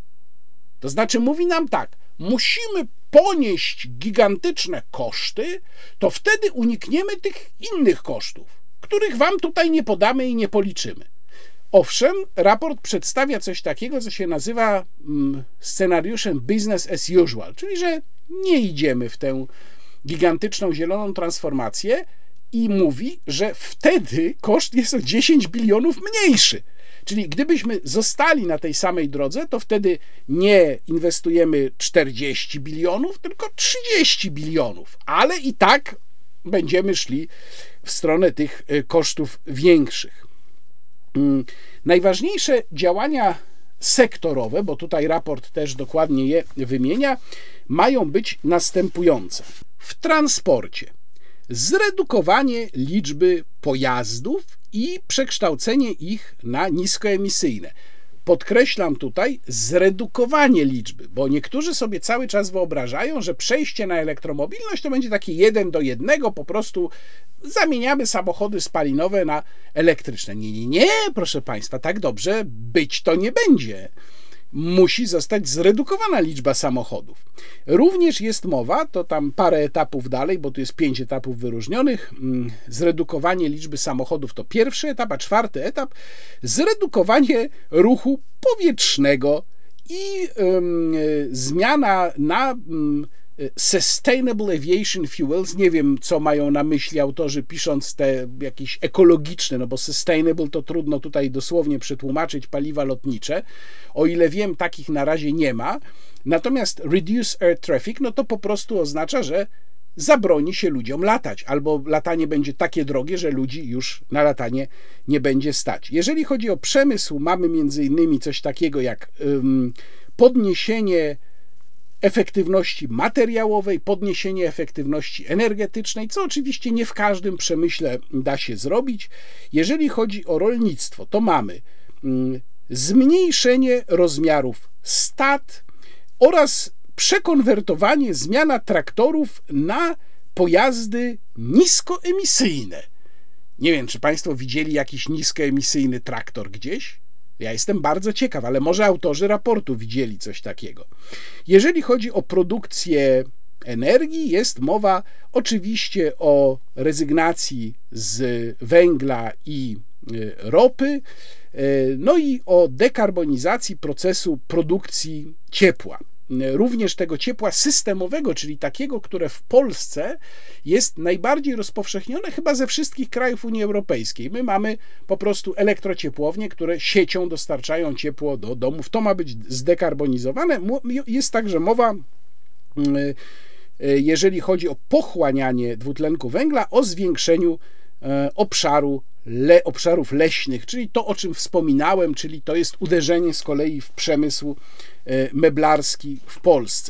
To znaczy mówi nam tak, musimy ponieść gigantyczne koszty, to wtedy unikniemy tych innych kosztów, których wam tutaj nie podamy i nie policzymy. Owszem, raport przedstawia coś takiego, co się nazywa scenariuszem business as usual, czyli że nie idziemy w tę gigantyczną zieloną transformację i mówi, że wtedy koszt jest o 10 bilionów mniejszy. Czyli gdybyśmy zostali na tej samej drodze, to wtedy nie inwestujemy 40 bilionów, tylko 30 bilionów, ale i tak będziemy szli w stronę tych kosztów większych. Najważniejsze działania sektorowe, bo tutaj raport też dokładnie je wymienia, mają być następujące. W transporcie zredukowanie liczby pojazdów i przekształcenie ich na niskoemisyjne. Podkreślam tutaj zredukowanie liczby, bo niektórzy sobie cały czas wyobrażają, że przejście na elektromobilność to będzie takie 1:1, po prostu zamieniamy samochody spalinowe na elektryczne. Nie, proszę Państwa, tak dobrze być to nie będzie. Musi zostać zredukowana liczba samochodów. Również jest mowa, to tam parę etapów dalej, bo tu jest 5 etapów wyróżnionych. Zredukowanie liczby samochodów to pierwszy etap, a 4. etap zredukowanie ruchu powietrznego i zmiana na Sustainable Aviation Fuels. Nie wiem, co mają na myśli autorzy, pisząc te jakieś ekologiczne, no bo sustainable to trudno tutaj dosłownie przetłumaczyć, paliwa lotnicze. O ile wiem, takich na razie nie ma. Natomiast reduce air traffic, no to po prostu oznacza, że zabroni się ludziom latać, albo latanie będzie takie drogie, że ludzi już na latanie nie będzie stać. Jeżeli chodzi o przemysł, mamy między innymi coś takiego jak podniesienie efektywności materiałowej, podniesienie efektywności energetycznej, co oczywiście nie w każdym przemyśle da się zrobić. Jeżeli chodzi o rolnictwo, to mamy zmniejszenie rozmiarów stad oraz przekonwertowanie, zmiana traktorów na pojazdy niskoemisyjne. Nie wiem, czy Państwo widzieli jakiś niskoemisyjny traktor gdzieś? Ja jestem bardzo ciekaw, ale może autorzy raportu widzieli coś takiego. Jeżeli chodzi o produkcję energii, jest mowa oczywiście o rezygnacji z węgla i ropy, no i o dekarbonizacji procesu produkcji ciepła. Również tego ciepła systemowego, czyli takiego, które w Polsce jest najbardziej rozpowszechnione chyba ze wszystkich krajów Unii Europejskiej. My mamy po prostu elektrociepłownie, które siecią dostarczają ciepło do domów. To ma być zdekarbonizowane. Jest także mowa, jeżeli chodzi o pochłanianie dwutlenku węgla, o zwiększeniu obszarów leśnych, czyli to, o czym wspominałem, czyli to jest uderzenie z kolei w przemysł meblarski w Polsce.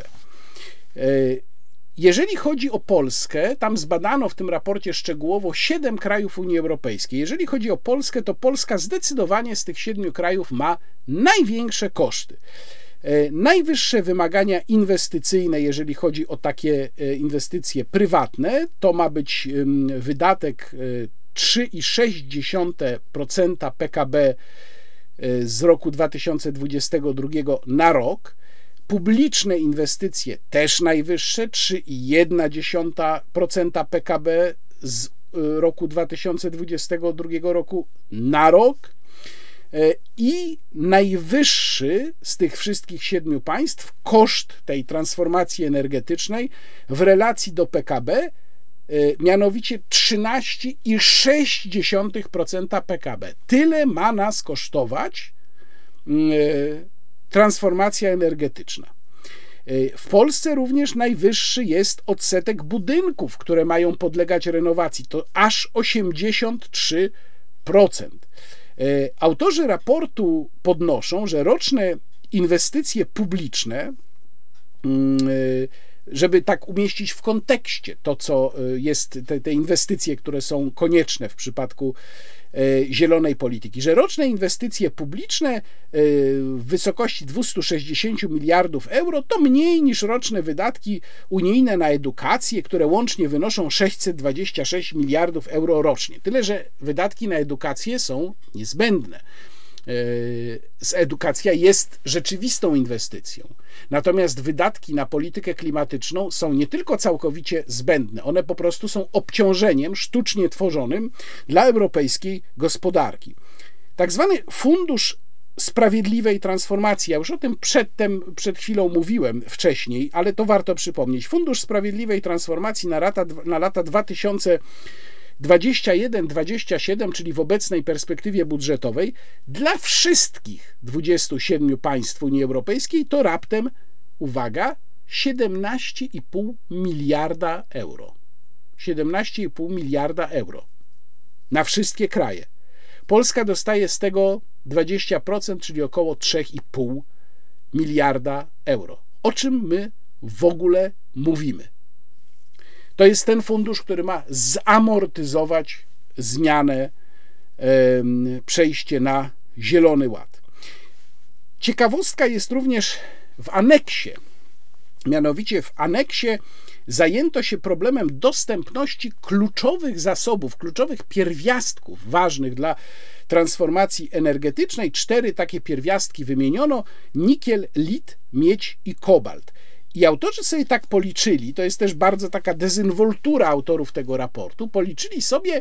Jeżeli chodzi o Polskę, tam zbadano w tym raporcie szczegółowo 7 krajów Unii Europejskiej. Jeżeli chodzi o Polskę, to Polska zdecydowanie z tych 7 krajów ma największe koszty. Najwyższe wymagania inwestycyjne, jeżeli chodzi o takie inwestycje prywatne, to ma być wydatek 3,6% PKB z roku 2022 na rok. Publiczne inwestycje też najwyższe, 3,1% PKB z roku 2022 roku na rok. I najwyższy z tych wszystkich 7 państw koszt tej transformacji energetycznej w relacji do PKB, mianowicie 13,6% PKB. Tyle ma nas kosztować transformacja energetetyczna. W Polsce również najwyższy jest odsetek budynków, które mają podlegać renowacji. To aż 83%. Autorzy raportu podnoszą, że roczne inwestycje publiczne, żeby tak umieścić w kontekście to, co jest, te inwestycje, które są konieczne w przypadku zielonej polityki, że roczne inwestycje publiczne w wysokości 260 miliardów euro to mniej niż roczne wydatki unijne na edukację, które łącznie wynoszą 626 miliardów euro rocznie. Tyle, że wydatki na edukację są niezbędne. Edukacja jest rzeczywistą inwestycją. Natomiast wydatki na politykę klimatyczną są nie tylko całkowicie zbędne, one po prostu są obciążeniem sztucznie tworzonym dla europejskiej gospodarki. Tak zwany Fundusz Sprawiedliwej Transformacji, ja już o tym przed chwilą mówiłem wcześniej, ale to warto przypomnieć. Fundusz Sprawiedliwej Transformacji na lata 2021-2027, czyli w obecnej perspektywie budżetowej, dla wszystkich 27 państw Unii Europejskiej to raptem, uwaga, 17,5 miliarda euro. 17,5 miliarda euro na wszystkie kraje. Polska dostaje z tego 20%, czyli około 3,5 miliarda euro. O czym my w ogóle mówimy? To jest ten fundusz, który ma zamortyzować zmianę, przejście na Zielony Ład. Ciekawostka jest również w aneksie. Mianowicie w aneksie zajęto się problemem dostępności kluczowych zasobów, kluczowych pierwiastków ważnych dla transformacji energetycznej. 4 takie pierwiastki wymieniono: nikiel, lit, miedź i kobalt. I autorzy sobie tak policzyli, to jest też bardzo taka dezynwoltura autorów tego raportu, policzyli sobie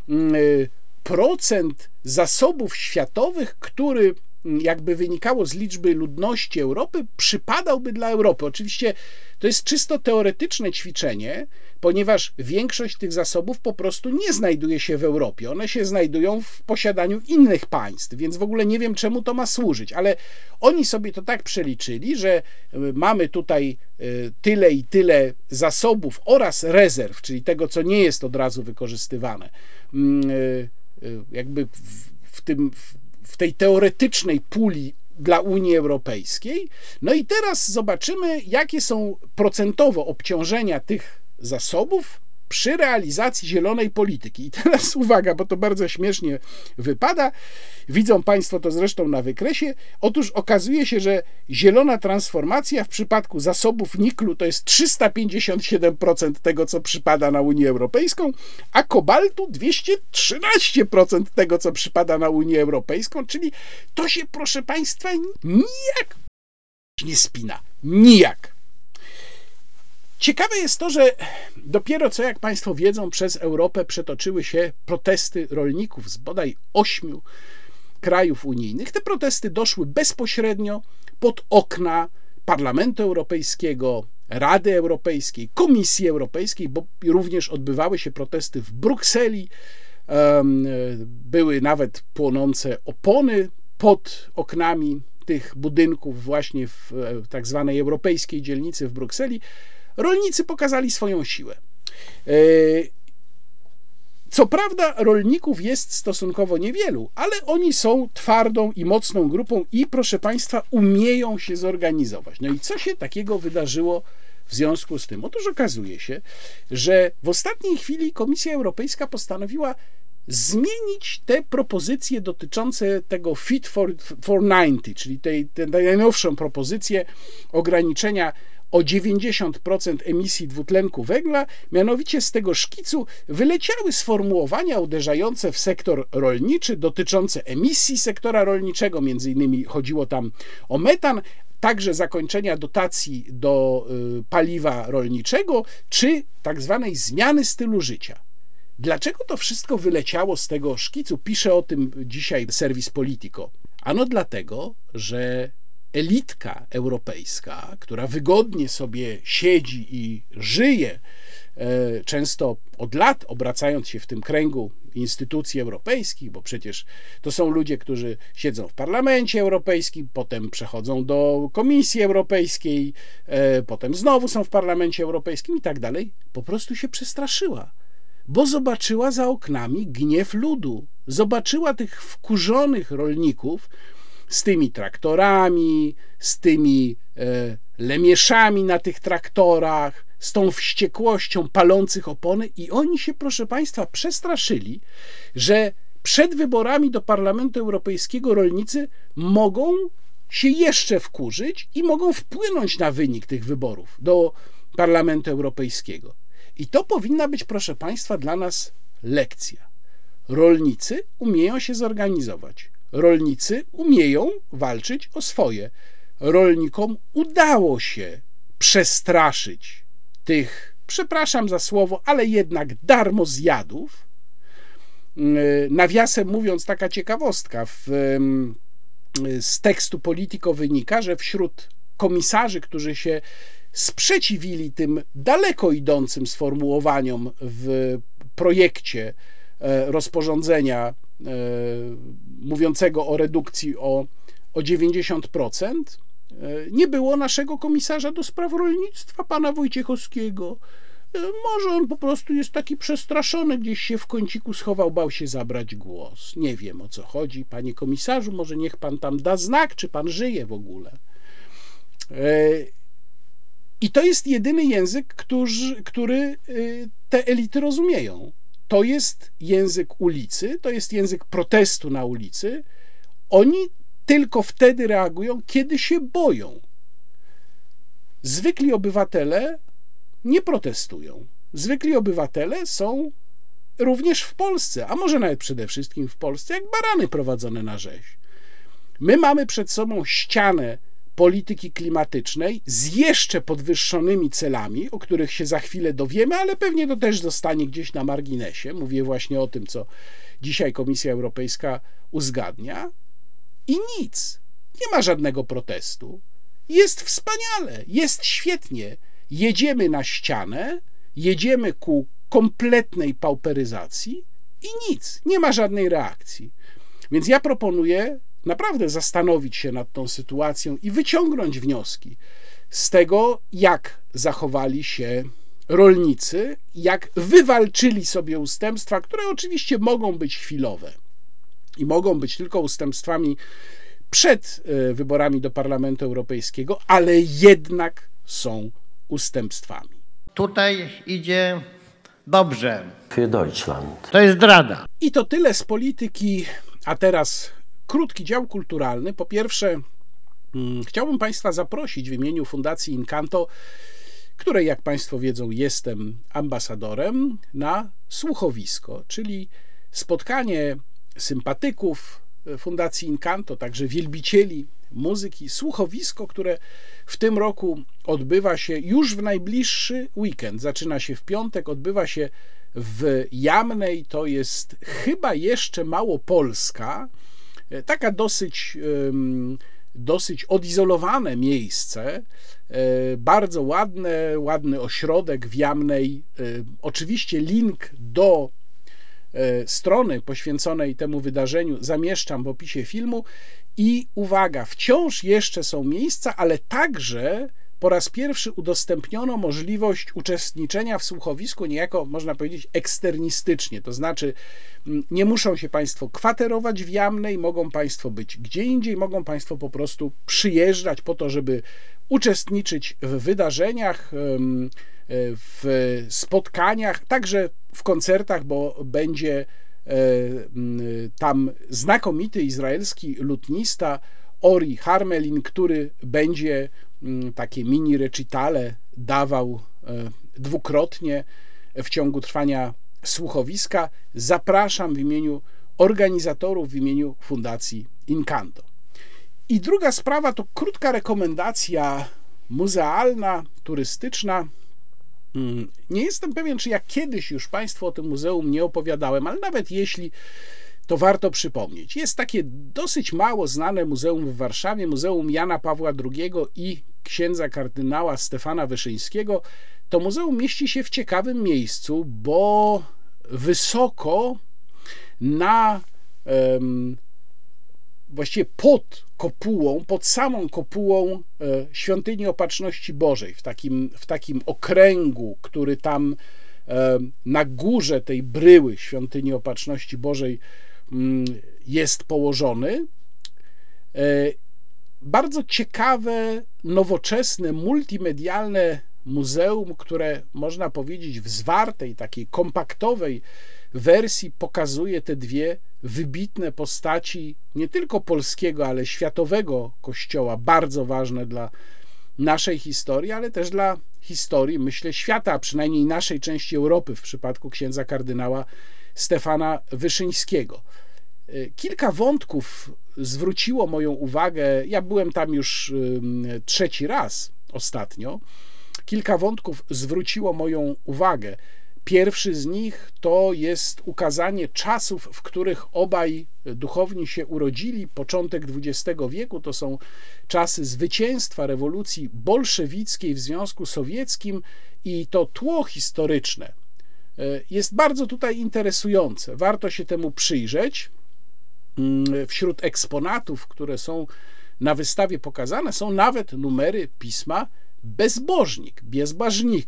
procent zasobów światowych, który jakby wynikało z liczby ludności Europy, przypadałby dla Europy. Oczywiście to jest czysto teoretyczne ćwiczenie, ponieważ większość tych zasobów po prostu nie znajduje się w Europie. One się znajdują w posiadaniu innych państw, więc w ogóle nie wiem, czemu to ma służyć, ale oni sobie to tak przeliczyli, że mamy tutaj tyle i tyle zasobów oraz rezerw, czyli tego, co nie jest od razu wykorzystywane. Jakby w tej teoretycznej puli dla Unii Europejskiej. No i teraz zobaczymy, jakie są procentowo obciążenia tych zasobów przy realizacji zielonej polityki. I teraz uwaga, bo to bardzo śmiesznie wypada. Widzą Państwo to zresztą na wykresie. Otóż okazuje się, że zielona transformacja w przypadku zasobów niklu to jest 357% tego, co przypada na Unię Europejską, a kobaltu 213% tego, co przypada na Unię Europejską, czyli to się, proszę Państwa, nijak nie spina. Nijak. Ciekawe jest to, że dopiero co, jak Państwo wiedzą, przez Europę przetoczyły się protesty rolników z bodaj 8 krajów unijnych. Te protesty doszły bezpośrednio pod okna Parlamentu Europejskiego, Rady Europejskiej, Komisji Europejskiej, bo również odbywały się protesty w Brukseli. Były nawet płonące opony pod oknami tych budynków właśnie w tak zwanej europejskiej dzielnicy w Brukseli. Rolnicy pokazali swoją siłę. Co prawda rolników jest stosunkowo niewielu, ale oni są twardą i mocną grupą i, proszę Państwa, umieją się zorganizować. No i co się takiego wydarzyło w związku z tym? Otóż okazuje się, że w ostatniej chwili Komisja Europejska postanowiła zmienić te propozycje dotyczące tego Fit for 90, czyli tej najnowszą propozycję ograniczenia o 90% emisji dwutlenku węgla. Mianowicie z tego szkicu wyleciały sformułowania uderzające w sektor rolniczy, dotyczące emisji sektora rolniczego, między innymi chodziło tam o metan, także zakończenia dotacji do paliwa rolniczego, czy tak zwanej zmiany stylu życia. Dlaczego to wszystko wyleciało z tego szkicu? Pisze o tym dzisiaj serwis Politico. Ano dlatego, że elitka europejska, która wygodnie sobie siedzi i żyje, często od lat obracając się w tym kręgu instytucji europejskich, bo przecież to są ludzie, którzy siedzą w Parlamencie Europejskim, potem przechodzą do Komisji Europejskiej, potem znowu są w Parlamencie Europejskim i tak dalej, po prostu się przestraszyła, bo zobaczyła za oknami gniew ludu, zobaczyła tych wkurzonych rolników z tymi traktorami, z tymi lemieszami na tych traktorach, z tą wściekłością palących opony i oni się, proszę Państwa, przestraszyli, że przed wyborami do Parlamentu Europejskiego rolnicy mogą się jeszcze wkurzyć i mogą wpłynąć na wynik tych wyborów do Parlamentu Europejskiego. I to powinna być, proszę Państwa, dla nas lekcja. Rolnicy umieją się zorganizować. Rolnicy umieją walczyć o swoje. Rolnikom udało się przestraszyć tych, przepraszam za słowo, ale jednak darmozjadów. Nawiasem mówiąc, taka ciekawostka, z tekstu Politico wynika, że wśród komisarzy, którzy się sprzeciwili tym daleko idącym sformułowaniom w projekcie rozporządzenia mówiącego o redukcji o 90%, nie było naszego komisarza do spraw rolnictwa, pana Wojciechowskiego. Może on po prostu jest taki przestraszony, gdzieś się w kąciku schował, bał się zabrać głos. Nie wiem, o co chodzi. Panie komisarzu, może niech pan tam da znak, czy pan żyje w ogóle. I to jest jedyny język, który te elity rozumieją. To jest język ulicy, to jest język protestu na ulicy. Oni tylko wtedy reagują, kiedy się boją. Zwykli obywatele nie protestują. Zwykli obywatele są również w Polsce, a może nawet przede wszystkim w Polsce, jak barany prowadzone na rzeź. My mamy przed sobą ścianę polityki klimatycznej z jeszcze podwyższonymi celami, o których się za chwilę dowiemy, ale pewnie to też zostanie gdzieś na marginesie. Mówię właśnie o tym, co dzisiaj Komisja Europejska uzgadnia. I nic. Nie ma żadnego protestu. Jest wspaniale, jest świetnie. Jedziemy na ścianę, jedziemy ku kompletnej pauperyzacji i nic. Nie ma żadnej reakcji. Więc ja proponuję naprawdę zastanowić się nad tą sytuacją i wyciągnąć wnioski z tego, jak zachowali się rolnicy, jak wywalczyli sobie ustępstwa, które oczywiście mogą być chwilowe i mogą być tylko ustępstwami przed wyborami do Parlamentu Europejskiego, ale jednak są ustępstwami. Tutaj idzie dobrze. Für Deutschland. To jest zdrada. I to tyle z polityki, a teraz krótki dział kulturalny. Po pierwsze, chciałbym Państwa zaprosić w imieniu Fundacji Incanto, której, jak Państwo wiedzą, jestem ambasadorem, na słuchowisko, czyli spotkanie sympatyków Fundacji Incanto, także wielbicieli muzyki, słuchowisko, które w tym roku odbywa się już w najbliższy weekend. Zaczyna się w piątek, odbywa się w Jamnej, to jest chyba jeszcze Małopolska, taka dosyć odizolowane miejsce, bardzo ładny ośrodek w Jamnej. Oczywiście link do strony poświęconej temu wydarzeniu zamieszczam w opisie filmu i uwaga, wciąż jeszcze są miejsca, ale także po raz pierwszy udostępniono możliwość uczestniczenia w słuchowisku niejako, można powiedzieć, eksternistycznie, to znaczy nie muszą się Państwo kwaterować w Jamnej, mogą Państwo być gdzie indziej, mogą Państwo po prostu przyjeżdżać po to, żeby uczestniczyć w wydarzeniach, w spotkaniach, także w koncertach, bo będzie tam znakomity izraelski lutnista Ori Harmelin, który będzie takie mini recitale dawał dwukrotnie w ciągu trwania słuchowiska. Zapraszam w imieniu organizatorów, w imieniu Fundacji Incanto. I druga sprawa to krótka rekomendacja muzealna, turystyczna. Nie jestem pewien, czy ja kiedyś już Państwu o tym muzeum nie opowiadałem, ale nawet jeśli, to warto przypomnieć. Jest takie dosyć mało znane muzeum w Warszawie, Muzeum Jana Pawła II i księdza kardynała Stefana Wyszyńskiego. To muzeum mieści się w ciekawym miejscu, bo wysoko właściwie pod kopułą, pod samą kopułą Świątyni Opatrzności Bożej, w takim okręgu, który tam na górze tej bryły Świątyni Opatrzności Bożej jest położony. Bardzo ciekawe, nowoczesne, multimedialne muzeum, które można powiedzieć w zwartej, takiej kompaktowej wersji pokazuje te dwie wybitne postaci nie tylko polskiego, ale światowego kościoła, bardzo ważne dla naszej historii, ale też dla historii, myślę, świata, a przynajmniej naszej części Europy w przypadku księdza kardynała Stefana Wyszyńskiego. Kilka wątków zwróciło moją uwagę, ja byłem tam już trzeci raz ostatnio, kilka wątków zwróciło moją uwagę. Pierwszy z nich to jest ukazanie czasów, w których obaj duchowni się urodzili, początek XX wieku, to są czasy zwycięstwa rewolucji bolszewickiej w Związku Sowieckim i to tło historyczne jest bardzo tutaj interesujące. Warto się temu przyjrzeć. Wśród eksponatów, które są na wystawie pokazane, są nawet numery pisma Bezbożnik,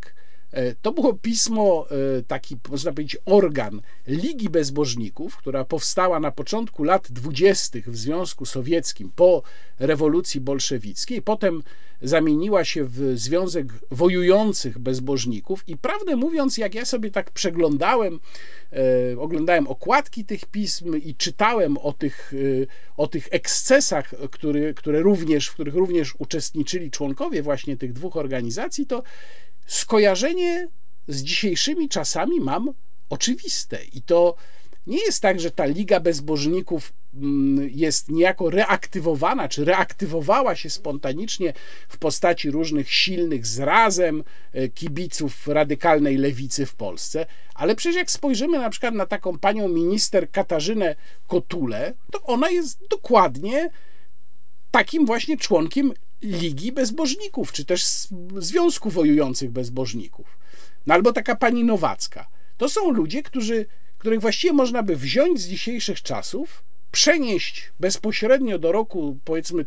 To było pismo, taki, można powiedzieć, organ Ligi Bezbożników, która powstała na początku lat 20. w Związku Sowieckim po rewolucji bolszewickiej, potem zamieniła się w Związek Wojujących Bezbożników i prawdę mówiąc, jak ja sobie tak przeglądałem, oglądałem okładki tych pism i czytałem o tych ekscesach, w których również uczestniczyli członkowie właśnie tych dwóch organizacji, to skojarzenie z dzisiejszymi czasami mam oczywiste. I to nie jest tak, że ta Liga Bezbożników jest niejako reaktywowana, czy reaktywowała się spontanicznie w postaci różnych silnych zrazem kibiców radykalnej lewicy w Polsce, ale przecież jak spojrzymy na przykład na taką panią minister Katarzynę Kotulę, to ona jest dokładnie takim właśnie członkiem Ligi Bezbożników, czy też Związku Wojujących Bezbożników. No albo taka pani Nowacka. To są ludzie, których właściwie można by wziąć z dzisiejszych czasów, przenieść bezpośrednio do roku, powiedzmy,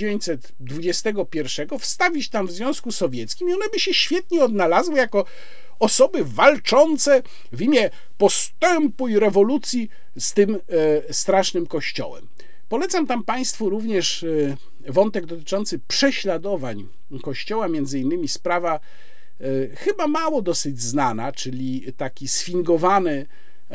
1921, wstawić tam w Związku Sowieckim i one by się świetnie odnalazły jako osoby walczące w imię postępu i rewolucji z tym strasznym kościołem. Polecam tam Państwu również wątek dotyczący prześladowań Kościoła, między innymi sprawa chyba mało dosyć znana, czyli taki sfingowany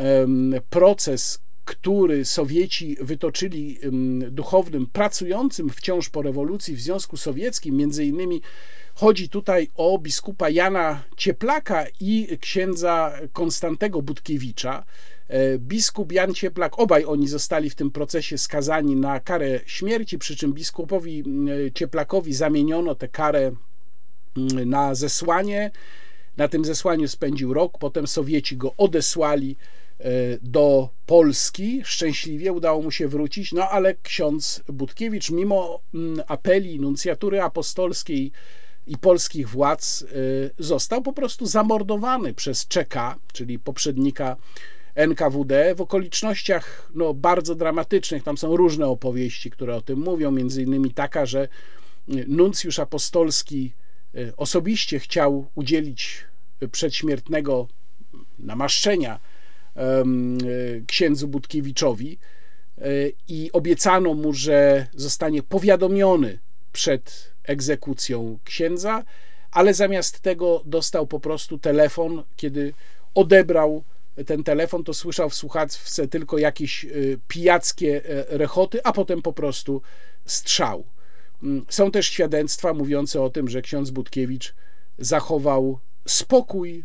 proces, który Sowieci wytoczyli duchownym pracującym wciąż po rewolucji w Związku Sowieckim. Między innymi chodzi tutaj o biskupa Jana Cieplaka i księdza Konstantego Budkiewicza. Biskup Jan Cieplak, obaj oni zostali w tym procesie skazani na karę śmierci, przy czym biskupowi Cieplakowi zamieniono tę karę na zesłanie. Na tym zesłaniu spędził rok, potem Sowieci go odesłali do Polski. Szczęśliwie udało mu się wrócić, no ale ksiądz Budkiewicz, mimo apeli nuncjatury apostolskiej i polskich władz, został po prostu zamordowany przez ČK, czyli poprzednika NKWD, w okolicznościach bardzo dramatycznych. Tam są różne opowieści, które o tym mówią, między innymi taka, że nuncjusz apostolski osobiście chciał udzielić przedśmiertnego namaszczenia księdzu Budkiewiczowi i obiecano mu, że zostanie powiadomiony przed egzekucją księdza, ale zamiast tego dostał po prostu telefon. Kiedy odebrał ten telefon, to słyszał w słuchawce tylko jakieś pijackie rechoty, a potem po prostu strzał. Są też świadectwa mówiące o tym, że ksiądz Budkiewicz zachował spokój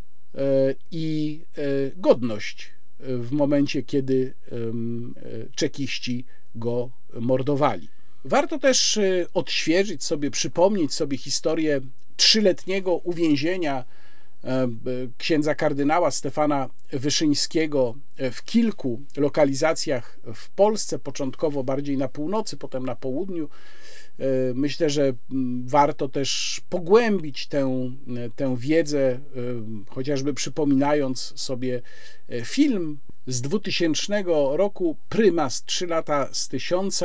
i godność w momencie, kiedy czekiści go mordowali. Warto też odświeżyć sobie, przypomnieć sobie historię 3-letniego uwięzienia księdza kardynała Stefana Wyszyńskiego w kilku lokalizacjach w Polsce, początkowo bardziej na północy, potem na południu. Myślę, że warto też pogłębić tę wiedzę, chociażby przypominając sobie film z 2000 roku Prymas 3 lata z 1000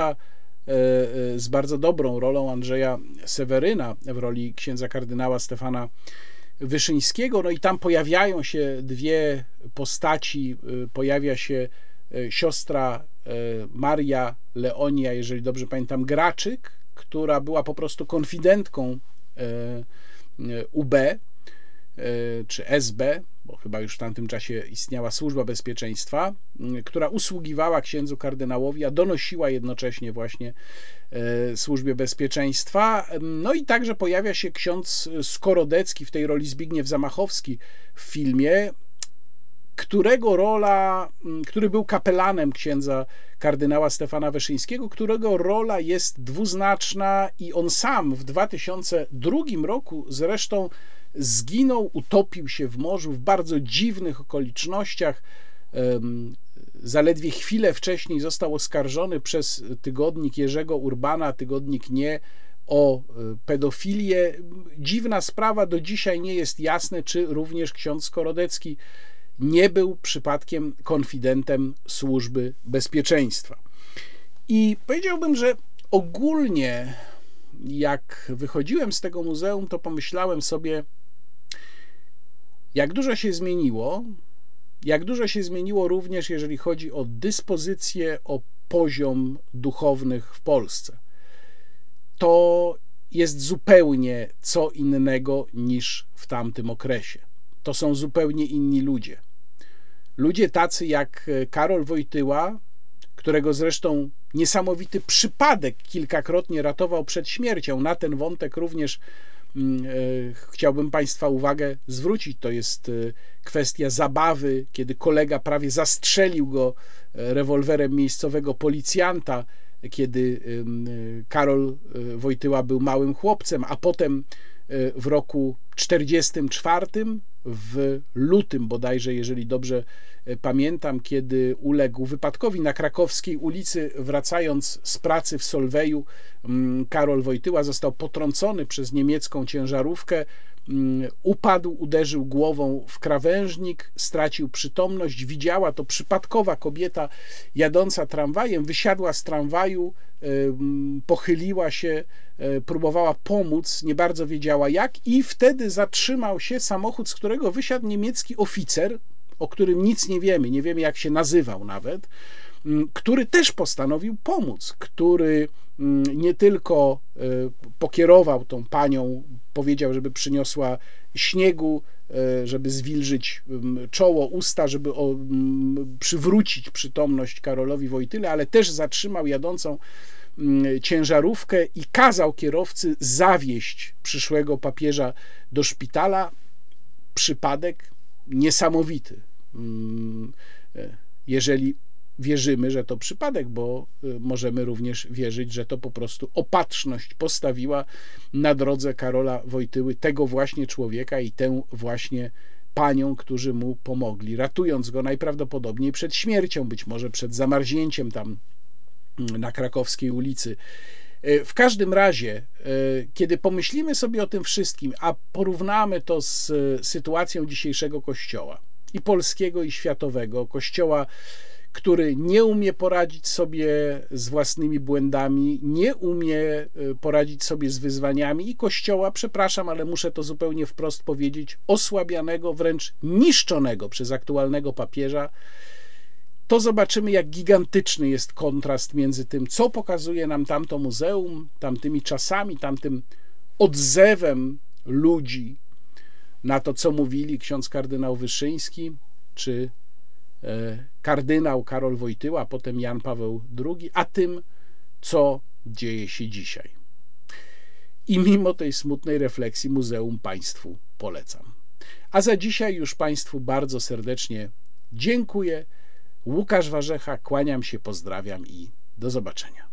z bardzo dobrą rolą Andrzeja Seweryna w roli księdza kardynała Stefana Wyszyńskiego. No i tam pojawiają się dwie postaci. Pojawia się siostra Maria Leonia, jeżeli dobrze pamiętam, Graczyk, która była po prostu konfidentką UB czy SB, bo chyba już w tamtym czasie istniała Służba Bezpieczeństwa, która usługiwała księdzu kardynałowi, a donosiła jednocześnie właśnie Służbie Bezpieczeństwa. No i także pojawia się ksiądz Skorodecki w tej roli Zbigniew Zamachowski w filmie, który był kapelanem księdza kardynała Stefana Wyszyńskiego, którego rola jest dwuznaczna i on sam w 2002 roku zresztą zginął, utopił się w morzu w bardzo dziwnych okolicznościach. Zaledwie chwilę wcześniej został oskarżony przez tygodnik Jerzego Urbana, tygodnik Nie, o pedofilię. Dziwna sprawa, do dzisiaj nie jest jasne, czy również ksiądz Skorodecki nie był przypadkiem konfidentem Służby Bezpieczeństwa. I powiedziałbym, że ogólnie jak wychodziłem z tego muzeum, to pomyślałem sobie, Jak dużo się zmieniło również, jeżeli chodzi o dyspozycję, o poziom duchownych w Polsce. To jest zupełnie co innego niż w tamtym okresie. To są zupełnie inni ludzie. Ludzie tacy jak Karol Wojtyła, którego zresztą niesamowity przypadek kilkakrotnie ratował przed śmiercią. Na ten wątek również chciałbym Państwa uwagę zwrócić. To jest kwestia zabawy, kiedy kolega prawie zastrzelił go rewolwerem miejscowego policjanta, kiedy Karol Wojtyła był małym chłopcem, a potem w roku 1944, w lutym bodajże, jeżeli dobrze pamiętam, kiedy uległ wypadkowi na Krakowskiej ulicy, wracając z pracy w Solweju, Karol Wojtyła został potrącony przez niemiecką ciężarówkę, upadł, uderzył głową w krawężnik, stracił przytomność. Widziała to przypadkowa kobieta jadąca tramwajem, wysiadła z tramwaju, pochyliła się, próbowała pomóc, nie bardzo wiedziała jak, i wtedy zatrzymał się samochód, z którego wysiadł niemiecki oficer, o którym nic nie wiemy jak się nazywał nawet, który też postanowił pomóc, który nie tylko pokierował tą panią, powiedział, żeby przyniosła śniegu, żeby zwilżyć czoło, usta, żeby przywrócić przytomność Karolowi Wojtyle, ale też zatrzymał jadącą ciężarówkę i kazał kierowcy zawieźć przyszłego papieża do szpitala. Przypadek niesamowity. Jeżeli wierzymy, że to przypadek, bo możemy również wierzyć, że to po prostu opatrzność postawiła na drodze Karola Wojtyły tego właśnie człowieka i tę właśnie panią, którzy mu pomogli, ratując go najprawdopodobniej przed śmiercią, być może przed zamarznięciem tam na Krakowskiej ulicy. W każdym razie, kiedy pomyślimy sobie o tym wszystkim, a porównamy to z sytuacją dzisiejszego Kościoła, i polskiego, i światowego, Kościoła, który nie umie poradzić sobie z własnymi błędami, nie umie poradzić sobie z wyzwaniami, i Kościoła, przepraszam, ale muszę to zupełnie wprost powiedzieć, osłabianego, wręcz niszczonego przez aktualnego papieża, to zobaczymy, jak gigantyczny jest kontrast między tym, co pokazuje nam tamto muzeum, tamtymi czasami, tamtym odzewem ludzi na to, co mówili ksiądz kardynał Wyszyński, czy kardynał Karol Wojtyła, potem Jan Paweł II, a tym, co dzieje się dzisiaj. I mimo tej smutnej refleksji muzeum Państwu polecam. A za dzisiaj już Państwu bardzo serdecznie dziękuję. Łukasz Warzecha, kłaniam się, pozdrawiam i do zobaczenia.